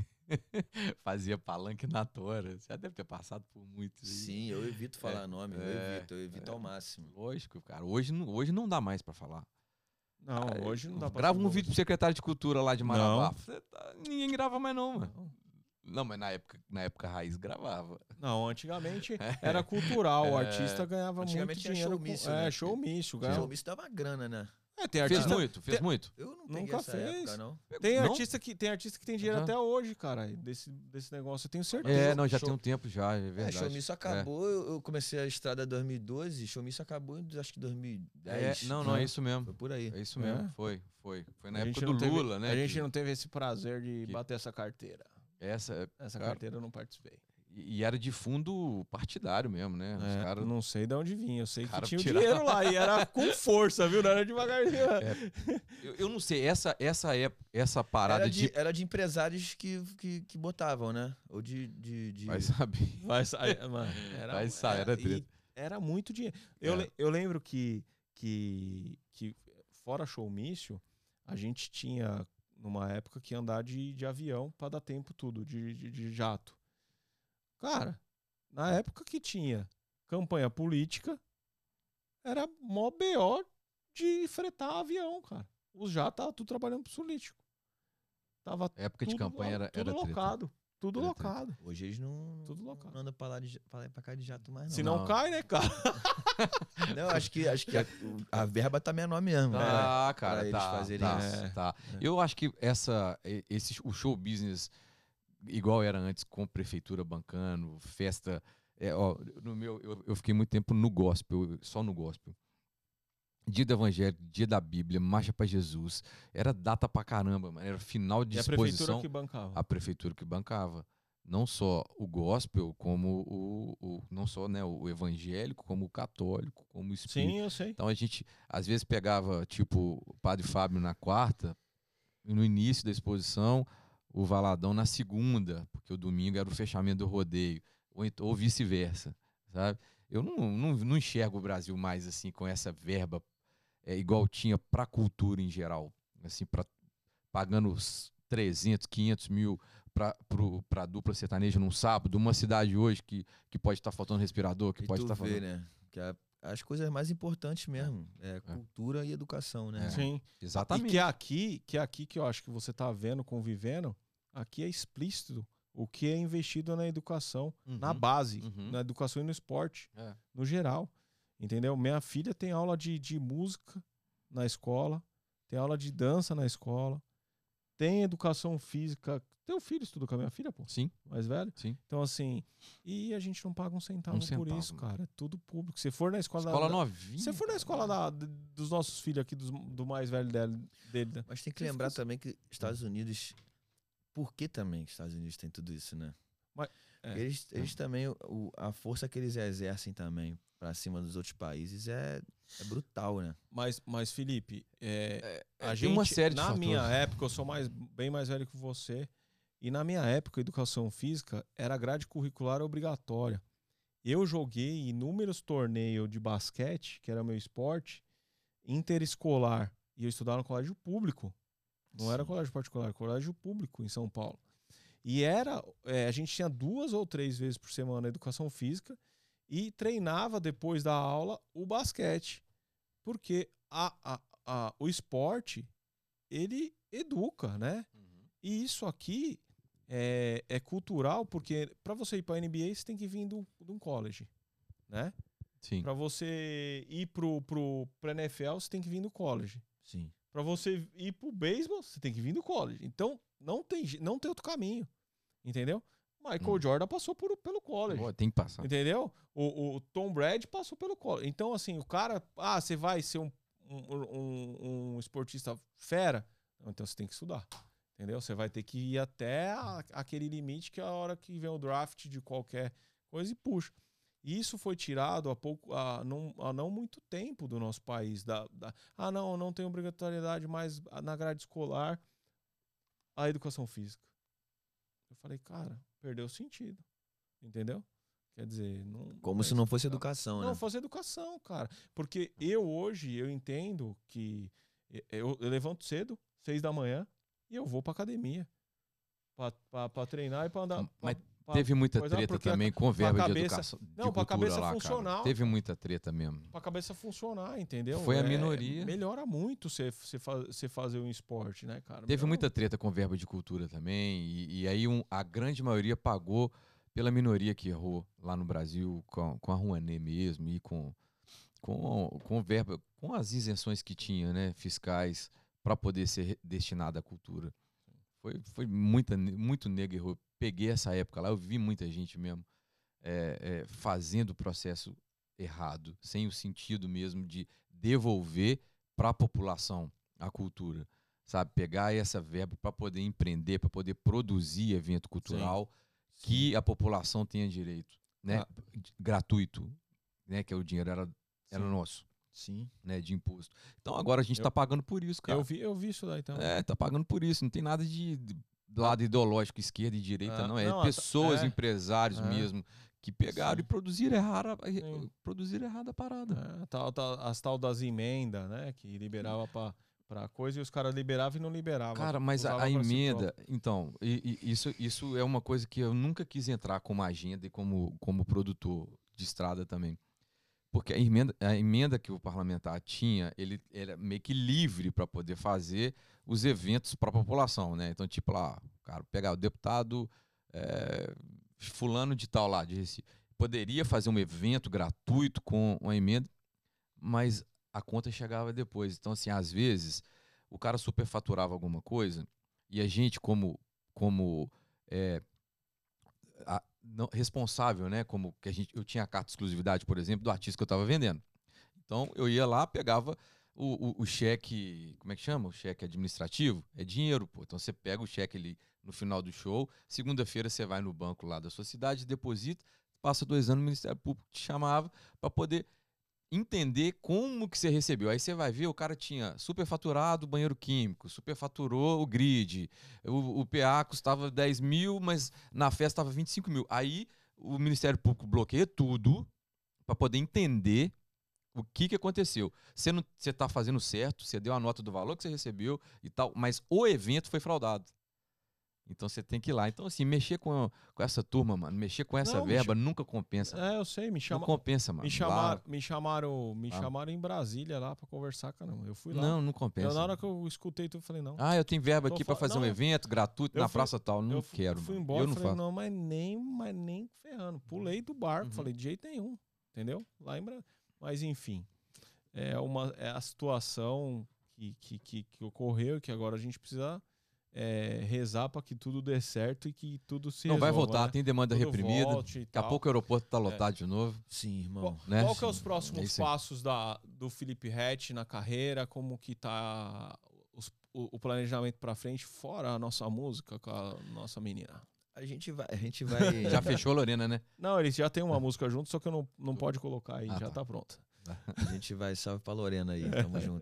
Fazia palanque na tora. Você já deve ter passado por muito. Aí. Sim, eu evito falar nome, eu evito ao máximo. Lógico, cara. Hoje não dá mais pra falar. Não, Cara, hoje não dá pra... Grava um vídeo pro secretário de cultura lá de Marabá. Não. Ninguém grava mais não, mano. Não. Não, mas na época raiz gravava. Não, antigamente era cultural, o artista ganhava muito Antigamente tinha dinheiro. showmício, né? Showmício, O ganhava. showmício dava grana, né? Tem Fez artista, muito, muito. Eu não Nunca peguei essa fez. época, não. tem Não? artista que tem dinheiro Já? até hoje, cara, desse negócio, eu tenho certeza. É, não, já Show- tem um tempo já, é verdade. Showmício acabou, eu comecei a estrada em 2012, Showmício acabou em, acho que 2010. Não, é isso mesmo. Foi por aí. É isso mesmo, É. foi. Foi na A época gente do não teve- Lula, né? A gente que- não teve esse prazer de que- bater essa carteira. Essa, Essa cara, carteira eu não participei. e era de fundo partidário mesmo, né? Os caras Não sei de onde vinha, eu sei que cara tinha o tirava- dinheiro lá e era com força, viu? Não era devagarzinho. Eu não sei, essa parada Era de empresários que botavam, né? Ou de... Vai saber. Vai sair, mano. Vai sair, era e treta. era muito dinheiro. É. Eu lembro que fora showmício, a gente tinha, numa época, que andar de avião pra dar tempo tudo, de jato. Cara, Na época que tinha campanha política, era mó BO de fretar avião, cara. Os já tava tudo trabalhando pro político. Tava Época de tudo campanha era tudo treta. locado. Tudo Era locado. Hoje eles não, Tudo local. não andam pra lá pra cá de jato mais, não. Se não cai, né, cara? Não, acho que a verba tá menor mesmo. Ah, né? cara, Pra eles fazerem isso. tá. Eu acho que o show business, igual era antes, com prefeitura bancando, festa. No meu, eu fiquei muito tempo no gospel, só no gospel. Dia do Evangelho, dia da Bíblia, marcha pra Jesus. Era data pra caramba, mano. Era final de E a exposição. prefeitura que bancava. A prefeitura que bancava. Não só o gospel, como não só, né, o evangélico, como o católico, como o espírita. Sim, eu sei. Então a gente, às vezes, pegava, tipo, o Padre Fábio na quarta, no início da exposição, o Valadão na segunda, porque o domingo era o fechamento do rodeio, ou vice-versa, sabe? Eu não enxergo o Brasil mais assim, com essa verba igual tinha para a cultura em geral, assim, pagando os 300, 500 mil para dupla sertaneja num sábado, uma cidade hoje que pode estar faltando respirador, que E pode tu estar vê, faltando... né? Que as coisas mais importantes mesmo. Cultura e educação, né? Sim. Exatamente. E que é aqui que eu acho que você tá vendo, convivendo, aqui é explícito o que é investido na educação, na base, na educação e no esporte, no geral. Entendeu? Minha filha tem aula de música na escola, tem aula de dança na escola, tem educação física. Teu filho estuda com a minha filha, pô? Sim. Mais velho? Sim. Então, assim, e a gente não paga um centavo por isso, cara. É tudo público. Se for na escola... novinha. Se for na escola dos nossos filhos aqui, do mais velho dele, né? Mas tem que lembrar também que Estados Unidos... Por que também Estados Unidos tem tudo isso, né? Eles também... A força que eles exercem também pra cima dos outros países é brutal, né? Mas Felipe, a tem gente... uma série de na fatores. minha época, eu sou bem mais velho que você, e na minha época, a educação física era grade curricular obrigatória. Eu joguei inúmeros torneios de basquete, que era meu esporte, interescolar, e eu estudava no colégio público. Não era colégio particular, colégio público em São Paulo. E a gente tinha 2 ou 3 vezes por semana educação física e treinava depois da aula o basquete. Porque o esporte, ele educa, né? E isso aqui é cultural, porque para você ir para a NBA, você tem que vir de um college, né? Sim. Para você ir pra NFL, você tem que vir do college. Sim. Pra você ir pro beisebol, você tem que vir do college. Então, não tem outro caminho. Entendeu? Michael Jordan passou pelo college. Pô, tem que passar. Entendeu? O Tom Brady passou pelo college. Então, assim, o cara... você vai ser um esportista fera? Então, você tem que estudar. Entendeu? Você vai ter que ir até aquele limite que é a hora que vem o draft de qualquer coisa e puxa. E isso foi tirado há não muito tempo do nosso país. Não tem obrigatoriedade mais na grade escolar a educação física. Eu falei, cara, perdeu o sentido. Entendeu? Quer dizer... Como se não fosse educação, né? Não fosse educação, cara. Porque hoje, eu entendo que eu levanto cedo, 6 da manhã, e eu vou pra academia. Pra treinar e pra andar... Mas teve muita treta também com verba de educação. Não, pra cabeça funcionar. Teve muita treta mesmo. Pra cabeça funcionar, entendeu? Foi a minoria. Melhora muito você fazer um esporte, né, cara? Teve muita treta com verba de cultura também. E aí a grande maioria pagou pela minoria que errou lá no Brasil, com a Rouanet mesmo, e com verba, com as isenções que tinha, né, fiscais, para poder ser destinada à cultura. Foi muito nego errou. Peguei essa época lá, eu vi muita gente mesmo fazendo o processo errado, sem o sentido mesmo de devolver para a população a cultura, sabe? Pegar essa verba para poder empreender, para poder produzir evento cultural que a população tenha direito, né? Gratuito, né? Que o dinheiro era nosso. Sim. Né, de imposto. Então agora a gente tá pagando por isso, cara. Eu vi isso daí também. Tá pagando por isso. Não tem nada de lado ideológico, esquerda e direita, não. Pessoas, empresários mesmo, que pegaram e produziram errado a parada. As tal das emendas, né? Que liberava pra coisa e os caras liberavam e não liberavam. Cara, mas Usava a pra si emenda, então, isso é uma coisa que eu nunca quis entrar como agenda e como produtor de estrada também. Porque a emenda que o parlamentar tinha, ele era meio que livre para poder fazer os eventos para a população, né? Então, tipo lá, cara, pegar o deputado fulano de tal lá, de Recife, poderia fazer um evento gratuito com uma emenda, mas a conta chegava depois. Então, assim, às vezes, o cara superfaturava alguma coisa e a gente, como responsável, né? Como que eu tinha a carta de exclusividade, por exemplo, do artista que eu estava vendendo. Então, eu ia lá, pegava o cheque, como é que chama? O cheque administrativo? É dinheiro, pô. Então, você pega o cheque ali no final do show, segunda-feira você vai no banco lá da sua cidade, deposita, passa 2 anos, o Ministério Público te chamava para poder entender como que você recebeu. Aí você vai ver, o cara tinha superfaturado o banheiro químico, superfaturou o grid, o PA custava 10 mil, mas na festa estava 25 mil. Aí o Ministério Público bloqueia tudo para poder entender o que aconteceu. Você está fazendo certo, você deu a nota do valor que você recebeu e tal, mas o evento foi fraudado. Então você tem que ir lá. Então, assim, mexer com essa turma, mano, mexer com essa verba nunca compensa. eu sei, Não compensa, mano. Me chamaram em Brasília lá pra conversar, caramba. Eu fui lá. Não compensa. Na hora que eu escutei tudo, eu falei, não. Eu tenho verba aqui pra fazer um evento gratuito na praça tal. Não quero, eu fui mano. embora, Eu não falei, faço. não, mas nem ferrando. Pulei do barco, falei, de jeito nenhum. Entendeu? Lá em Brasília. Mas, enfim, é a situação que ocorreu e que agora a gente precisa rezar para que tudo dê certo e que tudo se Não vai resolva, voltar, né? tem demanda Tudo reprimida. volte e Daqui a tal. pouco o aeroporto tá lotado de novo. Sim, irmão. Né? Qual que é os É próximos isso aí. passos do Felipe Ret na carreira? Como que tá o planejamento para frente, fora a nossa música com a nossa menina? A gente vai. Já fechou a Lorena, né? Não, eles já têm uma música junto, só que eu não pode colocar aí, já tá. tá pronta. A gente vai, salve pra Lorena aí, tamo junto.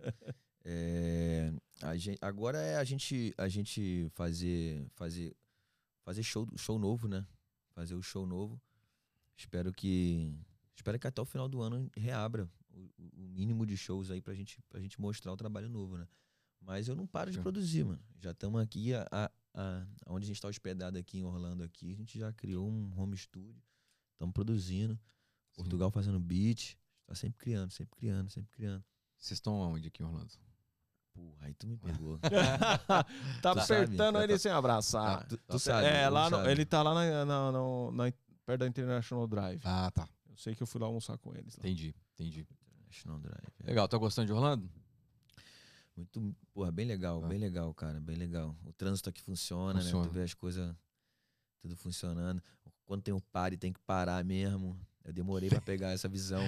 Agora é a gente fazer show novo, né? Fazer o show novo. Espero que até o final do ano reabra o mínimo de shows aí pra gente mostrar o trabalho novo, né? Mas eu não paro de produzir, mano. Já estamos aqui, onde a gente tá hospedado aqui em Orlando, aqui, a gente já criou um home studio. Estamos produzindo. Portugal fazendo beat. Tá sempre criando. Vocês estão onde aqui em Orlando? Porra, aí tu me pegou. Tá apertando ele sem abraçar. Tu sabe. Ele tá lá perto da International Drive. Ah, tá. Eu sei que eu fui lá almoçar com eles. Lá. Entendi. International Drive. Legal, tá gostando de Orlando? Muito, porra, bem legal, cara, bem legal. O trânsito aqui funciona, né? Tu vê as coisas tudo funcionando. Quando tem o pare, tem que parar mesmo. Eu demorei pra pegar essa visão.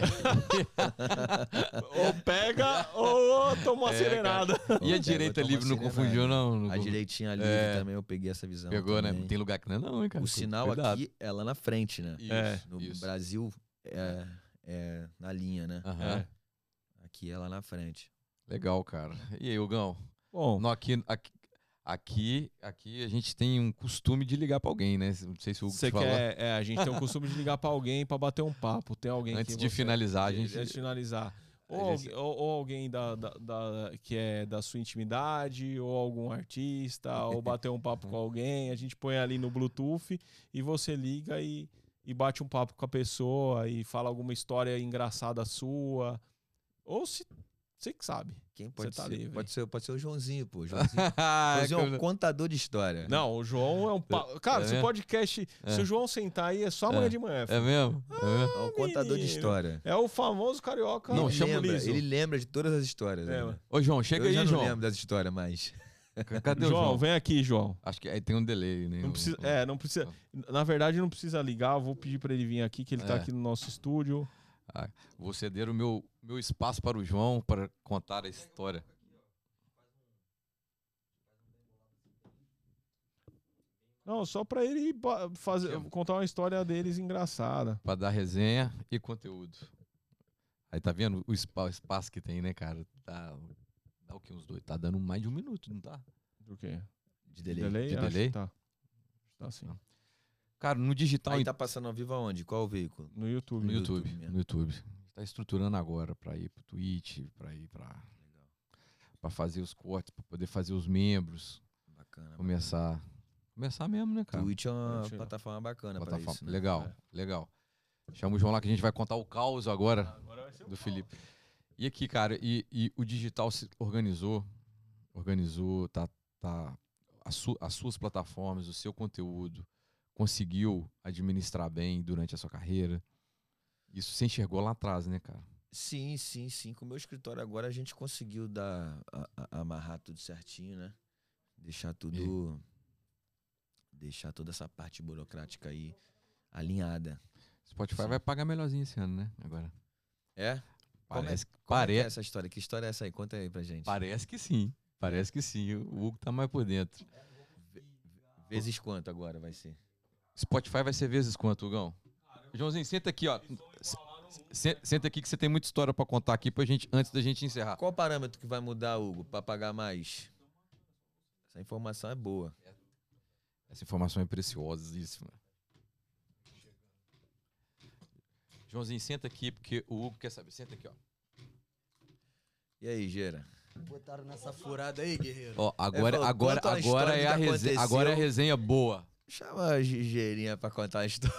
Ou pega ou toma uma acelerada. E a direita livre não confundiu, não? A direitinha livre também, eu peguei essa visão. Pegou, também. né? Não tem lugar que não, hein, cara? O sinal Cuidado. aqui é lá na frente, né? No Isso. Brasil é na linha, né? Aqui é lá na frente. Legal, cara. E aí, Hugão? Bom, Não, aqui a gente tem um costume de ligar pra alguém, né? Não sei se o Hugo te falou. a gente tem o costume de ligar pra alguém pra bater um papo. Tem alguém Antes que de finalizar, a gente... Antes de finalizar. Ou alguém que é da sua intimidade, ou algum artista, ou bater um papo com alguém. A gente põe ali no Bluetooth e você liga e bate um papo com a pessoa e fala alguma história engraçada sua. Ou se você que sabe. Quem pode tá ser? livre. Pode ser o Joãozinho, pô. Joãozinho é um contador de história. Não, o João é um... Cara, se o podcast... Se o João sentar aí, é só amanhã de manhã. É mesmo? É um contador de história. É o famoso carioca. Não, chama ele lembra de todas as histórias. É, né? Ô, João, chega eu aí, já João. não lembro das histórias mais. Cadê o João? João? Vem aqui, João. Acho que aí tem um delay, né? Não precisa, não precisa. Na verdade, não precisa ligar. Eu vou pedir pra ele vir aqui, que ele tá aqui no nosso estúdio. Vou ceder o meu espaço para o João para contar a história. Não, só pra ele contar uma história deles engraçada. Para dar resenha e conteúdo. Aí tá vendo o espaço que tem, né, cara? Dá o que uns dois? Tá dando mais de 1 minuto, não tá? Do quê? De delay. De Acho delay? que tá. Tá sim. Cara, no digital... Aí tá passando ao vivo aonde? Qual o veículo? No YouTube. No YouTube. mesmo. No YouTube. Tá estruturando agora para ir pro Twitch, para ir para... pra fazer os cortes, pra poder fazer os membros. Bacana. Começar mesmo, né, cara? Twitch é uma plataforma bacana pra isso, né? Legal, legal. Chama o João lá que a gente vai contar o caos agora Vai ser o do Felipe. E aqui, cara, e o digital se organizou, as suas plataformas, o seu conteúdo, conseguiu administrar bem durante a sua carreira. Isso você enxergou lá atrás, né, cara? Sim. Com o meu escritório agora a gente conseguiu amarrar tudo certinho, né? Deixar toda essa parte burocrática aí alinhada. Spotify Sim. vai pagar melhorzinho esse ano, né? Agora. É? Parece Como é que é essa história? Que história é essa aí? Conta aí pra gente. Parece que sim. Parece que sim. O Hugo tá mais por dentro. Vezes quanto agora vai ser? Spotify vai ser vezes quanto, Hugão? Joãozinho, senta aqui, ó. Senta aqui que você tem muita história pra contar aqui antes da gente encerrar. Qual o parâmetro que vai mudar, Hugo, pra pagar mais? Essa informação é boa. Essa informação é preciosíssima. Joãozinho, senta aqui porque o Hugo quer saber. Senta aqui, ó. E aí, Gera? Botaram nessa furada aí, guerreiro. Ó, agora é a resenha boa. Chama a Geirinha pra contar a história.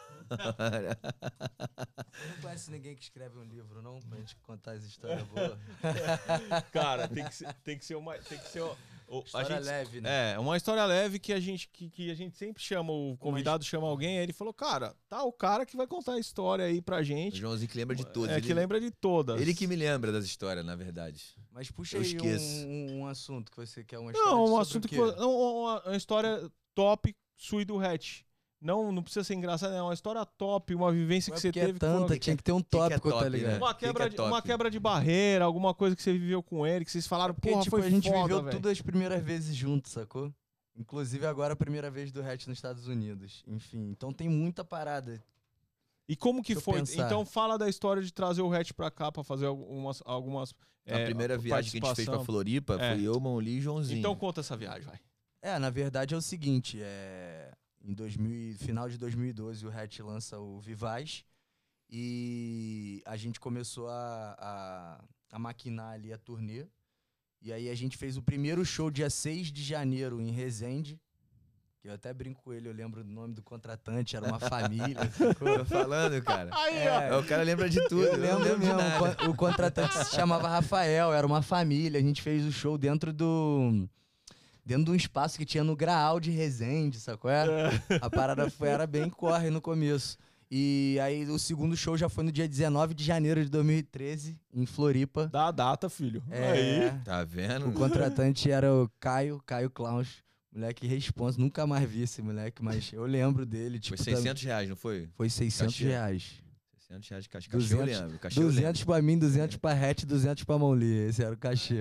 Você não conhece ninguém que escreve um livro, não? Pra gente contar as histórias boas. Cara, tem que ser uma História leve, né? É, uma história leve que a gente sempre chama, o convidado chama alguém, aí ele falou, cara, tá o cara que vai contar a história aí pra O gente. Joãozinho que lembra de todas. É, que lembra de todas. Ele que me lembra das histórias, na verdade. Mas puxa Eu aí esqueço. um assunto que você quer, uma história Não, um sobre assunto o quê? uma história top sua e do Hatch. Não precisa ser engraçado, é uma história top, uma vivência Não que é você porque teve. é tanta, tinha que ter um tópico, top, tá ligado? né? Uma Que quebra, é top? uma quebra de barreira, alguma coisa que você viveu com ele, que vocês falaram, Porque, porra, tipo, foi a gente foda, viveu velho. tudo as primeiras vezes juntos, sacou? Inclusive agora a primeira vez do Hatch nos Estados Unidos. Enfim, então tem muita parada. E como que Deixa eu foi? pensar. Então fala da história de trazer o Hatch pra cá pra fazer algumas A primeira viagem que a gente fez pra participação. Floripa É. foi eu, Monli e Joãozinho. Então conta essa viagem, vai. Na verdade é o seguinte, final de 2012 o Hatch lança o Vivaz e a gente começou a maquinar ali a turnê. E aí a gente fez o primeiro show dia 6 de janeiro em Resende, que eu até brinco com ele, eu lembro do nome do contratante, era uma família. Tô falando, cara. Aí, ó. O cara lembra de tudo. Eu não lembro de mesmo, nada. o contratante se chamava Rafael, era uma família, a gente fez o show dentro de um espaço que tinha no Graal de Resende, sacou? A parada era bem corre no começo. E aí o segundo show já foi no dia 19 de janeiro de 2013, em Floripa. Dá a data, filho. É, Aí. Tá vendo? o contratante era o Caio Claus, moleque responsa, nunca mais vi esse moleque, mas eu lembro dele. Tipo, Foi 600 reais, não foi? Foi 600 Cachê. reais. 600 reais de cachê. Cachê eu 200, lembro. Cachê eu lembro. 200 pra mim, 200 pra Hatch, 200 pra Monli. Esse era o cachê.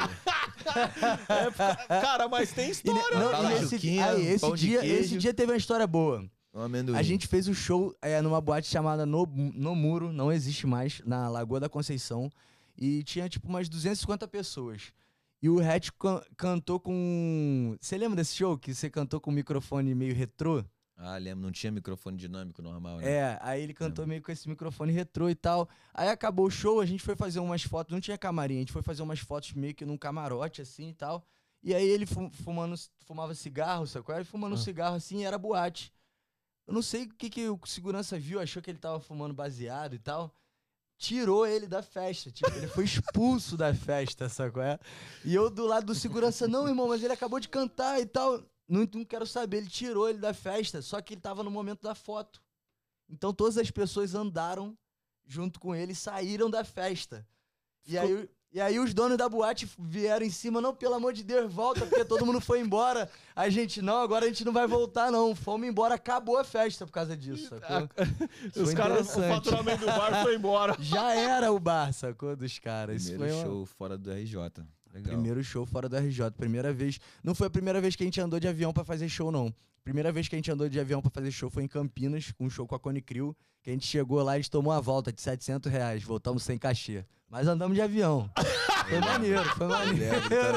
Cara, mas tem história. Bala esse Juquinha, pão de esse queijo. dia teve uma história boa. Um amendoim. A gente fez o show numa boate chamada No Muro, não existe mais, na Lagoa da Conceição. E tinha tipo umas 250 pessoas. E o Hatch cantou com... Você lembra desse show que você cantou com um microfone meio retrô? Ah, lembro. Não tinha microfone dinâmico normal, né? Aí ele cantou meio com esse microfone retrô e tal. Aí acabou o show, a gente foi fazer umas fotos, não tinha camarim, a gente foi fazer umas fotos meio que num camarote assim e tal. E aí ele fumava cigarro, sacou? Ele fumando um cigarro assim e era boate. Eu não sei o que o segurança viu, achou que ele tava fumando baseado e tal. Tirou ele da festa, tipo, ele foi expulso da festa, sacou? E eu do lado do segurança, não, irmão, mas ele acabou de cantar e tal. Não quero saber, ele tirou ele da festa, só que ele tava no momento da foto. Então todas as pessoas andaram junto com ele e saíram da festa. E aí os donos da boate vieram em cima, não, pelo amor de Deus, volta, porque todo mundo foi embora. A gente, não, agora a gente não vai voltar, não. Fomos embora, acabou a festa por causa disso, sacou? Os caras, o faturamento do bar foi embora. Já era o bar, sacou, dos caras. Primeiro show fora do RJ. Legal. Primeiro show fora do RJ, primeira vez. Não foi a primeira vez que a gente andou de avião pra fazer show, não. Primeira vez que a gente andou de avião pra fazer show foi em Campinas, com um show com a Cone Crew, que a gente chegou lá e a gente tomou uma volta de R$700, voltamos sem cachê. Mas andamos de avião. Foi maneiro, foi maneiro.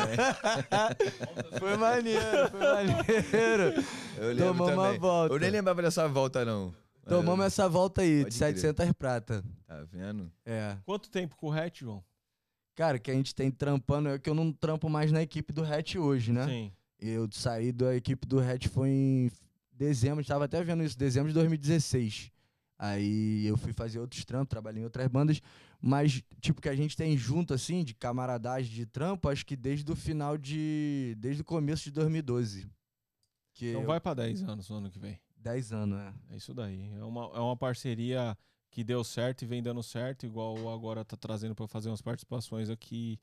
Foi maneiro. Eu lembro Tomamos também. uma volta. Eu nem lembrava dessa volta, não. Tomamos essa volta aí, Pode de crer. 700 prata. Tá vendo? É. Quanto tempo com o Hatch, João? Cara, que a gente tem trampando, é que eu não trampo mais na equipe do Hatch hoje, né? Sim. Eu saí da equipe do Hatch foi em dezembro, estava até vendo isso, dezembro de 2016. Aí eu fui fazer outros trampos, trabalhei em outras bandas, mas tipo que a gente tem junto assim, de camaradagem de trampo, acho que desde o começo de 2012. Que Então vai pra 10 anos no ano que vem. 10 anos, né? É isso daí. É uma parceria que deu certo e vem dando certo, igual agora tá trazendo pra fazer umas participações aqui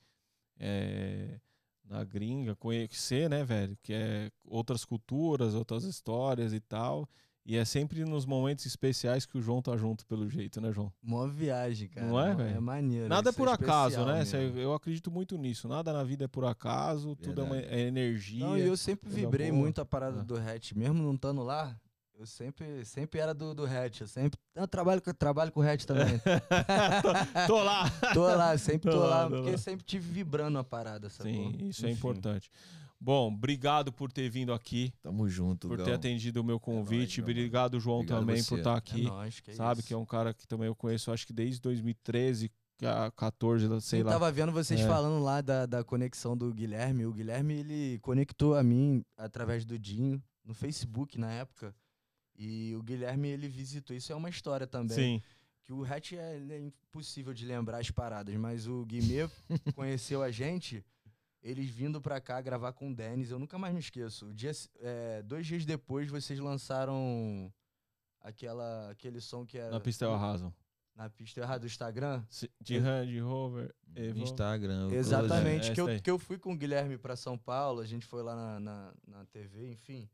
na gringa, conhecer, né, velho? Que é outras culturas, outras histórias e tal. E é sempre nos momentos especiais que o João tá junto, pelo jeito, né, João? Mó viagem, cara. Não é, velho? É maneiro. Nada é isso por acaso, especial né? mesmo. Eu acredito muito nisso. Nada na vida é por acaso, tudo é energia. Não, e eu sempre coisa vibrei boa. muito a parada do Hatch, mesmo não estando lá. Eu sempre era do Hatch. Eu trabalho com o Hatch também. tô lá. Tô lá, sempre tô lá, Tô porque lá. sempre tive vibrando a parada, sacou? Sim, isso é Enfim. importante. Bom, obrigado por ter vindo aqui, Tamo junto, por Gão. ter atendido o meu convite. nóis, meu obrigado, João, Obrigado também, você. por estar É aqui. nóis, que é Sabe isso. que é um cara que também eu conheço, acho que desde 2013, 14, sei Eu lá. tava vendo vocês É. falando lá da conexão do Guilherme. O Guilherme, ele conectou a mim através do Dinho, no Facebook, na época. E o Guilherme, ele visitou. Isso é uma história também. Sim, Que o Hatch ele é impossível de lembrar as paradas, mas o Guimê conheceu a gente, eles vindo pra cá gravar com o Denis, eu nunca mais me esqueço. 2 dias depois, vocês lançaram aquele som que era... na pista eu arraso. Na pista errada do Instagram? De Range Rover, No Evo. Instagram. o Exatamente, É, que, essa aí. que eu fui com o Guilherme pra São Paulo, a gente foi lá na TV, enfim.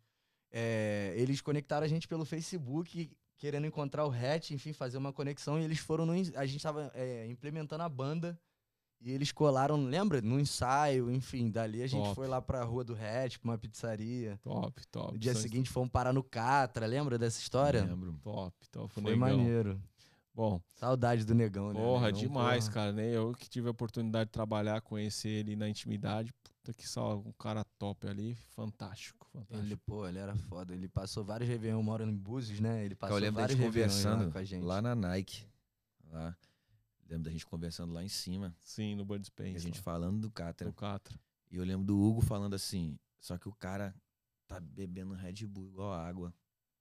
Eles conectaram a gente pelo Facebook, querendo encontrar o Hatch, enfim, fazer uma conexão, e eles foram a gente tava implementando a banda, e eles colaram, lembra? No ensaio, enfim, dali a gente Top. foi lá pra rua do Hatch, pra uma pizzaria. Top. No dia São seguinte fomos parar no Catra, lembra dessa história? Lembro. Top. Foi Negão. maneiro. Bom, Saudade do Negão, né? porra, Negão, demais, porra. cara, né? Eu que tive a oportunidade de trabalhar, conhecer ele na intimidade. Puta que só um cara top ali, fantástico. Ele era foda. Ele passou vários Réveillon, mora em Búzios, né? Ele passou Eu lembro da vários gente Réveillons lá conversando com a gente. lá na Nike. Lá. Lembro da gente conversando lá em cima. Sim, no Bud E Spencer. a gente falando do Catra. do Catra. E eu lembro do Hugo falando assim, só que o cara tá bebendo Red Bull igual água.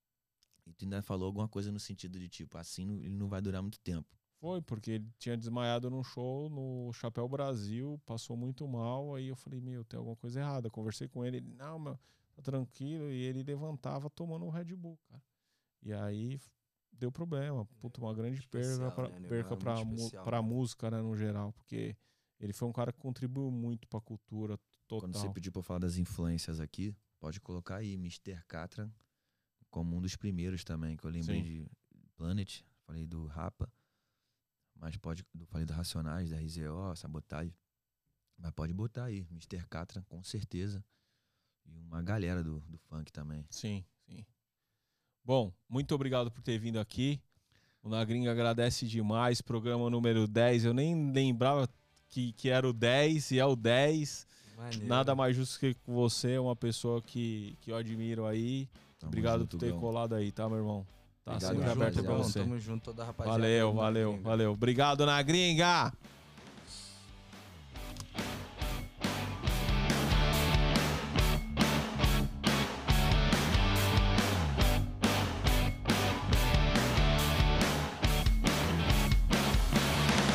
E tu ainda falou alguma coisa no sentido de tipo, assim ele não vai durar muito tempo. Foi, porque ele tinha desmaiado num show no Chapéu Brasil, passou muito mal, aí eu falei, meu, tem alguma coisa errada. Conversei com ele, não, meu, tá tranquilo, e ele levantava tomando um Red Bull, cara. E aí deu problema, puta, uma grande Especial, perca né, perca Negão? Era muito especial, pra né? música, né, no geral, porque ele foi um cara que contribuiu muito pra cultura total. Quando você pediu pra eu falar das influências aqui, pode colocar aí Mr. Catra como um dos primeiros também, que eu lembrei Sim. de Planet, falei do Rapa, mas falei do Racionais, da RZO, Sabotagem. Mas pode botar aí, Mr. Catra, com certeza. E uma galera do funk também. Sim. Bom, muito obrigado por ter vindo aqui. O Na Gringa agradece demais. Programa número 10. Eu nem lembrava que era o 10 e é o 10. Maneiro. Nada mais justo que com você, é uma pessoa que eu admiro aí. Tamo Obrigado junto, por ter Gão. colado aí, tá, meu irmão? Tá Obrigado, sempre rapaziada. aberto pra Gão, você. Tamo junto, toda a rapaziada. Valeu, do Na valeu, Gringa. valeu. Obrigado, Na Gringa!